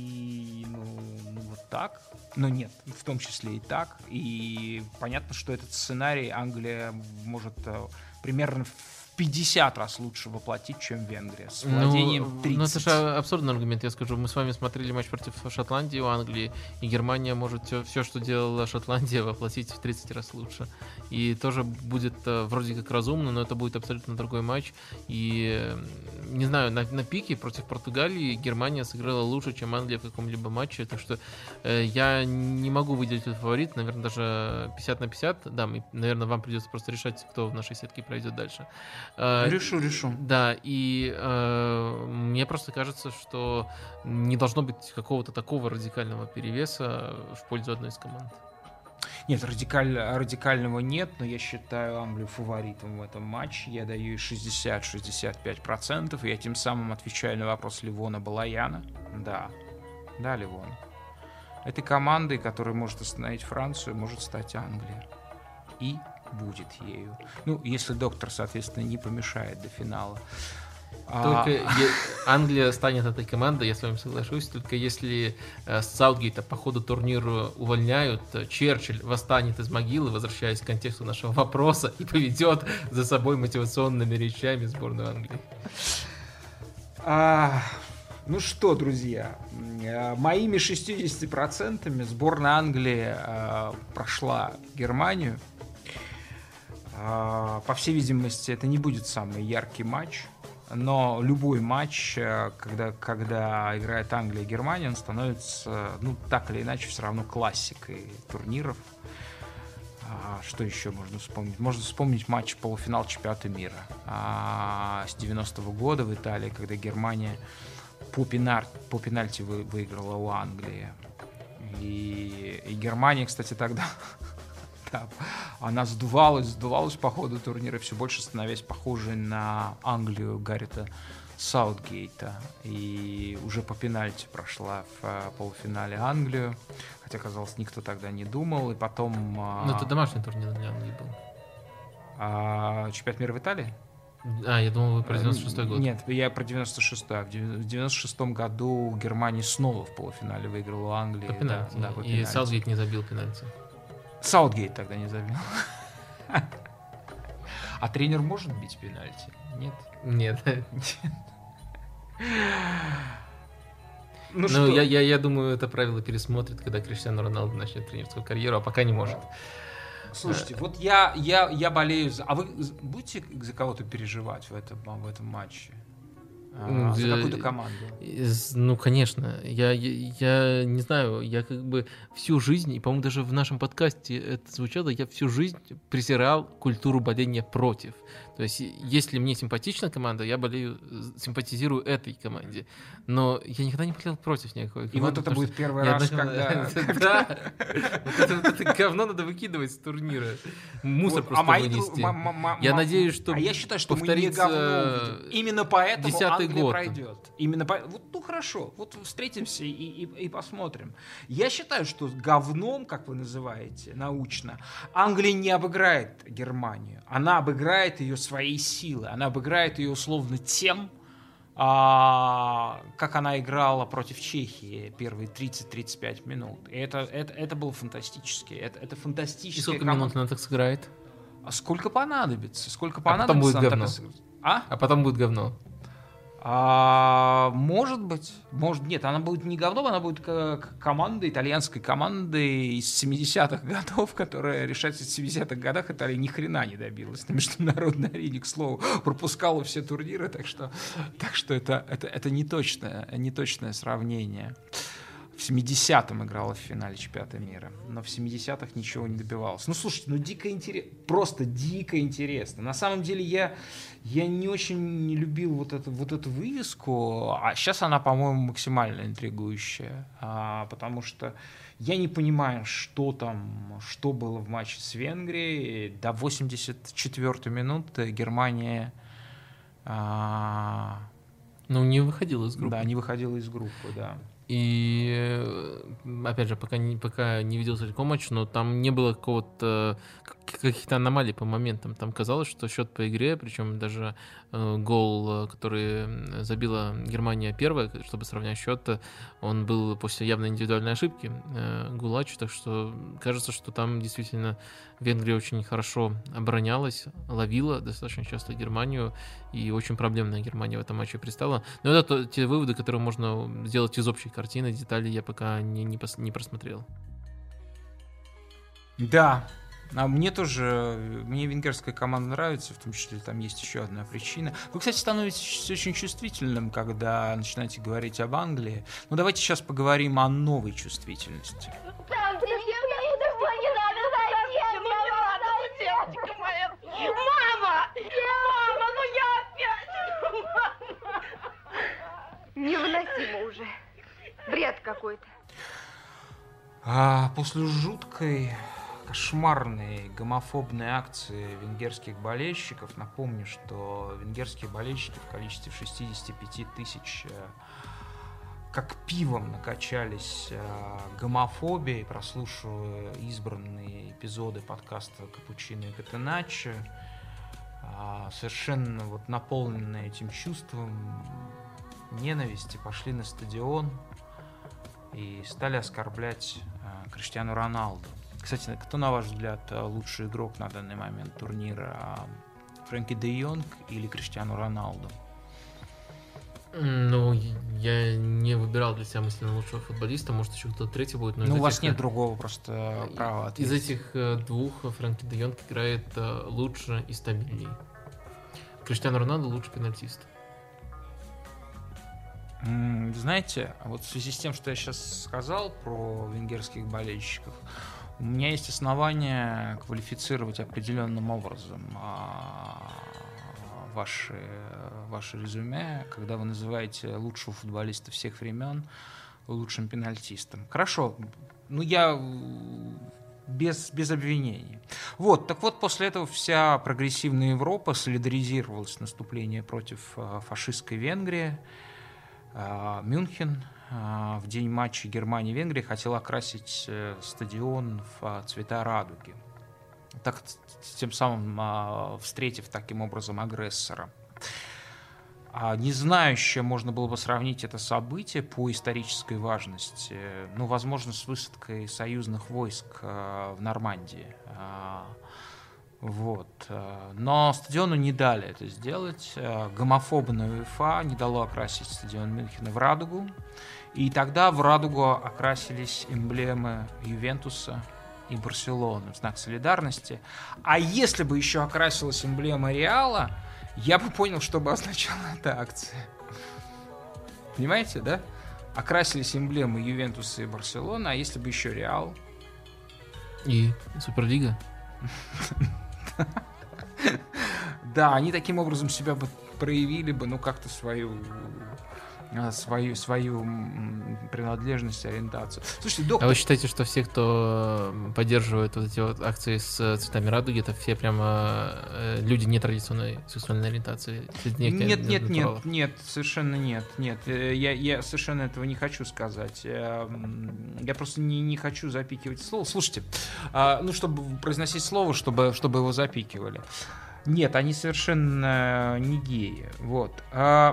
и ну, ну вот так, но нет, в том числе и так, и понятно, что этот сценарий Англия может э, примерно в пятьдесят раз лучше воплотить, чем Венгрия, с владением ну, тридцать. Ну, это же абсурдный аргумент, я скажу. Мы с вами смотрели матч против Шотландии у Англии, и Германия может все, все что делала Шотландия, воплотить в тридцать раз лучше. И тоже будет э, вроде как разумно, но это будет абсолютно другой матч. И, э, не знаю, на, на пике против Португалии Германия сыграла лучше, чем Англия в каком-либо матче. Так что э, я не могу выделить этот фаворит, наверное, даже пятьдесят на пятьдесят. Да, мы, наверное, вам придется просто решать, кто в нашей сетке пройдет дальше. Решу, решу. Да, и э, мне просто кажется, что не должно быть какого-то такого радикального перевеса в пользу одной из команд. Нет, радикаль, радикального нет, но я считаю Англию фаворитом в этом матче. Я даю ей шестьдесят - шестьдесят пять процентов, и я тем самым отвечаю на вопрос Левона Балаяна. Да, да, Левон. Этой командой, которая может остановить Францию, может стать Англия. И будет ею. Ну, если доктор, соответственно, не помешает до финала. Только а... е- Англия станет этой командой, я с вами соглашусь, только если э, Саутгейта по ходу турнира увольняют, Черчилль восстанет из могилы, возвращаясь к контексту нашего вопроса, и поведет за собой мотивационными речами сборную Англии. А... Ну что, друзья, моими шестьюдесятью процентами сборная Англии э, прошла Германию. По всей видимости, это не будет самый яркий матч, но любой матч, когда, когда играет Англия и Германия, он становится, ну, так или иначе, все равно классикой турниров. Что еще можно вспомнить? Можно вспомнить матч полуфинал чемпионата мира с девяностого года в Италии, когда Германия по, пенар... по пенальти вы... выиграла у Англии. И, и Германия, кстати, тогда... Она сдувалась, сдувалась по ходу турнира, все больше становясь похожей на Англию Гаррита Саутгейта. И уже по пенальти прошла в полуфинале Англию, хотя, казалось, никто тогда не думал. И потом... Ну, это домашний турнир для Англии был. А, чемпионат мира в Италии? А, я думал, вы про девяносто шестой год. Нет, я про девяносто шестой. В девяносто шестом году Германия снова в полуфинале выиграла у Англии. По пенальти. Да, да, по и пенальти. Саутгейт не забил пенальти. Саутгейт тогда не забил. А тренер может бить пенальти? Нет? Нет. Ну, ну что? Я, я, я думаю, это правило пересмотрит, когда Криштиану Роналду начнет тренерскую карьеру, а пока не может. Слушайте, вот я, я, я болею за... А вы будете за кого-то переживать в этом, в этом матче? А, за какую-то команду? Ну, конечно. Я, я, я не знаю, я как бы всю жизнь, и, по-моему, даже в нашем подкасте это звучало, я всю жизнь презирал культуру боления против. То есть, если мне симпатична команда, я болею, симпатизирую этой команде. Но я никогда не болел против никакой команды. И вот это будет первый раз, когда... Да. Это говно надо выкидывать с турнира. Мусор просто вынести. Я надеюсь, что А я считаю, что мы не говно увидим. Именно поэтому Англия пройдет. Именно по... Вот, ну хорошо, вот встретимся и, и, и посмотрим. Я считаю, что говном, как вы называете, научно, Англия не обыграет Германию. Она обыграет ее своей силой. Она обыграет ее условно тем, а, как она играла против Чехии первые тридцать-тридцать пять минут. И это, это, это было фантастически. Это, это И фантастическая сколько команда. минут она так сыграет? А сколько понадобится? Сколько потом понадобится? будет она говно. так и сыграет. А? А потом будет говно. А, может быть, может, нет, она будет не говном, она будет как команда, итальянской команды из семидесятых годов, которая, решается в семидесятых годах, Италия ни хрена не добилась на международной арене, к слову, пропускала все турниры, так что, так что это, это, это неточное, неточное сравнение. В семидесятом играла в финале чемпионата мира, но в семидесятых ничего не добивалась. Ну, слушайте, ну дико интересно, просто дико интересно. На самом деле я, я не очень не любил вот эту, вот эту вывеску, а сейчас она, по-моему, максимально интригующая, а, потому что я не понимаю, что там, что было в матче с Венгрией. До восемьдесят четвёртой минуты Германия... А, Ну, не выходила из группы. да, не выходила из группы, да. И, опять же, пока не, пока не видел целиком матч, но там не было какого-то каких-то аномалий по моментам. Там казалось, что счет по игре, причем даже э, гол, который забила Германия первая, чтобы сравнять счет, он был после явной индивидуальной ошибки э, Гулачи, так что кажется, что там действительно Венгрия очень хорошо оборонялась, ловила достаточно часто Германию, и очень проблемная Германия в этом матче пристала. Но это то, те выводы, которые можно сделать из общей картины, детали я пока не, не, пос, не просмотрел. Да, а мне тоже, мне венгерская команда нравится, в том числе там есть еще одна причина. Вы, кстати, становитесь очень чувствительным, когда начинаете говорить об Англии. Ну, давайте сейчас поговорим о новой чувствительности. Мама! Мама, ну я опять! Невыносимо уже. Бред какой-то. А после жуткой, кошмарной гомофобной акции венгерских болельщиков, напомню, что венгерские болельщики в количестве шестьдесят пять тысяч как пивом накачались гомофобией, прослушивая избранные эпизоды подкаста «Капучино и Катеначо», совершенно вот наполненные этим чувством ненависти, пошли на стадион и стали оскорблять э, Криштиану Роналду. Кстати, кто, на ваш взгляд, лучший игрок на данный момент турнира? Фрэнки де Йонг или Криштиану Роналду? Ну, я не выбирал для себя мысленно лучшего футболиста, может, еще кто-то третий будет. Но ну, у вас этих... нет другого просто права ответить. Из этих двух Фрэнки де Йонг играет лучше и стабильнее. Криштиану Роналду лучший пенальтист. Знаете, вот в связи с тем, что я сейчас сказал про венгерских болельщиков, у меня есть основания квалифицировать определенным образом ваши, ваше резюме, когда вы называете лучшего футболиста всех времен лучшим пенальтистом. Хорошо, ну я без, без обвинений. Вот, так вот, после этого вся прогрессивная Европа солидаризировалась с наступлением против фашистской Венгрии. Мюнхен в день матча Германии-Венгрии хотел окрасить стадион в цвета радуги, так, тем самым встретив таким образом агрессора. Не знаю, с чем можно было бы сравнить это событие по исторической важности, ну, возможно, с высадкой союзных войск в Нормандии. Вот. Но стадиону не дали это сделать. Гомофобная УЕФА не дало окрасить стадион Мюнхена в радугу. И тогда в радугу окрасились эмблемы Ювентуса и Барселоны в знак солидарности. А если бы еще окрасилась эмблема Реала, я бы понял, что бы означала эта акция. Понимаете, да? Окрасились эмблемы Ювентуса и Барселоны, а если бы еще Реал? И Суперлига? Да, они таким образом себя бы проявили бы, ну, как-то свою, свою, свою принадлежность, ориентацию. Слушайте, доктор... А вы считаете, что все, кто поддерживает вот эти вот акции с цветами радуги, это все прямо люди нетрадиционной сексуальной ориентации? Нет, нет, нет, нет, совершенно нет, нет. Я, я совершенно этого не хочу сказать. Я, я просто не, не хочу запикивать слово. Слушайте, ну, чтобы произносить слово, чтобы, чтобы его запикивали. Нет, они совершенно не геи. Вот.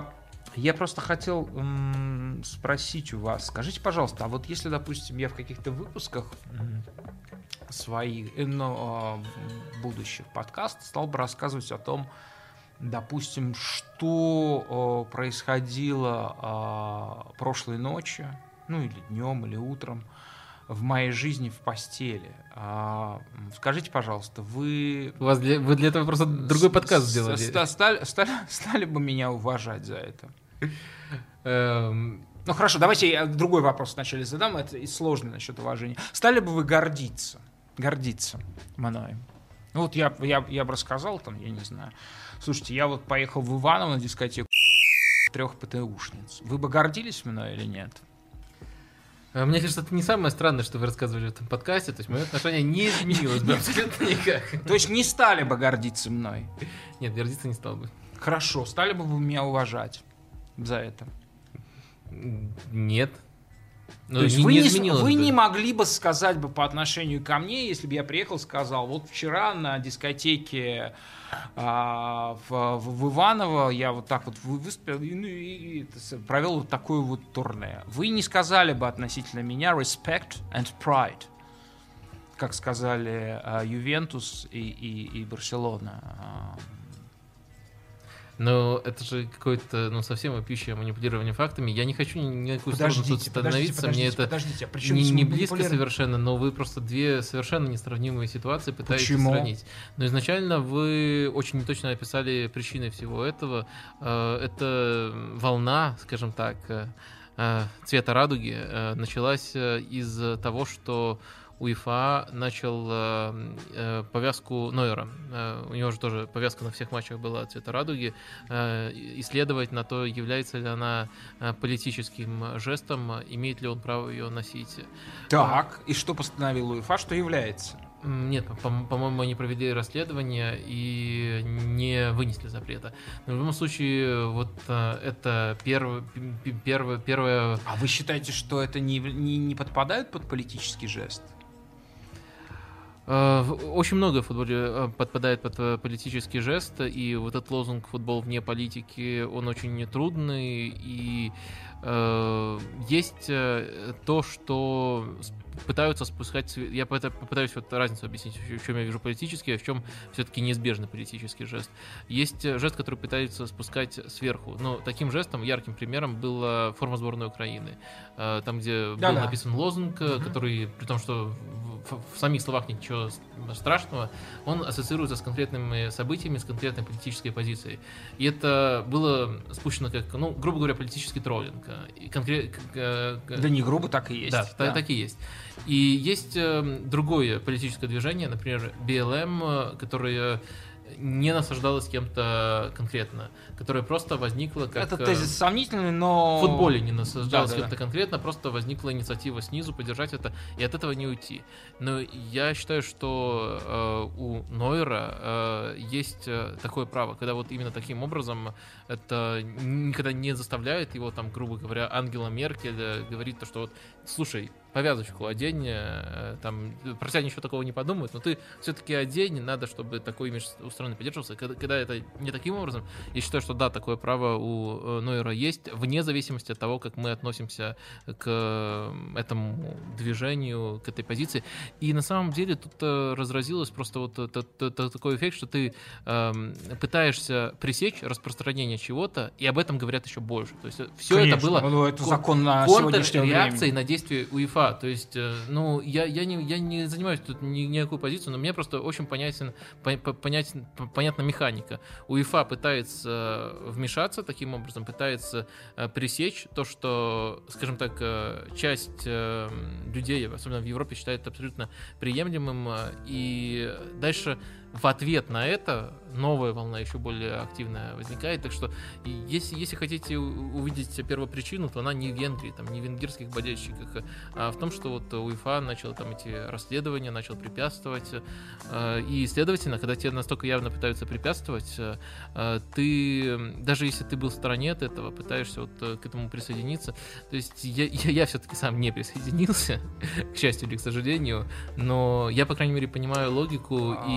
Я просто хотел м, спросить у вас, скажите, пожалуйста, а вот если, допустим, я в каких-то выпусках м, своих, э, ну, э, будущих подкастов стал бы рассказывать о том, допустим, что э, происходило э, прошлой ночью, ну или днем, или утром в моей жизни в постели. А, скажите, пожалуйста, вы... У вас для, вы для этого просто другой подкаст с- сделали. ста- Стали, стали, стали бы меня уважать за это? Эм, Ну хорошо, давайте я другой вопрос вначале задам, это и сложный насчет уважения. Стали бы вы гордиться, гордиться мною? Ну вот я, я, я бы рассказал там, я не знаю. Слушайте, я вот поехал в Иваново на дискотеку трех ПТУшниц. Вы бы гордились мной или нет? а Мне кажется, это не самое странное, что вы рассказывали в этом подкасте. То есть мое отношение не изменилось бы абсолютно никак. То есть не стали бы гордиться мной? Нет, гордиться не стал бы. Хорошо, стали бы вы меня уважать за это? Нет. Ну, То есть не- вы, не не, изменилось вы бы. не могли бы сказать бы по отношению ко мне, если бы я приехал и сказал, вот вчера на дискотеке а, в, в- в Иваново я вот так вот вы- выступил и, ну, и- и это с- провел вот такое вот турне. Вы не сказали бы относительно меня respect and pride, как сказали а, Ювентус и, и, и Барселона. А, Но это же какое-то, ну, совсем вопиющее манипулирование фактами. Я не хочу ни на какую сторону тут Подождите, подождите, становиться. Мне подождите, это подождите, а при чем не, здесь не близко манипулирование? совершенно, но вы просто две совершенно несравнимые ситуации пытаетесь Почему? сравнить. Но изначально вы очень неточно описали причины всего этого. Э, Это волна, скажем так, э, э, цвета радуги э, началась э, из того, что УЕФА начал э, э, повязку Нойера. Э, у него же тоже повязка на всех матчах была цвета радуги. Э, исследовать на то, является ли она э, политическим жестом, имеет ли он право ее носить. Так, и что постановил УЕФА, что является? М, Нет, по- по-моему, они провели расследование и не вынесли запрета. Но в любом случае, вот э, это первое, первое, первое А вы считаете, что это не, не, не подпадает под политический жест? Э, в- Очень много в футболе э, подпадает под э, политический жест, и вот этот лозунг «футбол вне политики», он очень трудный, и э, есть э, то, что с- пытаются спускать... св- Я пыта- попытаюсь вот разницу объяснить, в чем я вижу политический, а в чем все-таки неизбежный политический жест. Есть э, жест, который пытаются спускать сверху, но таким жестом, ярким примером, была форма сборной Украины. Э, Там, где был Да-да. написан лозунг, э, который, при том, что в, в- в самих словах нет ничего с- страшного, он ассоциируется с конкретными событиями, с конкретной политической позицией. И это было спущено как, ну, грубо говоря, политический троллинг. И конкре- к- к- Да не грубо, так и есть. да, та- так и есть. И есть э, другое политическое движение, например, би эл эм, э, которое не насаждалось кем-то конкретно, которое просто возникло как... Это э, тезис сомнительный, но... в футболе не насаждалось Да, да, кем-то конкретно, просто возникла инициатива снизу поддержать это, и от этого не уйти. Но я считаю, что э, у Нойера э, есть э, такое право, когда вот именно таким образом это никогда не заставляет его, там, грубо говоря, Ангела Меркель э, говорит то, что вот, слушай, повязочку одень, э, там, про тебя ничего такого не подумают, но ты все-таки одень, надо, чтобы такой имидж у страны поддерживался. Когда, когда это не таким образом, я считаю, что да, такое право у э, Нойера есть, вне зависимости от того, как мы относимся к э, этому движению, к этой позиции. И на самом деле тут э, разразилось просто вот э, т- т- т- такой эффект, что ты э, пытаешься пресечь распространение чего-то, и об этом говорят еще больше. То есть все это было Ну, это кон- закон на сегодняшнее контрреакцией время. на действия УЕФА. То есть, э, ну, я, я, не, я не занимаюсь тут ни, никакой позицию, но мне просто очень понятен, по- по- понятен, по- понятна механика. УЕФА пытается вмешаться таким образом, пытается э, пресечь то, что, скажем так, э, часть э, людей, особенно в Европе, считает абсолютно приемлемым. э, И дальше в ответ на это новая волна еще более активная возникает. Так что и если, если хотите у- увидеть первопричину, то она не в Венгрии, там, не в венгерских болельщиках, а в том, что вот УЕФА начал там эти расследования, начал препятствовать. э, И, следовательно, когда тебе настолько явно пытаются препятствовать, э, ты, даже если ты был в стороне от этого, пытаешься вот э, к этому присоединиться. То есть я, я, я все-таки сам не присоединился, к счастью или к сожалению, но я, по крайней мере, понимаю логику, и я не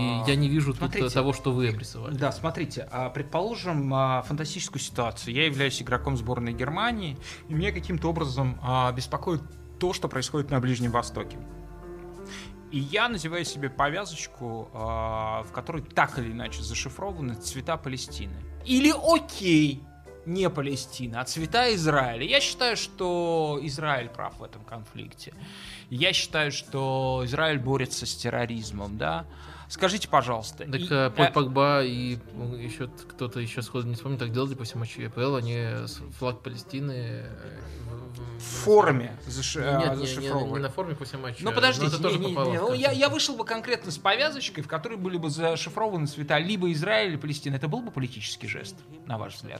не вижу тут Смотрите. того, что вы обрисовали. Да, смотрите, а, предположим а, фантастическую ситуацию. Я являюсь игроком сборной Германии, и меня каким-то образом а, беспокоит то, что происходит на Ближнем Востоке. И я надеваю себе повязочку, а, в которой так или иначе зашифрованы цвета Палестины. Или окей, не Палестина, а цвета Израиля. Я считаю, что Израиль прав в этом конфликте. Я считаю, что Израиль борется с терроризмом, да. Скажите, пожалуйста. Так и- а, Поль э, Погба и ну, еще кто-то еще сходу не вспомнит, так делали после матча АПЛ, они с- флаг Палестины э, в, в форме заши- Нет, а, не, не- не зашифровывали. на форме после матча. Ну но подождите, это тоже не, не, попало не, в ну, я, контекст. я вышел бы конкретно с повязочкой, в которой были бы зашифрованы цвета либо Израиля, либо Палестины. Это был бы политический жест, на ваш взгляд?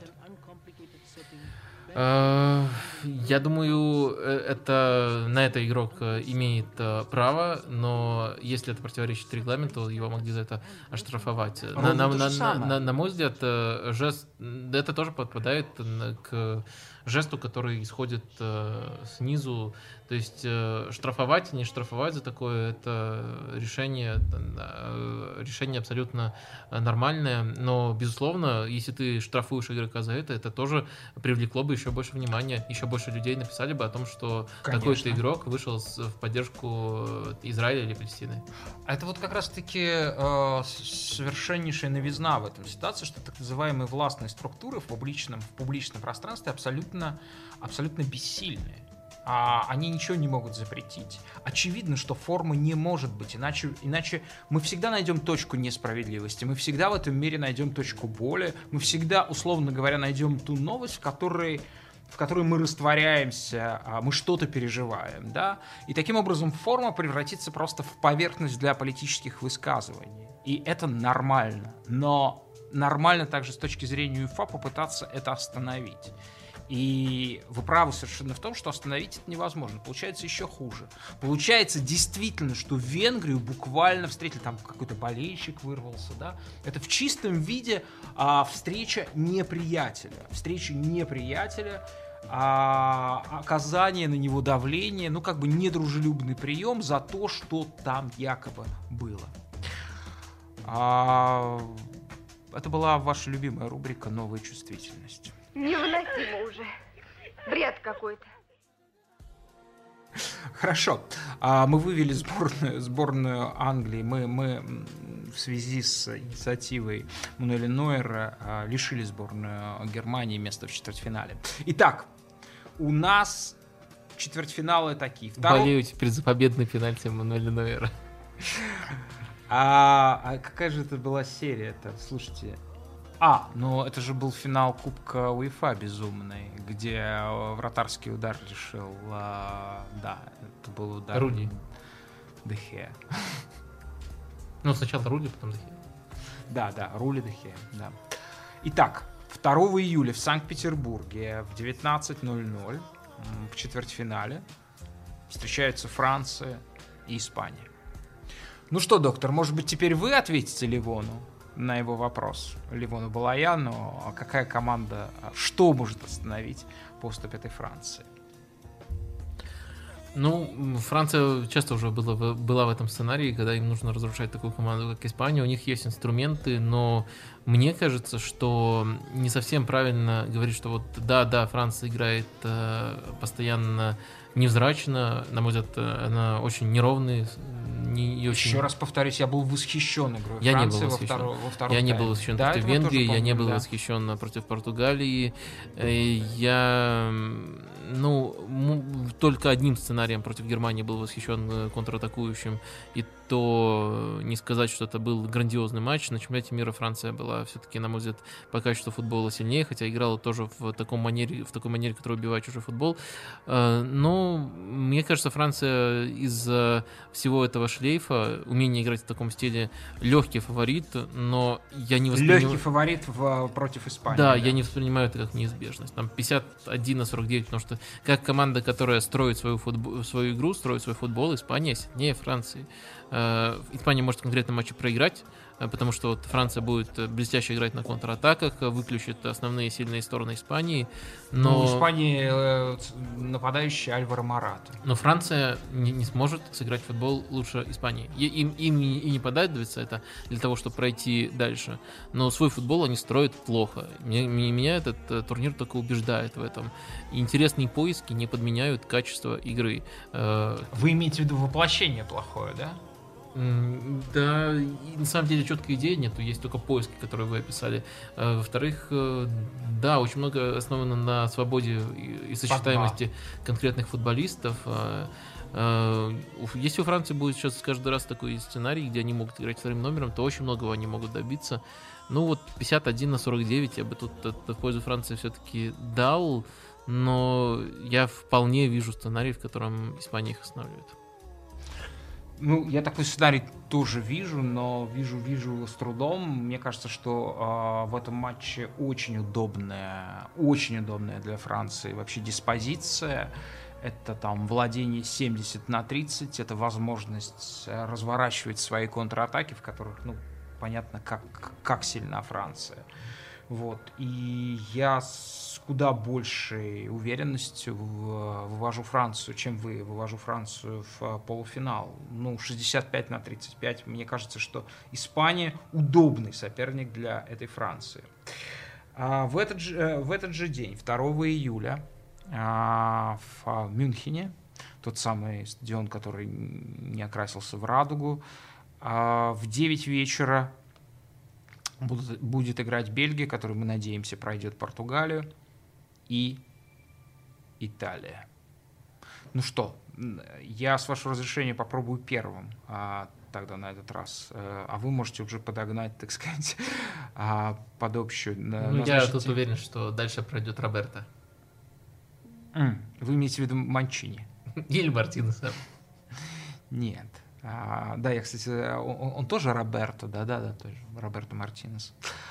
А, Я думаю, э, это на это игрок э, имеет э, право, но если это противоречит регламенту, его могли за это оштрафовать. На, Ровно на- то же на- самое. на- на мой взгляд, э, жест да, это тоже подпадает на- к жесту, который исходит э, снизу. То есть э, штрафовать, не штрафовать за такое, это решение, э, решение абсолютно э, нормальное. Но, безусловно, если ты штрафуешь игрока за это, это тоже привлекло бы еще больше внимания, еще больше людей написали бы о том, что Конечно. такой-то игрок вышел с- в поддержку э, Израиля или Палестины. А это вот как раз-таки э, с- совершеннейшая новизна в этом ситуации, что так называемые властные структуры в публичном, в публичном пространстве абсолютно, абсолютно бессильны. А они ничего не могут запретить. Очевидно, что формы не может быть, иначе, иначе мы всегда найдем точку несправедливости, мы всегда в этом мире найдем точку боли, мы всегда, условно говоря, найдем ту новость, в которой в которой мы растворяемся, а мы что-то переживаем, да, и таким образом форма превратится просто в поверхность для политических высказываний, и это нормально, но нормально также с точки зрения ЮЕФА попытаться это остановить. И вы правы совершенно в том, что остановить это невозможно. Получается еще хуже. Получается действительно, что Венгрию буквально встретили, там какой-то болельщик вырвался, да. Это в чистом виде а, встреча неприятеля. Встреча неприятеля, а, оказание на него давления, ну как бы недружелюбный прием за то, что там якобы было. А, это была ваша любимая рубрика «Новая чувствительность». Невыносимо уже. Бред какой-то. Хорошо. А, Мы вывели сборную, сборную Англии. Мы, мы м, в связи с инициативой Мануэля Нойера а, лишили сборную Германии места в четвертьфинале. Итак, у нас четвертьфиналы такие. Второй- Болею теперь за победный пенальти Мануэля Нойера. А, а какая же это была серия-то? Слушайте. А, ну это же был финал Кубка УЕФА безумный, где э, вратарский удар решил. а, да, это был удар. Руди. Де Хеа. Ну, сначала Руди, потом Де Хеа. Да, да, Рули Де Хеа, да. Итак, второго июля в Санкт-Петербурге в девятнадцать ноль ноль м, в четвертьфинале встречаются Франция и Испания. Ну что, доктор, может быть, теперь вы ответите Ливону на его вопрос? Ливону Балаяну, а какая команда, а что может остановить поступь этой Франции? Ну, м, Франция часто уже была, в- была в этом сценарии, когда им нужно разрушать такую команду, как Испания. У них есть инструменты, но мне кажется, что не совсем правильно говорить, что вот да-да, Франция играет э, постоянно невзрачно. На мой взгляд, э, она очень неровная. Не, и очень... Еще раз повторюсь, я был восхищен игрой Я не был Франции во восхищен. втором, во втором Я не тайме. был восхищен Да, против это мы тоже Венгрии, я не помним, был да. восхищен против Португалии. Э, Я, м, ну, м, только одним сценарием против Германии был восхищен э, контратакующим. И то не сказать, что это был грандиозный матч. На чемпионате мира Франция была все-таки, на мой взгляд, по качеству футбола сильнее, хотя играла тоже в таком манере, в такой манере, которая убивает чужой футбол. Э, Но мне кажется, Франция из-за всего этого шлейфа, умение играть в таком стиле, легкий фаворит, но я не воспринимаю... Легкий фаворит в, против Испании. Да, я не воспринимаю это как неизбежность. Там пятьдесят один на сорок девять, потому что как команда, которая строит свою, футбол, свою игру, строит свой футбол, Испания сильнее Франции. Э, Испания может в конкретном матче проиграть, э, потому что вот Франция будет э, блестяще играть на контратаках, э, выключит основные сильные стороны Испании, Но но, в Испании э, ц- нападающий Альваро Мората. но Франция не, не сможет сыграть в футбол лучше Испании. И- им, им и и не понадобится это для того, чтобы пройти дальше, но свой футбол они строят плохо. Мне- мне- меня этот э, турнир только убеждает в этом. Интересные поиски не подменяют качество игры. Э, Вы имеете в виду воплощение плохое, да? М, Да, и на самом деле четкой идеи нету, есть только поиски, которые вы описали. Э, Во-вторых, э, да, очень много основано на свободе и, и сочетаемости конкретных футболистов. Э, э, у- Если у Франции будет сейчас каждый раз такой сценарий, где они могут играть вторым номером, то очень многого они могут добиться. Ну вот пятьдесят один на сорок девять я бы тут от- в пользу Франции все-таки дал, но я вполне вижу сценарий, в котором Испания их останавливает. Ну, я такой сценарий тоже вижу, но вижу, вижу с трудом. Мне кажется, что а, в этом матче очень удобная, очень удобная для Франции вообще диспозиция. Это там владение семьдесят на тридцать, это возможность э, разворачивать свои контратаки, в которых, ну, понятно, как, как сильна Франция. Вот. И я с куда большей уверенностью в- вывожу Францию, чем вы, вывожу Францию в а, полуфинал. Ну, шестьдесят пять на тридцать пять. Мне кажется, что Испания удобный соперник для этой Франции. А в этот же, э, в этот же день, второго июля, а, в а, Мюнхене, тот самый стадион, который не окрасился в радугу, а, в девять вечера будут- будет играть Бельгия, которая, мы надеемся, пройдет Португалию, и Италия. Ну что, м, я, с вашего разрешения, попробую первым а, тогда на этот раз. Э, А вы можете уже подогнать, так сказать, а, под общую. на- Ну, я назначить тут тему. уверен, что дальше пройдет Роберто. М, Вы имеете в виду Манчини? Или Мартинеса. Нет. А, да, я, кстати, он, он- он тоже Роберто, да-да-да, тоже Роберто Мартинес.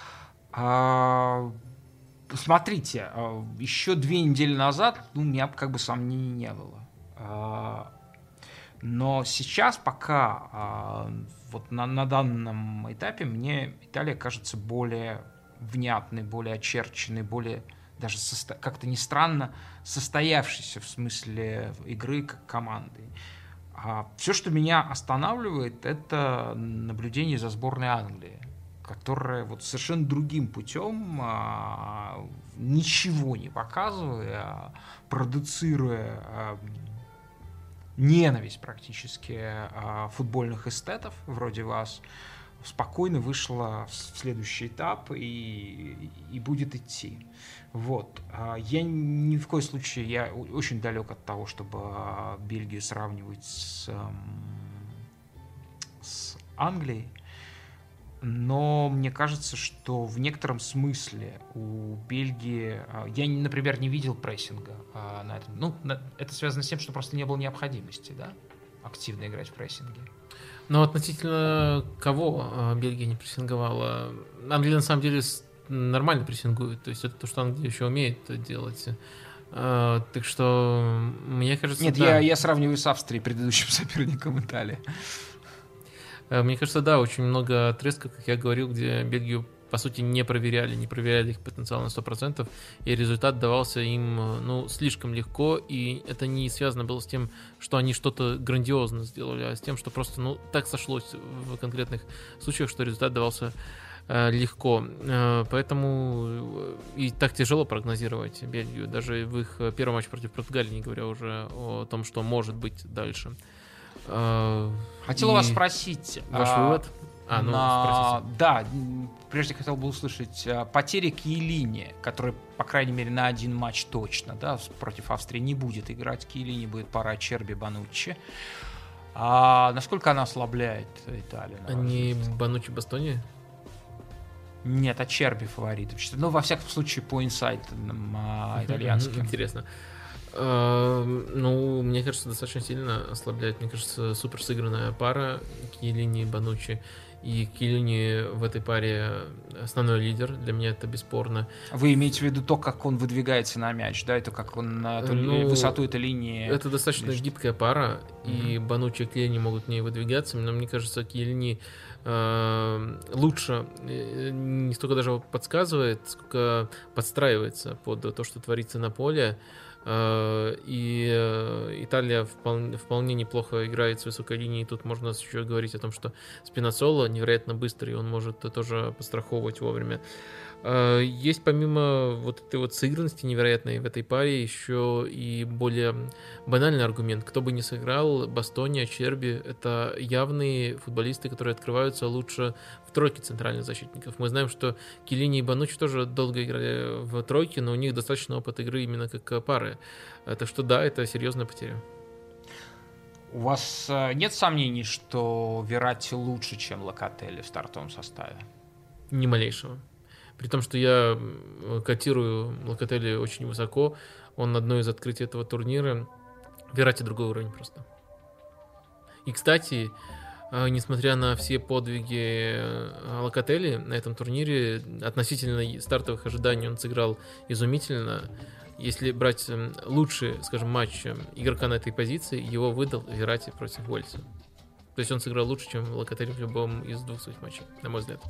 А, смотрите, а, еще две недели назад, ну, у меня как бы сомнений не было. А, но сейчас пока, а, вот на, на данном этапе, мне Италия кажется более внятной, более очерченной, более даже состо- как-то не странно состоявшейся в смысле игры как команды. Все, что меня останавливает, это наблюдение за сборной Англии, которая вот совершенно другим путем, а, ничего не показывая, а продуцируя а, ненависть практически а, футбольных эстетов вроде вас, спокойно вышла в следующий этап и, и будет идти. Вот. А Я ни в коем случае, я о- очень далек от того, чтобы а, Бельгию сравнивать с, эм, с Англией, но мне кажется, что в некотором смысле у Бельгии, а, я, например, не видел прессинга а, на этом. Ну, на- это связано с тем, что просто не было необходимости, да, активно играть в прессинге. Но относительно кого э, Бельгия не прессинговала? Англия на самом деле с- нормально прессингует. То есть это то, что Англия еще умеет делать. Э, Так что, мне кажется, Нет, да. я, я сравниваю с Австрией, предыдущим соперником Италии. Э, Мне кажется, да, очень много отрезков, как я говорил, где Бельгию, по сути, не проверяли, не проверяли их потенциал на сто процентов, и результат давался им, э, ну, слишком легко, и это не связано было с тем, что они что-то грандиозно сделали, а с тем, что просто, ну, так сошлось в конкретных случаях, что результат давался э, легко. Э, Поэтому э, и так тяжело прогнозировать Бельгию, даже в их э, первом матче против Португалии, не говоря уже о том, что может быть дальше. Э, Хотел у и вас спросить. Ваш а, вывод? А, ну, на- спросите. Да, м, прежде хотел бы услышать а, потери Киелини, который, по крайней мере, на один матч точно, да, с- против Австрии не будет играть. Киелини будет пора Черби, Бануччи. А насколько она ослабляет Италию? на ваш Они взгляд? Банучи Бастони? Нет, а Черби фаворит. Ну, во всяком случае, по инсайтам а, итальянским. Интересно. Эм, Ну, мне кажется, достаточно сильно ослабляет. Мне кажется, супер сыгранная пара Киелини и Банучи. И Киелини в этой паре основной лидер. Для меня это бесспорно. Вы имеете в виду то, как он выдвигается на мяч, да? Это как он на эту, Ну, высоту этой линии... Это достаточно движется. гибкая пара, Мгм. и Бануччи и Киелини могут в ней выдвигаться, но мне кажется, Киелини э, лучше э, не столько даже подсказывает, сколько подстраивается под то, что творится на поле. Э, и э, Италия вполне, вполне неплохо играет с высокой линии. Тут можно еще говорить о том, что Спинацоло невероятно быстрый, он может тоже подстраховывать вовремя. Э, Есть помимо вот этой вот сыгранности невероятной в этой паре еще и более банальный аргумент. Кто бы ни сыграл, Бастони, Ачерби — это явные футболисты, которые открываются лучше в тройке центральных защитников. Мы знаем, что Киелини и Бануччи тоже долго играли в тройке, но у них достаточно опыт игры именно как пары. Э, Так что да, это серьезная потеря. У вас э, нет сомнений, что Верratti лучше, чем Локотелли в стартовом составе? Ни малейшего. При том, что я м, котирую Локотелли очень высоко, он одно из открытий этого турнира. Верratti другой уровень просто. И, кстати, э, несмотря на все подвиги э, Локотелли на этом турнире, относительно стартовых ожиданий он сыграл изумительно. Если брать э, лучший, скажем, матч э, игрока на этой позиции, его выдал Верratti против Уэльса. То есть он сыграл лучше, чем Локотелли в любом из двух своих матчей, на мой взгляд.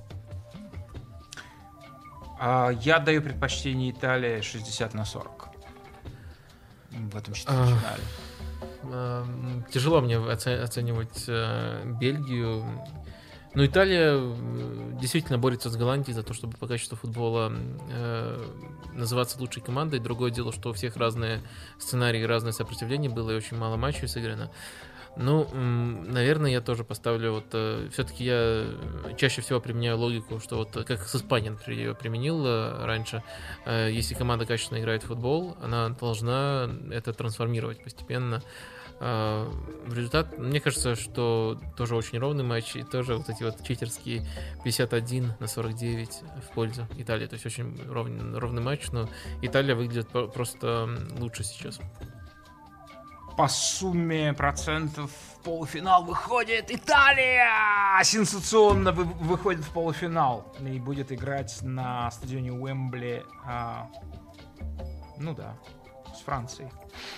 А, Я даю предпочтение Италии шестьдесят на сорок в этом четвертьфинале. Эм, Тяжело мне оце- оценивать э, Бельгию. Но Италия э, действительно борется с Голландией за то, чтобы по качеству футбола э, называться лучшей командой. Другое дело, что у всех разные сценарии, разное сопротивление было, и очень мало матчей сыграно. Ну, м, наверное, я тоже поставлю вот... э, все-таки я чаще всего применяю логику, что вот э, как с Испанией, например, я ее применил э, раньше. Э, если команда качественно играет в футбол, она должна это трансформировать постепенно э, в результат. Мне кажется, что тоже очень ровный матч, и тоже вот эти вот читерские пятьдесят один на сорок девять в пользу Италии. То есть очень ровный, ровный матч, но Италия выглядит по- просто лучше сейчас. По сумме процентов в полуфинал выходит Италия! Сенсационно вы- выходит в полуфинал и будет играть на стадионе Уэмбли. а, ну да, с Францией.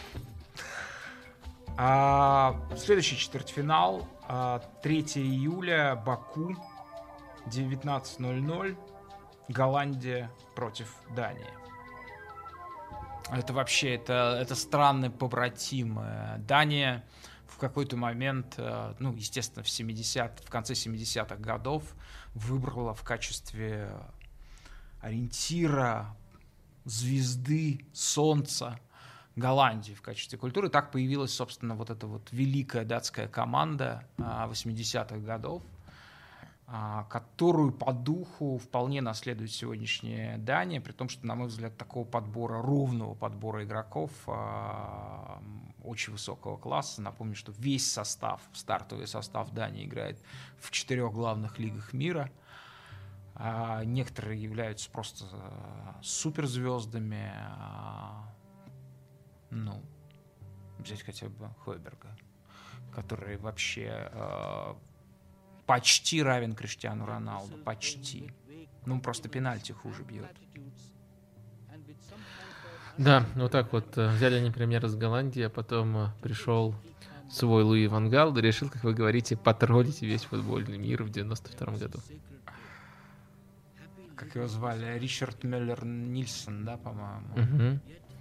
А, следующий четвертьфинал. а, третьего июля, Баку, девятнадцать ноль ноль. Голландия против Дании. Это вообще, это, это странный побратим. Э, Дания в какой-то момент, э, ну, естественно, в семидесятых, в конце семидесятых годов выбрала в качестве ориентира, звезды, солнца Голландию в качестве культуры. Так появилась, собственно, вот эта вот великая датская команда э, восьмидесятых годов, а, которую по духу вполне наследует сегодняшняя Дания, при том, что, на мой взгляд, такого подбора, ровного подбора игроков а, очень высокого класса. Напомню, что весь состав, стартовый состав Дании играет в четырех главных лигах мира. А, некоторые являются просто а, суперзвездами. А, ну, взять хотя бы Хойберга, который вообще... А, почти равен Криштиану Роналду. Почти. Ну, просто пенальти хуже бьет. Да, вот так вот э, взяли они пример из Голландии, а потом э, пришел свой Луи ван Гал и решил, как вы говорите, потроллить весь футбольный мир в девяносто втором году. Как его звали? Ричард Мюллер Нильсон, да, по-моему? Мгм.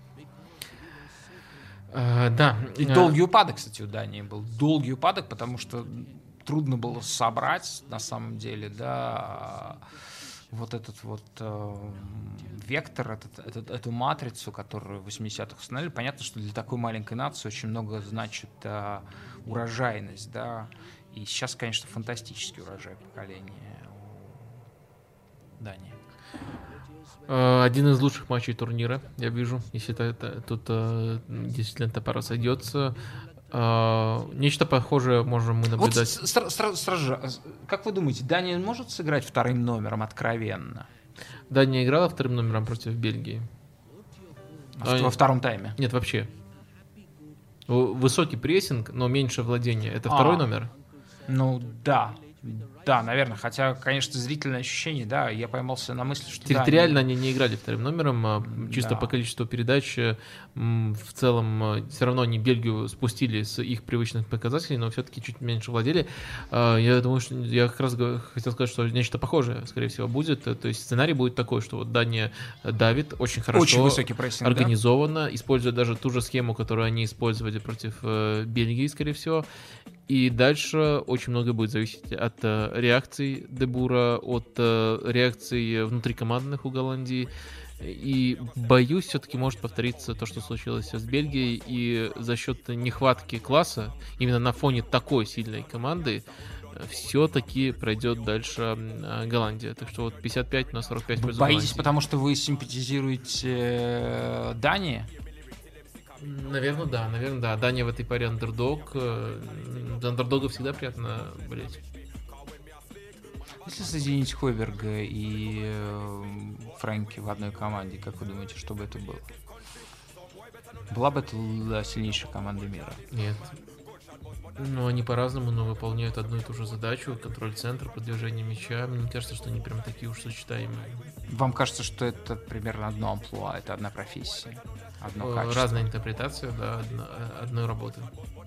Э, да. И э, долгий упадок, кстати, у Дании был. Долгий упадок, потому что трудно было собрать, на самом деле, да, вот этот вот э, вектор, этот, этот, эту матрицу, которую в восьмидесятых установили. Понятно, что для такой маленькой нации очень много значит э, урожайность, да, и сейчас, конечно, фантастический урожай поколения у Дании. э, Один из лучших матчей турнира, я вижу, если это, это- тут э, действительно топора сойдется. Э, Нечто похожее можем мы Вот наблюдать. с- сра- сра- сразу же, как вы думаете, Дания может сыграть вторым номером откровенно Дания играла вторым номером против Бельгии. во А, во втором тайме? Нет, вообще. В- Высокий прессинг, но меньше владения. Это А. второй номер? Ну да. Да, наверное. Хотя, конечно, зрительное ощущение, да, я поймался на мысли, что... Территориально да, они не играли вторым номером, а чисто Да. по количеству передач м, в целом все равно они Бельгию спустили с их привычных показателей, но все-таки чуть меньше владели. А, Я думаю, что я как раз г- хотел сказать, что нечто похожее, скорее всего, будет. То есть сценарий будет такой, что вот Дания давит очень хорошо, Очень высокий прессинг, организованно, используя даже ту же схему, которую они использовали против э, Бельгии, скорее всего. И дальше очень много будет зависеть от э, реакций Дебура, от э, реакций внутрикомандных у Голландии. И боюсь, все-таки может повториться то, что случилось с Бельгией. И за счет нехватки класса, именно на фоне такой сильной команды, все-таки пройдет дальше э, Голландия. Так что вот пятьдесят пять на сорок пять Вы пользу боитесь, Голландии. потому что вы симпатизируете э, Дании? Наверное, да, наверное, да. Дания в этой паре андердог. э, За андердога всегда приятно болеть. Если соединить Хойберга и э, Фрэнки в одной команде, как вы думаете, что бы это было? Была бы это л- сильнейшая команда мира? Нет. Ну, они по-разному, но выполняют одну и ту же задачу. Контроль центра, продвижение мяча. Мне кажется, что они прям такие уж сочетаемые. Вам кажется, что это примерно одно амплуа, это одна профессия, одно Э, качество? Разная интерпретация, да, одно- одной работы.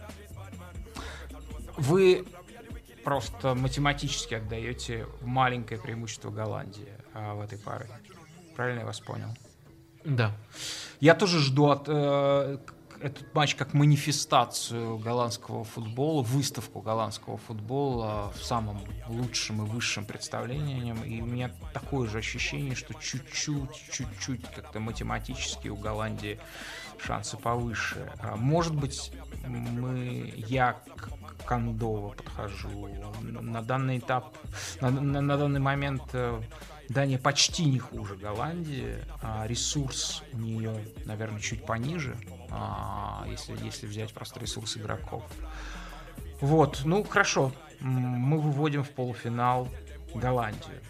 Вы просто математически отдаете маленькое преимущество Голландии а, в этой паре. Правильно я вас понял? Да. Я тоже жду от, э, к- этот матч как манифестацию голландского футбола, выставку голландского футбола в самом лучшем и высшем представлении. И у меня такое же ощущение, что чуть-чуть, чуть-чуть как-то математически у Голландии шансы повыше. А, Может быть, мы, я к Кондово подхожу. На данный этап, на, на- на данный момент э, Дания почти не хуже Голландии, а ресурс у нее, наверное, чуть пониже, а, если, если взять просто ресурс игроков. Вот, ну хорошо, М, мы выводим в полуфинал Голландию.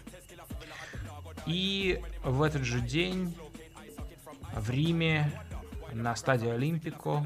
И в этот же день в Риме на стадии Олимпико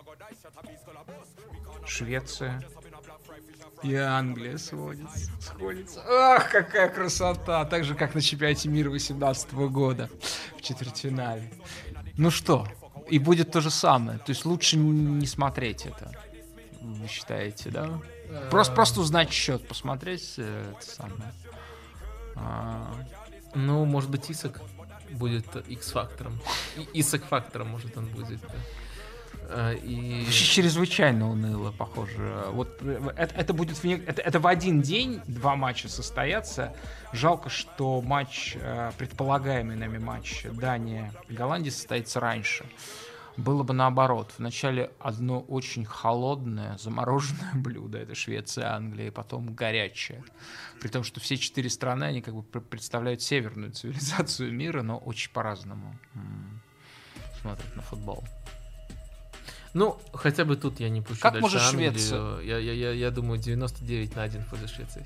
Швеция и Англия сводится, сходится. Ах, какая красота! Так же, как на чемпионате мира восемнадцатого года в четвертьфинале. Ну что, и будет то же самое. То есть лучше не смотреть это. Вы считаете, да? Просто, просто узнать счет, посмотреть э, это самое. А, Ну, может быть, Исак будет X-фактором. И Исак-фактором, может, он будет. Да. А, И... Вообще чрезвычайно уныло, похоже. Вот э, это, это будет в, не- это, это в один день два матча состоятся. Жалко, что матч, э, предполагаемый нами матч Дания и Голландия состоится раньше. Было бы наоборот. Вначале одно очень холодное, замороженное блюдо, это Швеция, Англия, и потом горячее. При том, что все четыре страны, они как бы пр- представляют северную цивилизацию мира, но очень по-разному м, смотрят на футбол. Ну, хотя бы тут я не пущу Как дальше может Англию. Швеция? Я, я, я, я думаю, девяносто девять на один в пользу Швеции.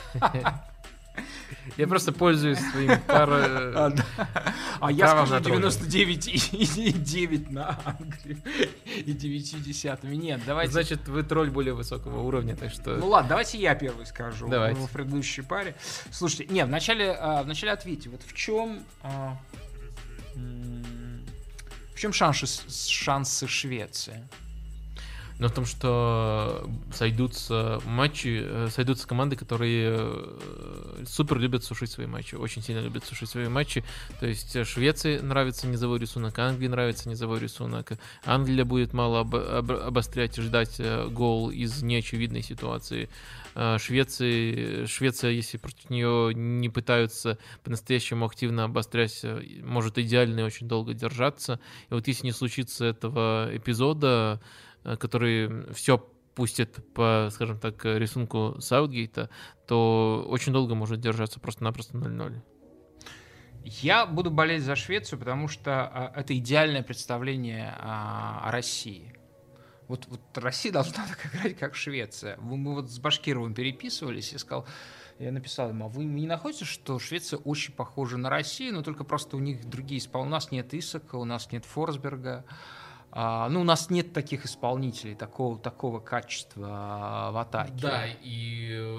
Я просто пользуюсь своим пара... А я правом скажу на троне. девяносто девять и девять на Англию и девять десятыми. Нет, давайте. Значит, вы тролль более высокого уровня, так что... Ну ладно, давайте я первый скажу. Давайте. В предыдущей паре. Слушайте, не, вначале, а, вначале ответьте, вот в чем а, м, в чем шансы, шансы Швеции? Но в том, что сойдутся матчи, э, сойдутся команды, которые э, супер любят сушить свои матчи, очень сильно любят сушить свои матчи. То есть э, Швеции нравится низовой рисунок, Англии нравится низовой рисунок. Англия будет мало об- об- обострять и ждать э, гол из неочевидной ситуации. Э, Швеции, Швеция, если против нее не пытаются по-настоящему активно обострять, э, может идеально и очень долго держаться. И вот если не случится этого эпизода, который все пустит по, скажем так, рисунку Саутгейта, то очень долго может держаться просто-напросто ноль ноль. Я буду болеть за Швецию, потому что а, это идеальное представление а, о России. Вот, вот Россия должна так играть, как Швеция. Мы, мы вот с Башкировым переписывались, я сказал, я написал ему, а вы не находите, что Швеция очень похожа на Россию, но только просто у них другие исполнители. У нас нет Исака, у нас нет Форсберга. А, ну, у нас нет таких исполнителей, такого, такого качества а, в атаке. Да, и э,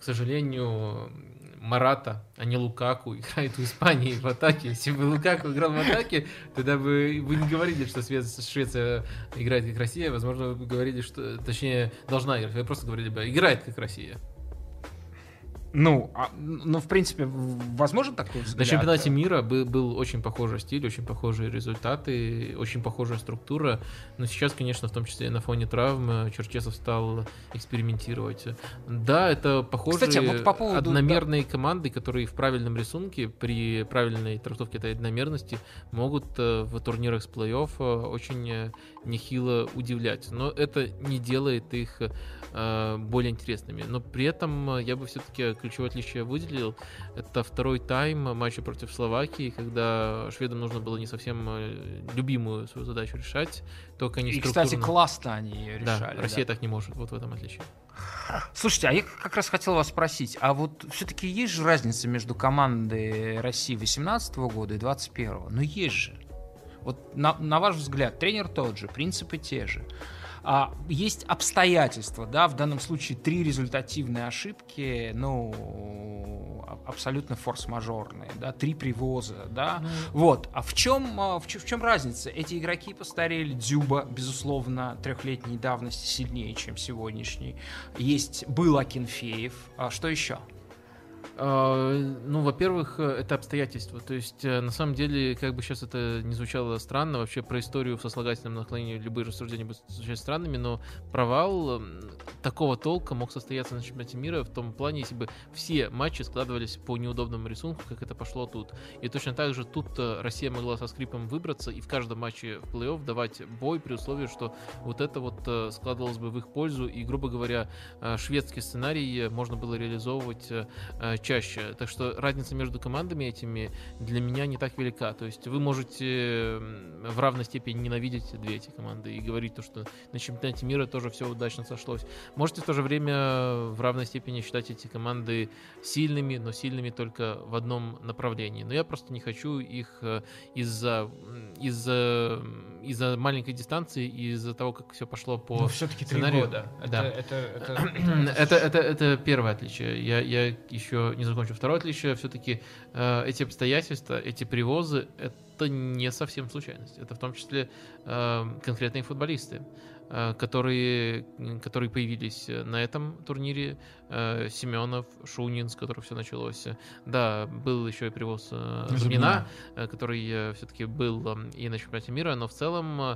к сожалению, Марата, а не Лукаку, играет в Испании в атаке. Если бы Лукаку играл в атаке, тогда бы вы не говорили, что Швеция играет как Россия. Возможно, вы бы говорили, что, точнее, должна играть. Вы просто говорили бы, играет как Россия. Ну, а, ну, в принципе, возможно такой взгляд? На чемпионате мира был, был очень похожий стиль, очень похожие результаты, очень похожая структура. Но сейчас, конечно, в том числе на фоне травм, Черчесов стал экспериментировать. Да, это похожие Кстати, вот по поводу, одномерные да. команды, которые в правильном рисунке, при правильной трактовке этой одномерности, могут в турнирах с плей-офф очень нехило удивлять. Но это не делает их более интересными. Но при этом я бы все-таки ключевое отличие выделил. Это второй тайм матча против Словакии, когда шведам нужно было не совсем любимую свою задачу решать. Только они И, структурно... кстати, классно они ее решали. Да, Россия да. так не может. Вот в этом отличие. Слушайте, а я как раз хотел вас спросить, а вот все-таки есть же разница между командой России восемнадцатого года и двадцать первого? Ну есть же. Вот на, на ваш взгляд, тренер тот же, принципы те же. А, есть обстоятельства, да, в данном случае три результативные ошибки, ну, абсолютно форс-мажорные, да, три привоза, да, mm. вот. А в чем, в, чем, в чем разница? Эти игроки постарели, Дзюба, безусловно, трехлетней давности сильнее, чем сегодняшний. Есть, был Акинфеев, а что еще? Ну, во-первых, это обстоятельства. То есть, на самом деле, как бы сейчас это не звучало странно, вообще про историю в сослагательном наклонении любые рассуждения будут звучать странными, но провал такого толка мог состояться на чемпионате мира в том плане, если бы все матчи складывались по неудобному рисунку, как это пошло тут. И точно так же тут Россия могла со скрипом выбраться и в каждом матче в плей-офф давать бой при условии, что вот это вот складывалось бы в их пользу. И, грубо говоря, шведский сценарий можно было реализовывать чаще. Так что разница между командами этими для меня не так велика. То есть вы можете в равной степени ненавидеть две эти команды и говорить то, что на чемпионате мира тоже все удачно сошлось. Можете в то же время в равной степени считать эти команды сильными, но сильными только в одном направлении. Но я просто не хочу их из-за из-за из-за маленькой дистанции и из-за того, как все пошло по Но все-таки три сценарию. года. Да. Это, это, это, это, это, это первое отличие. Я, я еще не закончу. Второе отличие, все-таки э, эти обстоятельства, эти привозы, это не совсем случайность. Это в том числе э, конкретные футболисты, э, которые, которые появились на этом турнире. Э, Семенов, Шунин, с которых все началось. Да, был еще и привоз э, Зубнина, э, который э, все-таки был э, и на чемпионате мира, но в целом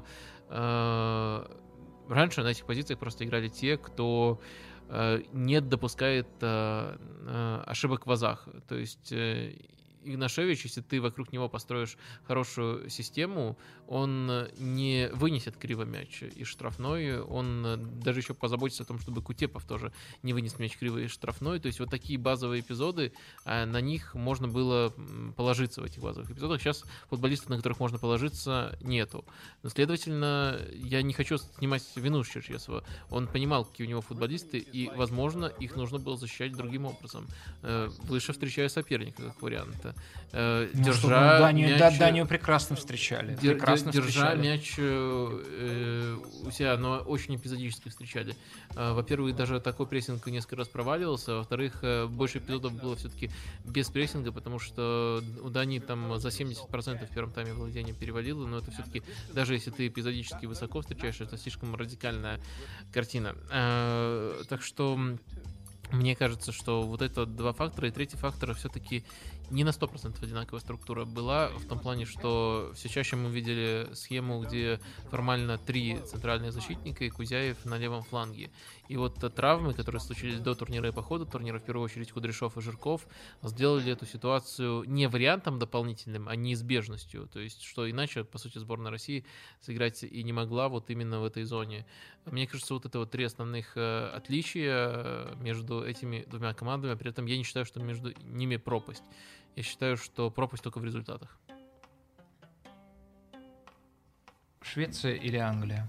э, раньше на этих позициях просто играли те, кто не допускает э, э, ошибок в азах. То есть э, Игнашевич, если ты вокруг него построишь хорошую систему, он не вынесет криво мяч из штрафной, он даже еще позаботится о том, чтобы Кутепов тоже не вынес мяч криво из штрафной. То есть вот такие базовые эпизоды, на них можно было положиться в этих базовых эпизодах. Сейчас футболистов, на которых можно положиться, нету. Но, следовательно, я не хочу снимать вину с Черчесова. Он понимал, какие у него футболисты, и, возможно, их нужно было защищать другим образом. Выше встречая соперника, как вариант. Ну, держа Данию, мяч, да, Данию прекрасно встречали. Дер, прекрасно держа встречали. мяч э, у себя, но очень эпизодически встречали. Э, во-первых, даже такой прессинг несколько раз проваливался. Во-вторых, э, больше эпизодов было все-таки без прессинга, потому что у Дании там за семьдесят процентов в первом тайме владения перевалило, но это все-таки, даже если ты эпизодически высоко встречаешь, это слишком радикальная картина. Э, так что мне кажется, что вот это два фактора, и третий фактор все-таки не на сто процентов одинаковая структура была, в том плане, что все чаще мы видели схему, где формально три центральных защитника и Кузяев на левом фланге. И вот травмы, которые случились до турнира и по ходу турнира, в первую очередь Кудряшов и Жирков, сделали эту ситуацию не вариантом дополнительным, а неизбежностью. То есть, что иначе, по сути, сборная России сыграть и не могла вот именно в этой зоне. Мне кажется, вот это вот три основных отличия между этими двумя командами, при этом я не считаю, что между ними пропасть. Я считаю, что пропасть только в результатах. Швеция или Англия?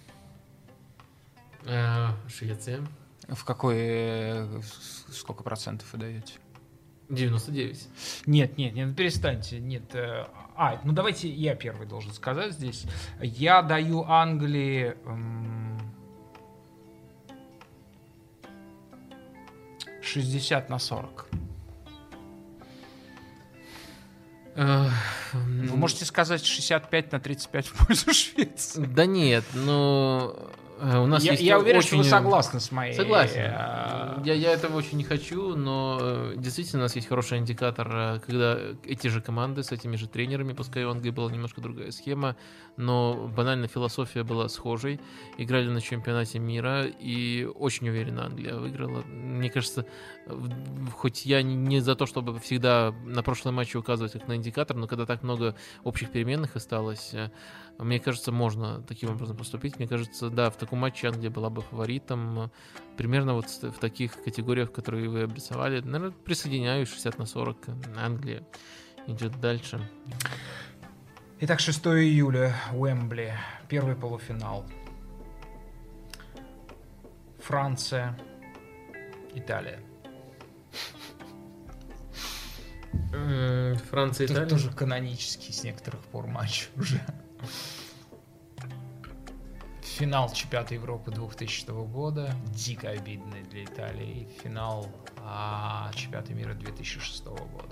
Э, Швеция. В какой, э, сколько процентов вы даете? девяносто девять. Нет, нет, нет, перестаньте. Нет. Э, а, ну давайте я первый должен сказать здесь. Я даю Англии эм, шестьдесят на сорок. Вы можете сказать шестьдесят пять на тридцать пять в пользу Швеции. Да нет, но у нас я, есть я уверен, очень... что вы согласны с моей... Согласен. Я, я этого очень не хочу, но действительно у нас есть хороший индикатор, когда эти же команды с этими же тренерами, пускай у Англии была немножко другая схема, но банально философия была схожей. Играли на чемпионате мира, и очень уверенно Англия выиграла. Мне кажется, хоть я не за то, чтобы всегда на прошлом матче указывать как на индикатор, но когда так много общих переменных осталось, мне кажется, можно таким образом поступить. Мне кажется, да, в таком матче Англия была бы фаворитом. Примерно вот в таких категориях, которые вы обрисовали. Наверное, присоединяюсь шестьдесят на сорок. Англия идет дальше. Итак, шестого июля, Уэмбли, первый полуфинал. Франция, Италия. Франция, Италия. Это тоже канонический с некоторых пор матч уже. Финал чемпионата Европы двухтысячного года, дико обидный для Италии. Финал а, чемпионата мира две тысячи шестого года.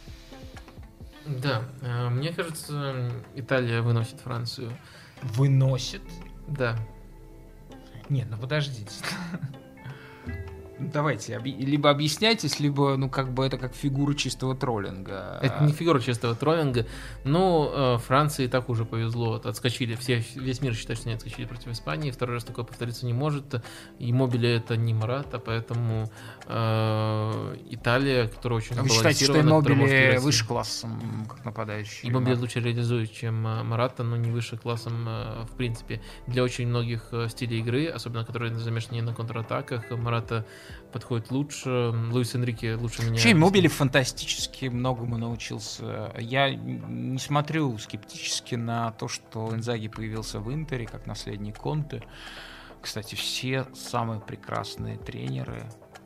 Да, мне кажется, Италия выносит Францию. Выносит? Да. Нет, ну подождите. Давайте, оби- либо объясняйтесь, либо, ну, как бы это как фигура чистого троллинга. Это не фигура чистого троллинга. Но э, Франции так уже повезло. Отскочили. Все, весь мир считает, что они отскочили против Испании. Второй раз такое повториться не может. И Мобили это не Марата, поэтому э, Италия, которая очень Вы считаете, что сбалансирована, Мобили выше классом, как нападающий? И Мобили лучше реализует, чем э, Марата, но не выше классом э, в принципе. Для очень многих э, стилей игры, особенно которые замешаны на контратаках, Марата подходит лучше. Луис Энрике лучше меня. Вообще, Мобили фантастически многому научился. Я не смотрю скептически на то, что Инзаги появился в Интере как наследник Конте. Кстати, все самые прекрасные тренеры,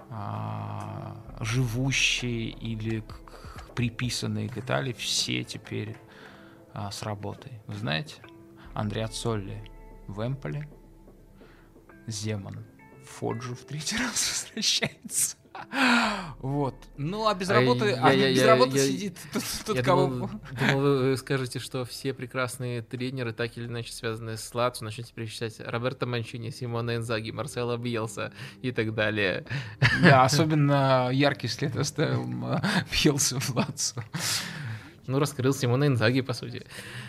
живущие или приписанные к Италии, все теперь с работой. Вы знаете? Андреа Цолли в Эмполи, Земан Фоджу в третий раз возвращается. Вот. Ну, а без работы, я, а я, без я, работы я, сидит тот, тот я кого... Думал, думал, вы скажете, что все прекрасные тренеры, так или иначе связанные с Лацио, начнете перечислять Роберто Манчини, Симоне Инзаги, Марсело Бьелса и так далее. Да, особенно яркий след оставил Бьелса в Лацио. Ну, раскрыл Симоне Инзаги, по сути.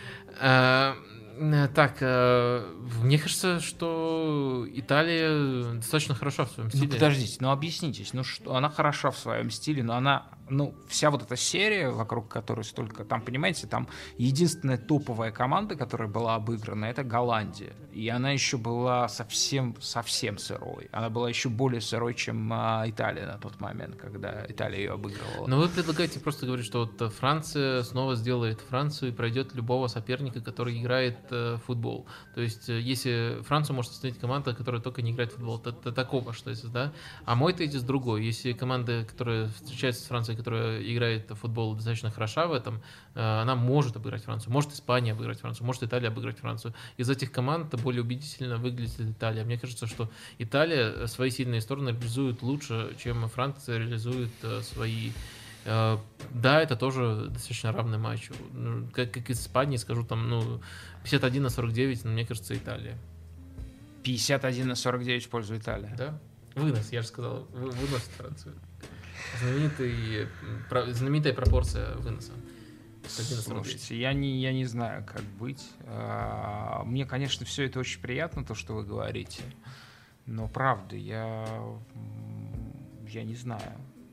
Так, мне кажется, что Италия достаточно хороша в своем стиле. Ну, подождите, ну объяснитесь, ну что, она хороша в своем стиле, но она, ну, вся вот эта серия, вокруг которой столько, там, понимаете, там единственная топовая команда, которая была обыграна, это Голландия. И она еще была совсем, совсем сырой. Она была еще более сырой, чем а, Италия на тот момент, когда Италия ее обыгрывала. Но вы предлагаете просто говорить, что вот Франция снова сделает Францию и пройдет любого соперника, который играет э, в футбол. То есть, э, если Францию может остановить команда, которая только не играет в футбол, то, то такого, что есть, да? А мой тезис другой. Если команда, которая встречается с Францией, которая играет в футбол, достаточно хороша в этом, э, она может обыграть Францию. Может Испания обыграть Францию, может Италия обыграть Францию. Из этих команд более убедительно выглядит Италия. Мне кажется, что Италия свои сильные стороны реализует лучше, чем Франция реализует э, свои. Э, да, это тоже достаточно равный матч. Как, как из Испании, скажу, там, ну, пятьдесят один на сорок девять, но мне кажется, Италия. пятьдесят один на сорок девять в пользу Италии. Да? Вынос, я же сказал, вы, выносит Францию. Знаменитый, про, знаменитая пропорция выноса. Слушайте, я не, я не знаю, как быть. Мне, конечно, все это очень приятно, то, что вы говорите. Но правда, я, я не знаю.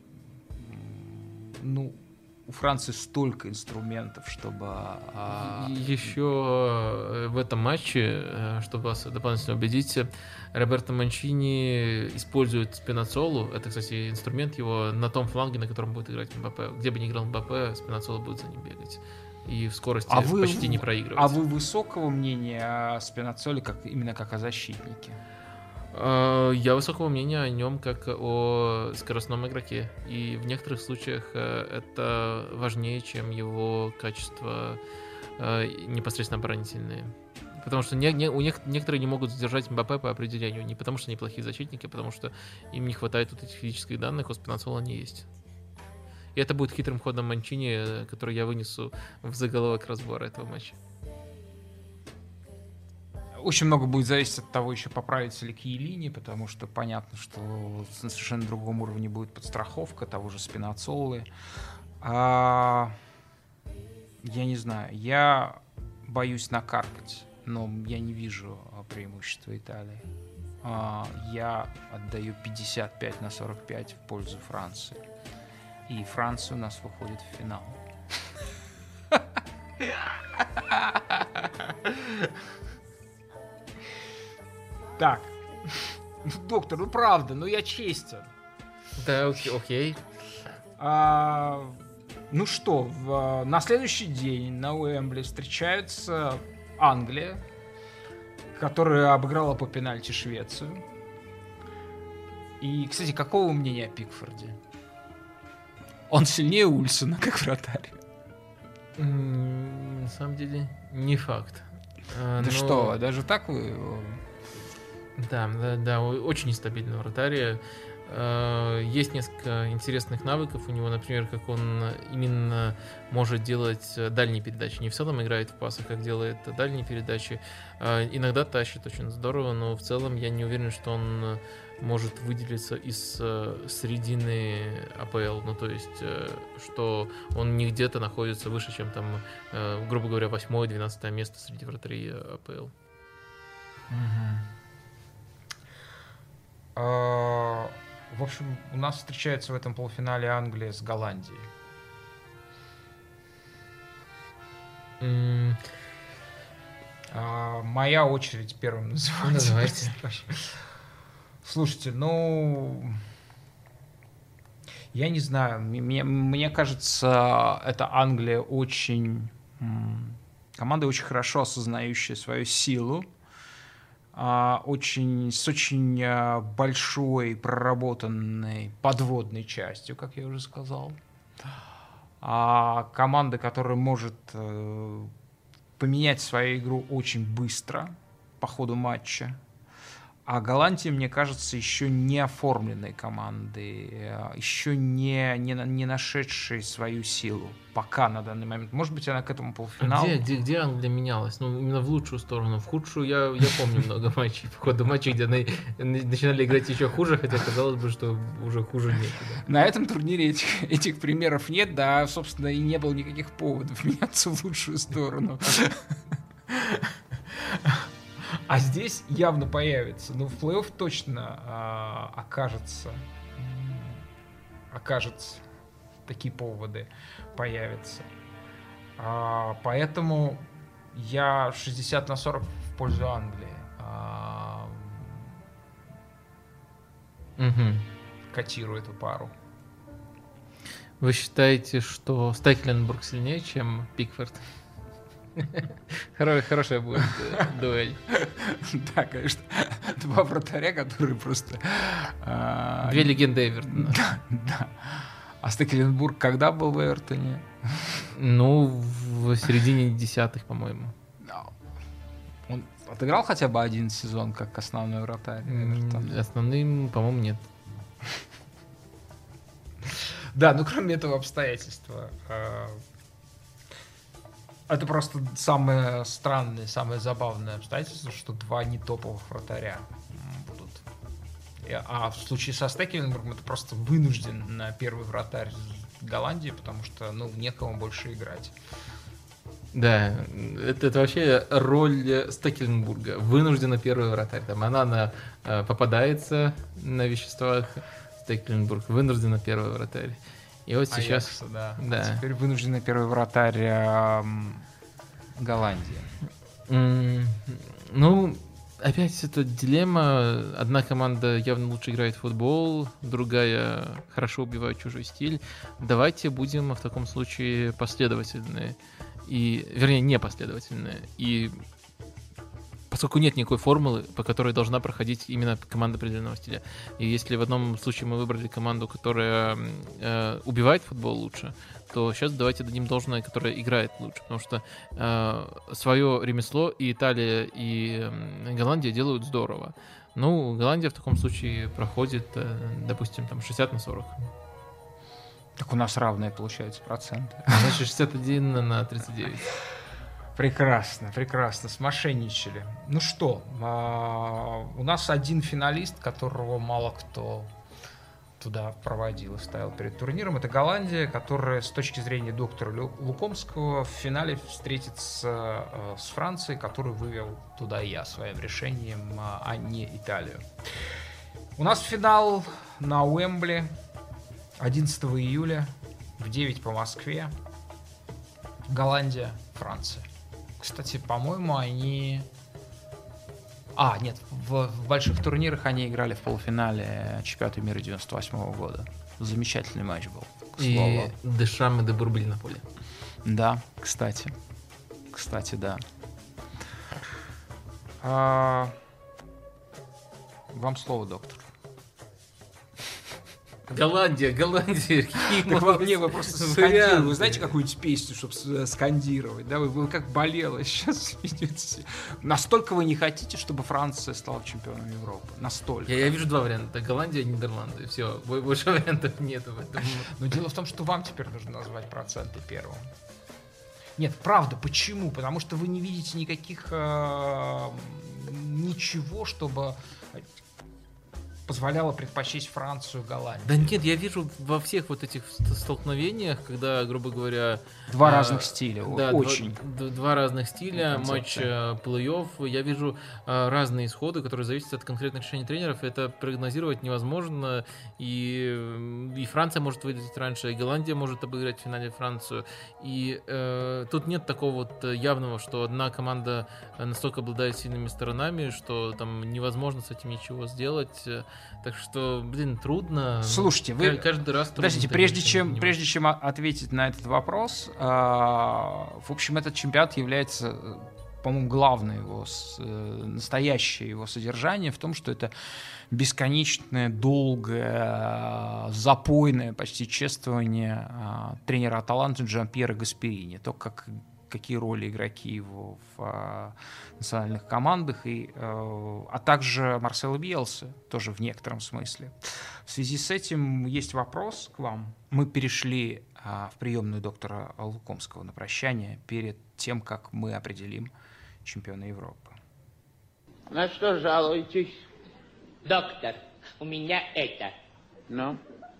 Ну, у Франции столько инструментов, чтобы... А... Еще в этом матче, чтобы вас дополнительно убедить, Роберто Манчини использует Спинацолу. Это, кстати, инструмент его на том фланге, на котором будет играть Мбаппе. Где бы ни играл Мбаппе, Спинацола будет за ним бегать. И в скорости а почти вы, не проигрывать. А вы высокого мнения о Спинацоле как, именно как о защитнике? Я высокого мнения о нем как о скоростном игроке. И в некоторых случаях это важнее, чем его качества непосредственно оборонительные. Потому что не, не, у них, некоторые не могут задержать Мбаппе по определению. Не потому что они плохие защитники, а потому что им не хватает вот этих физических данных, у Спинацола они есть. И это будет хитрым ходом Манчини, который я вынесу в заголовок разбора этого матча. Очень много будет зависеть от того, еще поправится ли Кьелини, потому что понятно, что на совершенно другом уровне будет подстраховка того же Спинацолы. А... Я не знаю, я боюсь накаркать, но я не вижу преимущества Италии. А... Я отдаю пятьдесят пять на сорок пять в пользу Франции. И Франция у нас выходит в финал. Так, доктор, ну правда, ну я честен. Да, окей. окей. А, ну что, в, на следующий день на Уэмбли встречаются Англия, которая обыграла по пенальти Швецию. И, кстати, какого вы мнения о Пикфорде? Он сильнее Ульсона, как вратарь. М, На самом деле, не факт. А, Да но- что, даже так вы... Да, да, да, о- очень нестабильный вратарь. Э, Есть несколько интересных навыков у него, например, как он именно может делать э, дальние передачи. Не в целом играет в пасах, как делает дальние передачи. Э, Иногда тащит очень здорово, но в целом я не уверен, что он может выделиться из э, середины АПЛ. Ну, то есть, э, что он не где-то находится выше, чем там, э, грубо говоря, восьмое-двенадцатое место среди вратарей АПЛ. А, В общем, у нас встречается в этом полуфинале Англия с Голландией. М, А, Моя очередь первым называть. Ну, давайте. Слушайте, ну... Я не знаю, мне, мне кажется, эта Англия очень... м, Команда очень хорошо осознающая свою силу. а, Очень, с очень а, большой проработанной подводной частью, как я уже сказал. А, Команда, которая может э, поменять свою игру очень быстро по ходу матча. А Голландия, мне кажется, еще не оформленной командой, э, еще не, не, на- не нашедшей свою силу пока на данный момент. Может быть, она к этому А полуфиналу... Где, где, где Англия менялась? Ну, именно в лучшую сторону. В худшую я, я помню много матчей, по ходу матчей, где они начинали играть еще хуже, хотя казалось бы, что уже хуже некуда. На этом турнире этих, этих примеров нет, да, собственно, и не было никаких поводов меняться в лучшую сторону. А здесь явно появится, ну, в плей-офф точно а, окажется, м, окажется, такие поводы появятся. А, поэтому я шестьдесят на сорок в пользу Англии а, Мгм. котирую эту пару. Вы считаете, что Стекленбург сильнее, чем Пикфорд? Хоро- Хорошая будет э, дуэль. Да, конечно. Два вратаря, которые просто... а, Две легенды Эвертона. Да. А Стекленбург когда был в Эвертоне? Ну, в середине десятых, по-моему. Он отыграл хотя бы один сезон как основной вратарь Эвертона? М, Основным, по-моему, нет. Да, ну кроме этого обстоятельства. э, Это просто самое странное, самое забавное обстоятельство, что два не топовых вратаря м, будут. И- А в случае со Стекленбургом это просто вынужден на первый вратарь Голландии, потому что, ну, некому больше играть. Да, это, это вообще роль Стекленбурга. Вынуждена первый вратарь. Там она на, э, попадается на веществах. Стекленбург вынуждена первый вратарь. И вот сейчас... Аякса, да. да. А теперь вынужденный первый вратарь эм, Голландии. М, Ну, опять это дилемма. Одна команда явно лучше играет в футбол, другая хорошо убивает чужой стиль. Давайте будем в таком случае последовательны. И, вернее, непоследовательны. И поскольку нет никакой формулы, по которой должна проходить именно команда определенного стиля. И если в одном случае мы выбрали команду, которая э, убивает футбол лучше, то сейчас давайте дадим должное, которое играет лучше, потому что э, свое ремесло и Италия, и э, Голландия делают здорово. Ну, Голландия в таком случае проходит, э, допустим, там шестьдесят на сорок. Так у нас равные, получается, проценты. Значит, шестьдесят один на тридцать девять. Прекрасно, прекрасно, смошенничали. Ну что, у нас один финалист, которого мало кто туда проводил и ставил перед турниром. Это Голландия, которая с точки зрения доктора Лукомского в финале встретится с Францией, который вывел туда я своим решением, а не Италию. У нас финал на Уэмбли одиннадцатого июля в девять по Москве. Голландия, Франция. Кстати, по-моему, они... А, нет, в, в больших турнирах они играли в полуфинале чемпионата мира девяносто восьмого года. Замечательный матч был, к И слову. Дешам и Дебур были на поле. Да, кстати. Кстати, да. А... Вам слово, доктор. Голландия, Голландия. Так вы мне вы просто скандируете. Вы знаете какую-нибудь песню, чтобы скандировать? Да, вы, вы как болело сейчас ведете. Настолько вы не хотите, чтобы Франция стала чемпионом Европы? Настолько. Я, я вижу два варианта. Голландия и Нидерланды. Все, больше вариантов нет в этом. Но дело в том, что вам теперь нужно назвать проценты первым. Нет, правда, почему? Потому что вы не видите никаких э, ничего, чтобы позволяло предпочесть Францию Голландию. Да нет, я вижу во всех вот этих столкновениях, когда, грубо говоря... Два а, разных стиля, да, очень. Два, два разных стиля, матч а, плей-офф. Я вижу а, разные исходы, которые зависят от конкретных решений тренеров. Это прогнозировать невозможно. И, и Франция может вылететь раньше, и Голландия может обыграть в финале Францию. И э, тут нет такого вот явного, что одна команда настолько обладает сильными сторонами, что там невозможно с этим ничего сделать. Так что, блин, трудно. Слушайте, вы каждый раз. Подождите, прежде чем, прежде чем ответить на этот вопрос, э, в общем, этот чемпионат является, по-моему, главное его, э, настоящее его содержание в том, что это бесконечное, долгое, запойное почти чествование э, тренера Аталанты Джанпьера Гасперини. То, как какие роли игроки его в а, национальных командах, и, а, а также Марсело Бьелса, тоже в некотором смысле. В связи с этим есть вопрос к вам. Мы перешли а, в приемную доктора Лукомского на прощание перед тем, как мы определим чемпиона Европы. На что жалуетесь? Доктор, у меня это. Ну?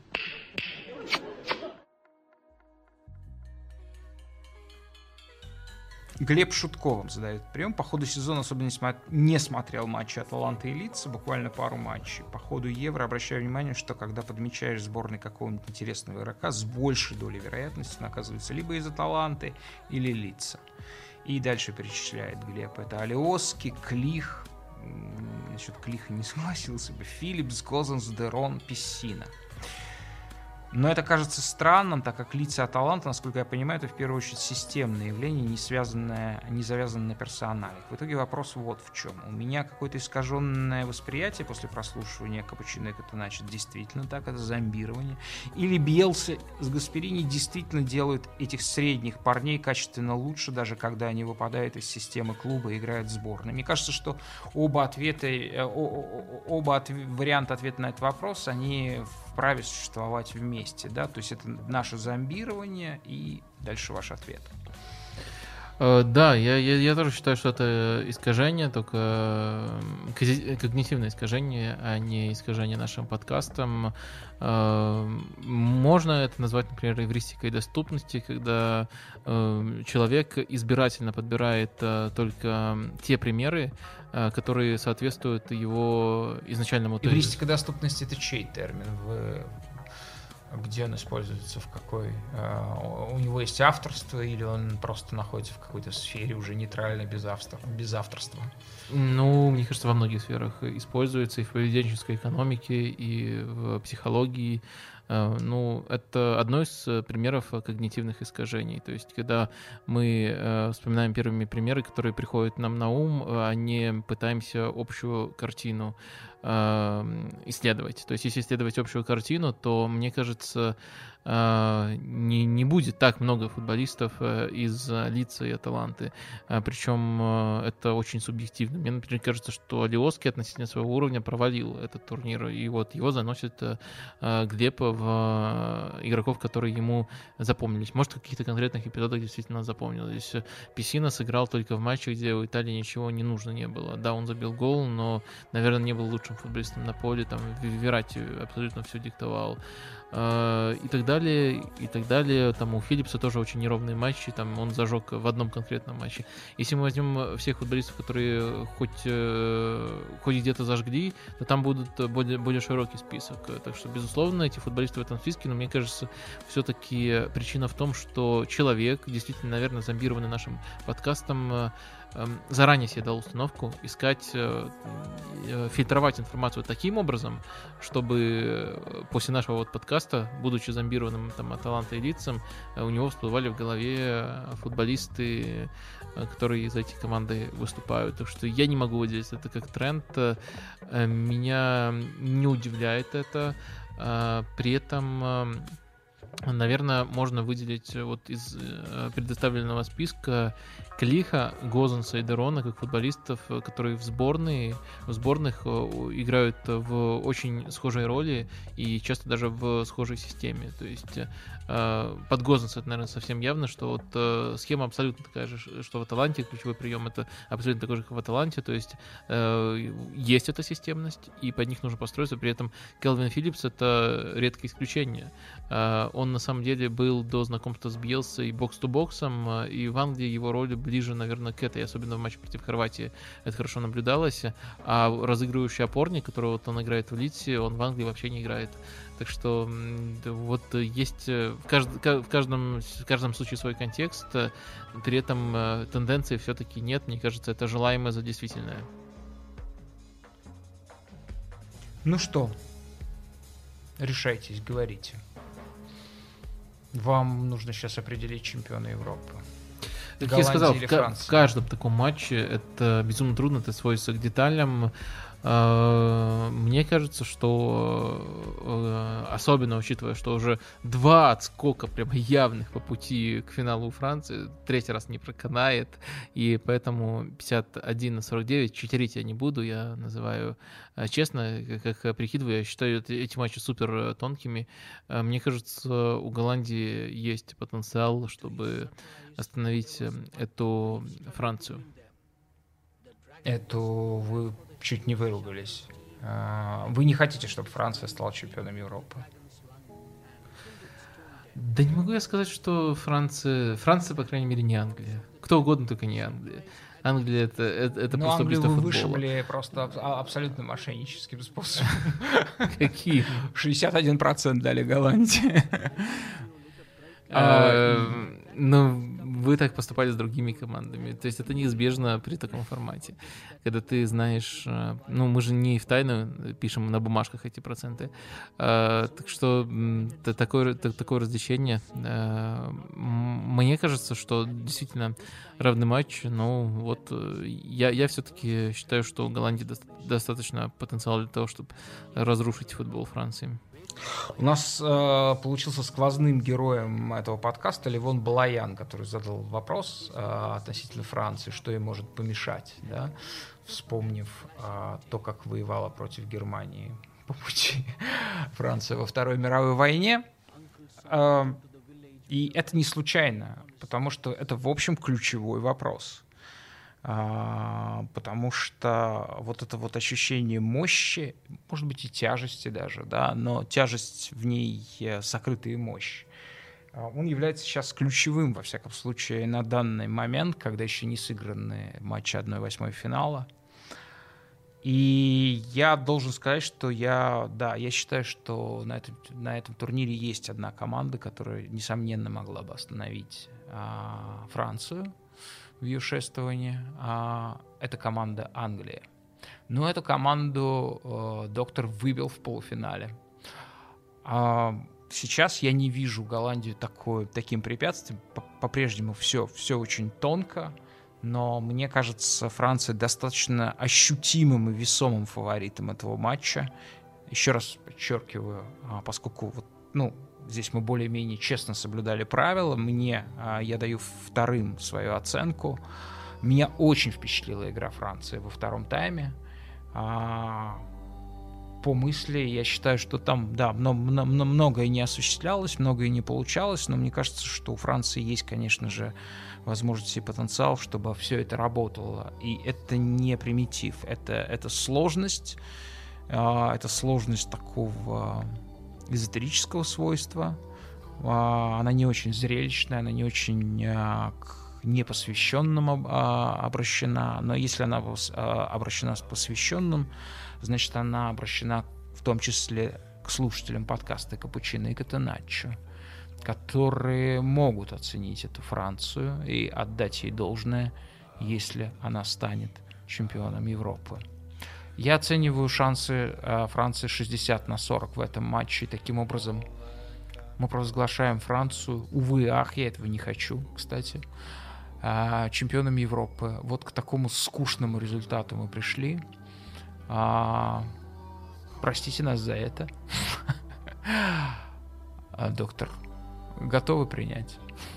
Глеб Шутков задает прием. По ходу сезона особо не, смо... не смотрел матчи Аталанты и Лица, буквально пару матчей. По ходу Евро обращаю внимание, что когда подмечаешь сборной какого-нибудь интересного игрока, с большей долей вероятности он оказывается либо из Аталанты или Лица. И дальше перечисляет Глеб. Это Алиоски, Клих, насчет Клиха не согласился бы, Филлипс, Гозенс, Дерон, Пессина. Но это кажется странным, так как лица Аталанта, насколько я понимаю, это в первую очередь системное явление, не связанное, не завязанное на персонале. В итоге вопрос вот в чем. У меня какое-то искаженное восприятие после прослушивания Капучино и Катеначо. Действительно так, это зомбирование. Или Бьелса с Гасперини действительно делают этих средних парней качественно лучше, даже когда они выпадают из системы клуба и играют в сборной. Мне кажется, что оба ответа, оба от, варианта ответа на этот вопрос, они вправе существовать вместе, да, то есть это наше зомбирование и дальше ваш ответ. Uh, да, я, я, я тоже считаю, что это искажение, только когнитивное искажение, а не искажение нашим подкастом. Uh, можно это назвать, например, эвристикой доступности, когда uh, человек избирательно подбирает uh, только те примеры, uh, которые соответствуют его изначальному тезису. Эвристика доступности — это чей термин? Вы... Где он используется, в какой? У него есть авторство, или он просто находится в какой-то сфере уже нейтральной, без авторства? Без авторства? Ну, мне кажется, во многих сферах используется, и в поведенческой экономике, и в психологии. Ну, это одно из примеров когнитивных искажений. То есть, когда мы вспоминаем первыми примеры, которые приходят нам на ум, а не пытаемся общую картину исследовать. То есть, если исследовать общую картину, то, мне кажется, не, не будет так много футболистов из Лидса и Аталанты. Причем это очень субъективно. Мне, например, кажется, что Алиоски относительно своего уровня провалил этот турнир. И вот его заносит Глеб в игроков, которые ему запомнились. Может, в каких-то конкретных эпизодах действительно запомнились. Песина сыграл только в матче, где у Италии ничего не нужно не было. Да, он забил гол, но, наверное, не был лучшим футболистом на поле. Там Верати абсолютно все диктовал. И так далее, и так далее. Там у Филлипса тоже очень неровные матчи, там он зажег в одном конкретном матче. Если мы возьмем всех футболистов, которые хоть, хоть где-то зажгли, то там будут более, более широкий список. Так что, безусловно, эти футболисты в этом списке, но мне кажется, все-таки причина в том, что человек, действительно, наверное, зомбированный нашим подкастом, заранее себе дал установку искать, фильтровать информацию таким образом, чтобы после нашего вот подкаста, будучи зомбированным там Аталантой и Лидсом, у него всплывали в голове футболисты, которые из этих команды выступают. Так что я не могу выделить это как тренд. Меня не удивляет это. При этом, наверное, можно выделить вот из предоставленного списка Клиха, Гозенса и Дерона как футболистов, которые в сборной, в сборных играют в очень схожей роли и часто даже в схожей системе. То есть под Гозенса это, наверное, совсем явно, что вот схема абсолютно такая же, что в Аталанте, ключевой прием это абсолютно такой же, как в Аталанте, то есть есть эта системность, и под них нужно построиться. При этом Келвин Филлипс — это редкое исключение. Он на самом деле был до знакомства с Бьелсой бокс-ту-боксом, и в Англии его роль ближе, наверное, к этой, особенно в матче против Хорватии это хорошо наблюдалось, а разыгрывающий опорник, которого вот он играет в Лидсе, он в Англии вообще не играет. Так что вот есть в, кажд... в, каждом... в каждом случае свой контекст, при этом тенденции все-таки нет, мне кажется, это желаемое за действительное. Ну что, решайтесь, говорите. Вам нужно сейчас определить чемпиона Европы. Как я сказал, в, в каждом таком матче это безумно трудно, это сводится к деталям. Мне кажется, что особенно учитывая, что уже два отскока прямо явных по пути к финалу у Франции, третий раз не проканает, и поэтому пятьдесят один на сорок девять, читерить я не буду, я называю честно, как прикидываю, я считаю эти матчи супер тонкими. Мне кажется, у Голландии есть потенциал, чтобы остановить эту Францию. Эту вы чуть не выругались. Вы не хотите, чтобы Франция стала чемпионом Европы? Да не могу я сказать, что Франция... Франция, по крайней мере, не Англия. Кто угодно, только не Англия. Англия — это, это, это ну, просто убийство футбола. Англию вы вышибли просто абсолютно мошенническим способом. Какие? шестьдесят один процент дали Голландии. Ну, вы так поступали с другими командами. То есть это неизбежно при таком формате. Когда ты знаешь... Ну, мы же не в тайну пишем на бумажках эти проценты. Так что такое, такое различение. Мне кажется, что действительно равный матч. Но вот я, я все-таки считаю, что у Голландии достаточно потенциала для того, чтобы разрушить футбол Франции. У нас э, получился сквозным героем этого подкаста Левон Балаян, который задал вопрос э, относительно Франции, что ей может помешать, да, вспомнив э, то, как воевала против Германии по пути Франция во Второй мировой войне. Э, и это не случайно, потому что это, в общем, ключевой вопрос. А, потому что вот это вот ощущение мощи, может быть и тяжести даже, да, но тяжесть в ней сокрытая мощь, он является сейчас ключевым, во всяком случае, на данный момент, когда еще не сыграны матчи одна восьмая финала. И я должен сказать, что я, да, я считаю, что на этом, на этом турнире есть одна команда, которая, несомненно, могла бы остановить а, Францию в ее шествовании. А, это команда Англии. Но эту команду э, доктор выбил в полуфинале. А, сейчас я не вижу Голландию такой, таким препятствием. По-прежнему все, все очень тонко, но мне кажется, Франция достаточно ощутимым и весомым фаворитом этого матча. Еще раз подчеркиваю, поскольку вот, ну, здесь мы более-менее честно соблюдали правила, мне, я даю вторым свою оценку. Меня очень впечатлила игра Франции во втором тайме. По мысли, я считаю, что там, да, многое не осуществлялось, многое не получалось, но мне кажется, что у Франции есть, конечно же, возможности и потенциал, чтобы все это работало. И это не примитив, это, это сложность, это сложность такого эзотерического свойства. Она не очень зрелищная, она не очень к непосвященным обращена, но если она обращена с посвященным, значит, она обращена в том числе к слушателям подкаста «Капучино и Катеначчо», которые могут оценить эту Францию и отдать ей должное, если она станет чемпионом Европы. Я оцениваю шансы Франции шестьдесят на сорок в этом матче, и таким образом мы провозглашаем Францию, увы, ах, я этого не хочу, кстати, чемпионом Европы. Вот к такому скучному результату мы пришли. А, простите нас за это. А, доктор, готовы принять?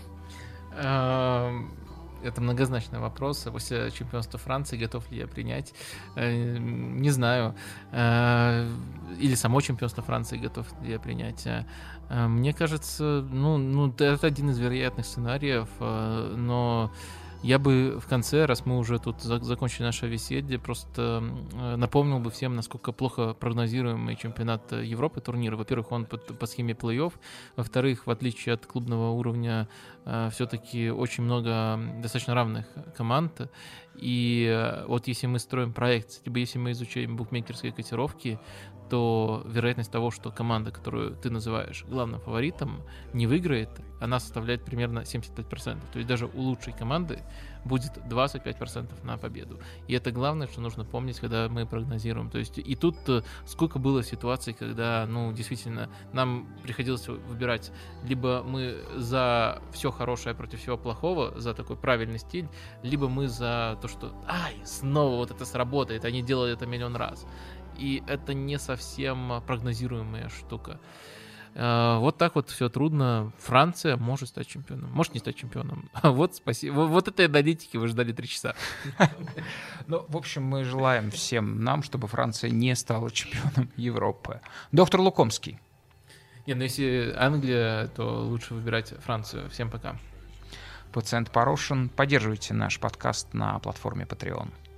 Это многозначный вопрос. После чемпионства Франции готов ли я принять? Не знаю. Или само чемпионство Франции готов ли я принять? Мне кажется, ну, ну это один из вероятных сценариев, но я бы в конце, раз мы уже тут закончили наше беседе, просто напомнил бы всем, насколько плохо прогнозируемый чемпионат Европы, турнир. Во-первых, он по, по схеме плей-офф. Во-вторых, в отличие от клубного уровня, все-таки очень много достаточно равных команд. И вот если мы строим проект, либо если мы изучаем букмекерские котировки, то вероятность того, что команда, которую ты называешь главным фаворитом, не выиграет, она составляет примерно семьдесят пять процентов. То есть даже у лучшей команды будет двадцать пять процентов на победу. И это главное, что нужно помнить, когда мы прогнозируем. То есть и тут сколько было ситуаций, когда, ну, действительно, нам приходилось выбирать либо мы за все хорошее против всего плохого, за такой правильный стиль, либо мы за то, что ай, снова вот это сработает, они делали это миллион раз. И это не совсем прогнозируемая штука. Вот так вот все трудно. Франция может стать чемпионом. Может не стать чемпионом. Вот спасибо. Вот этой аналитики вы ждали три часа. Ну, в общем, мы желаем всем нам, чтобы Франция не стала чемпионом Европы. Доктор Лукомский. Не, ну если Англия, то лучше выбирать Францию. Всем пока. Пациент Порошин. Поддерживайте наш подкаст на платформе Patreon.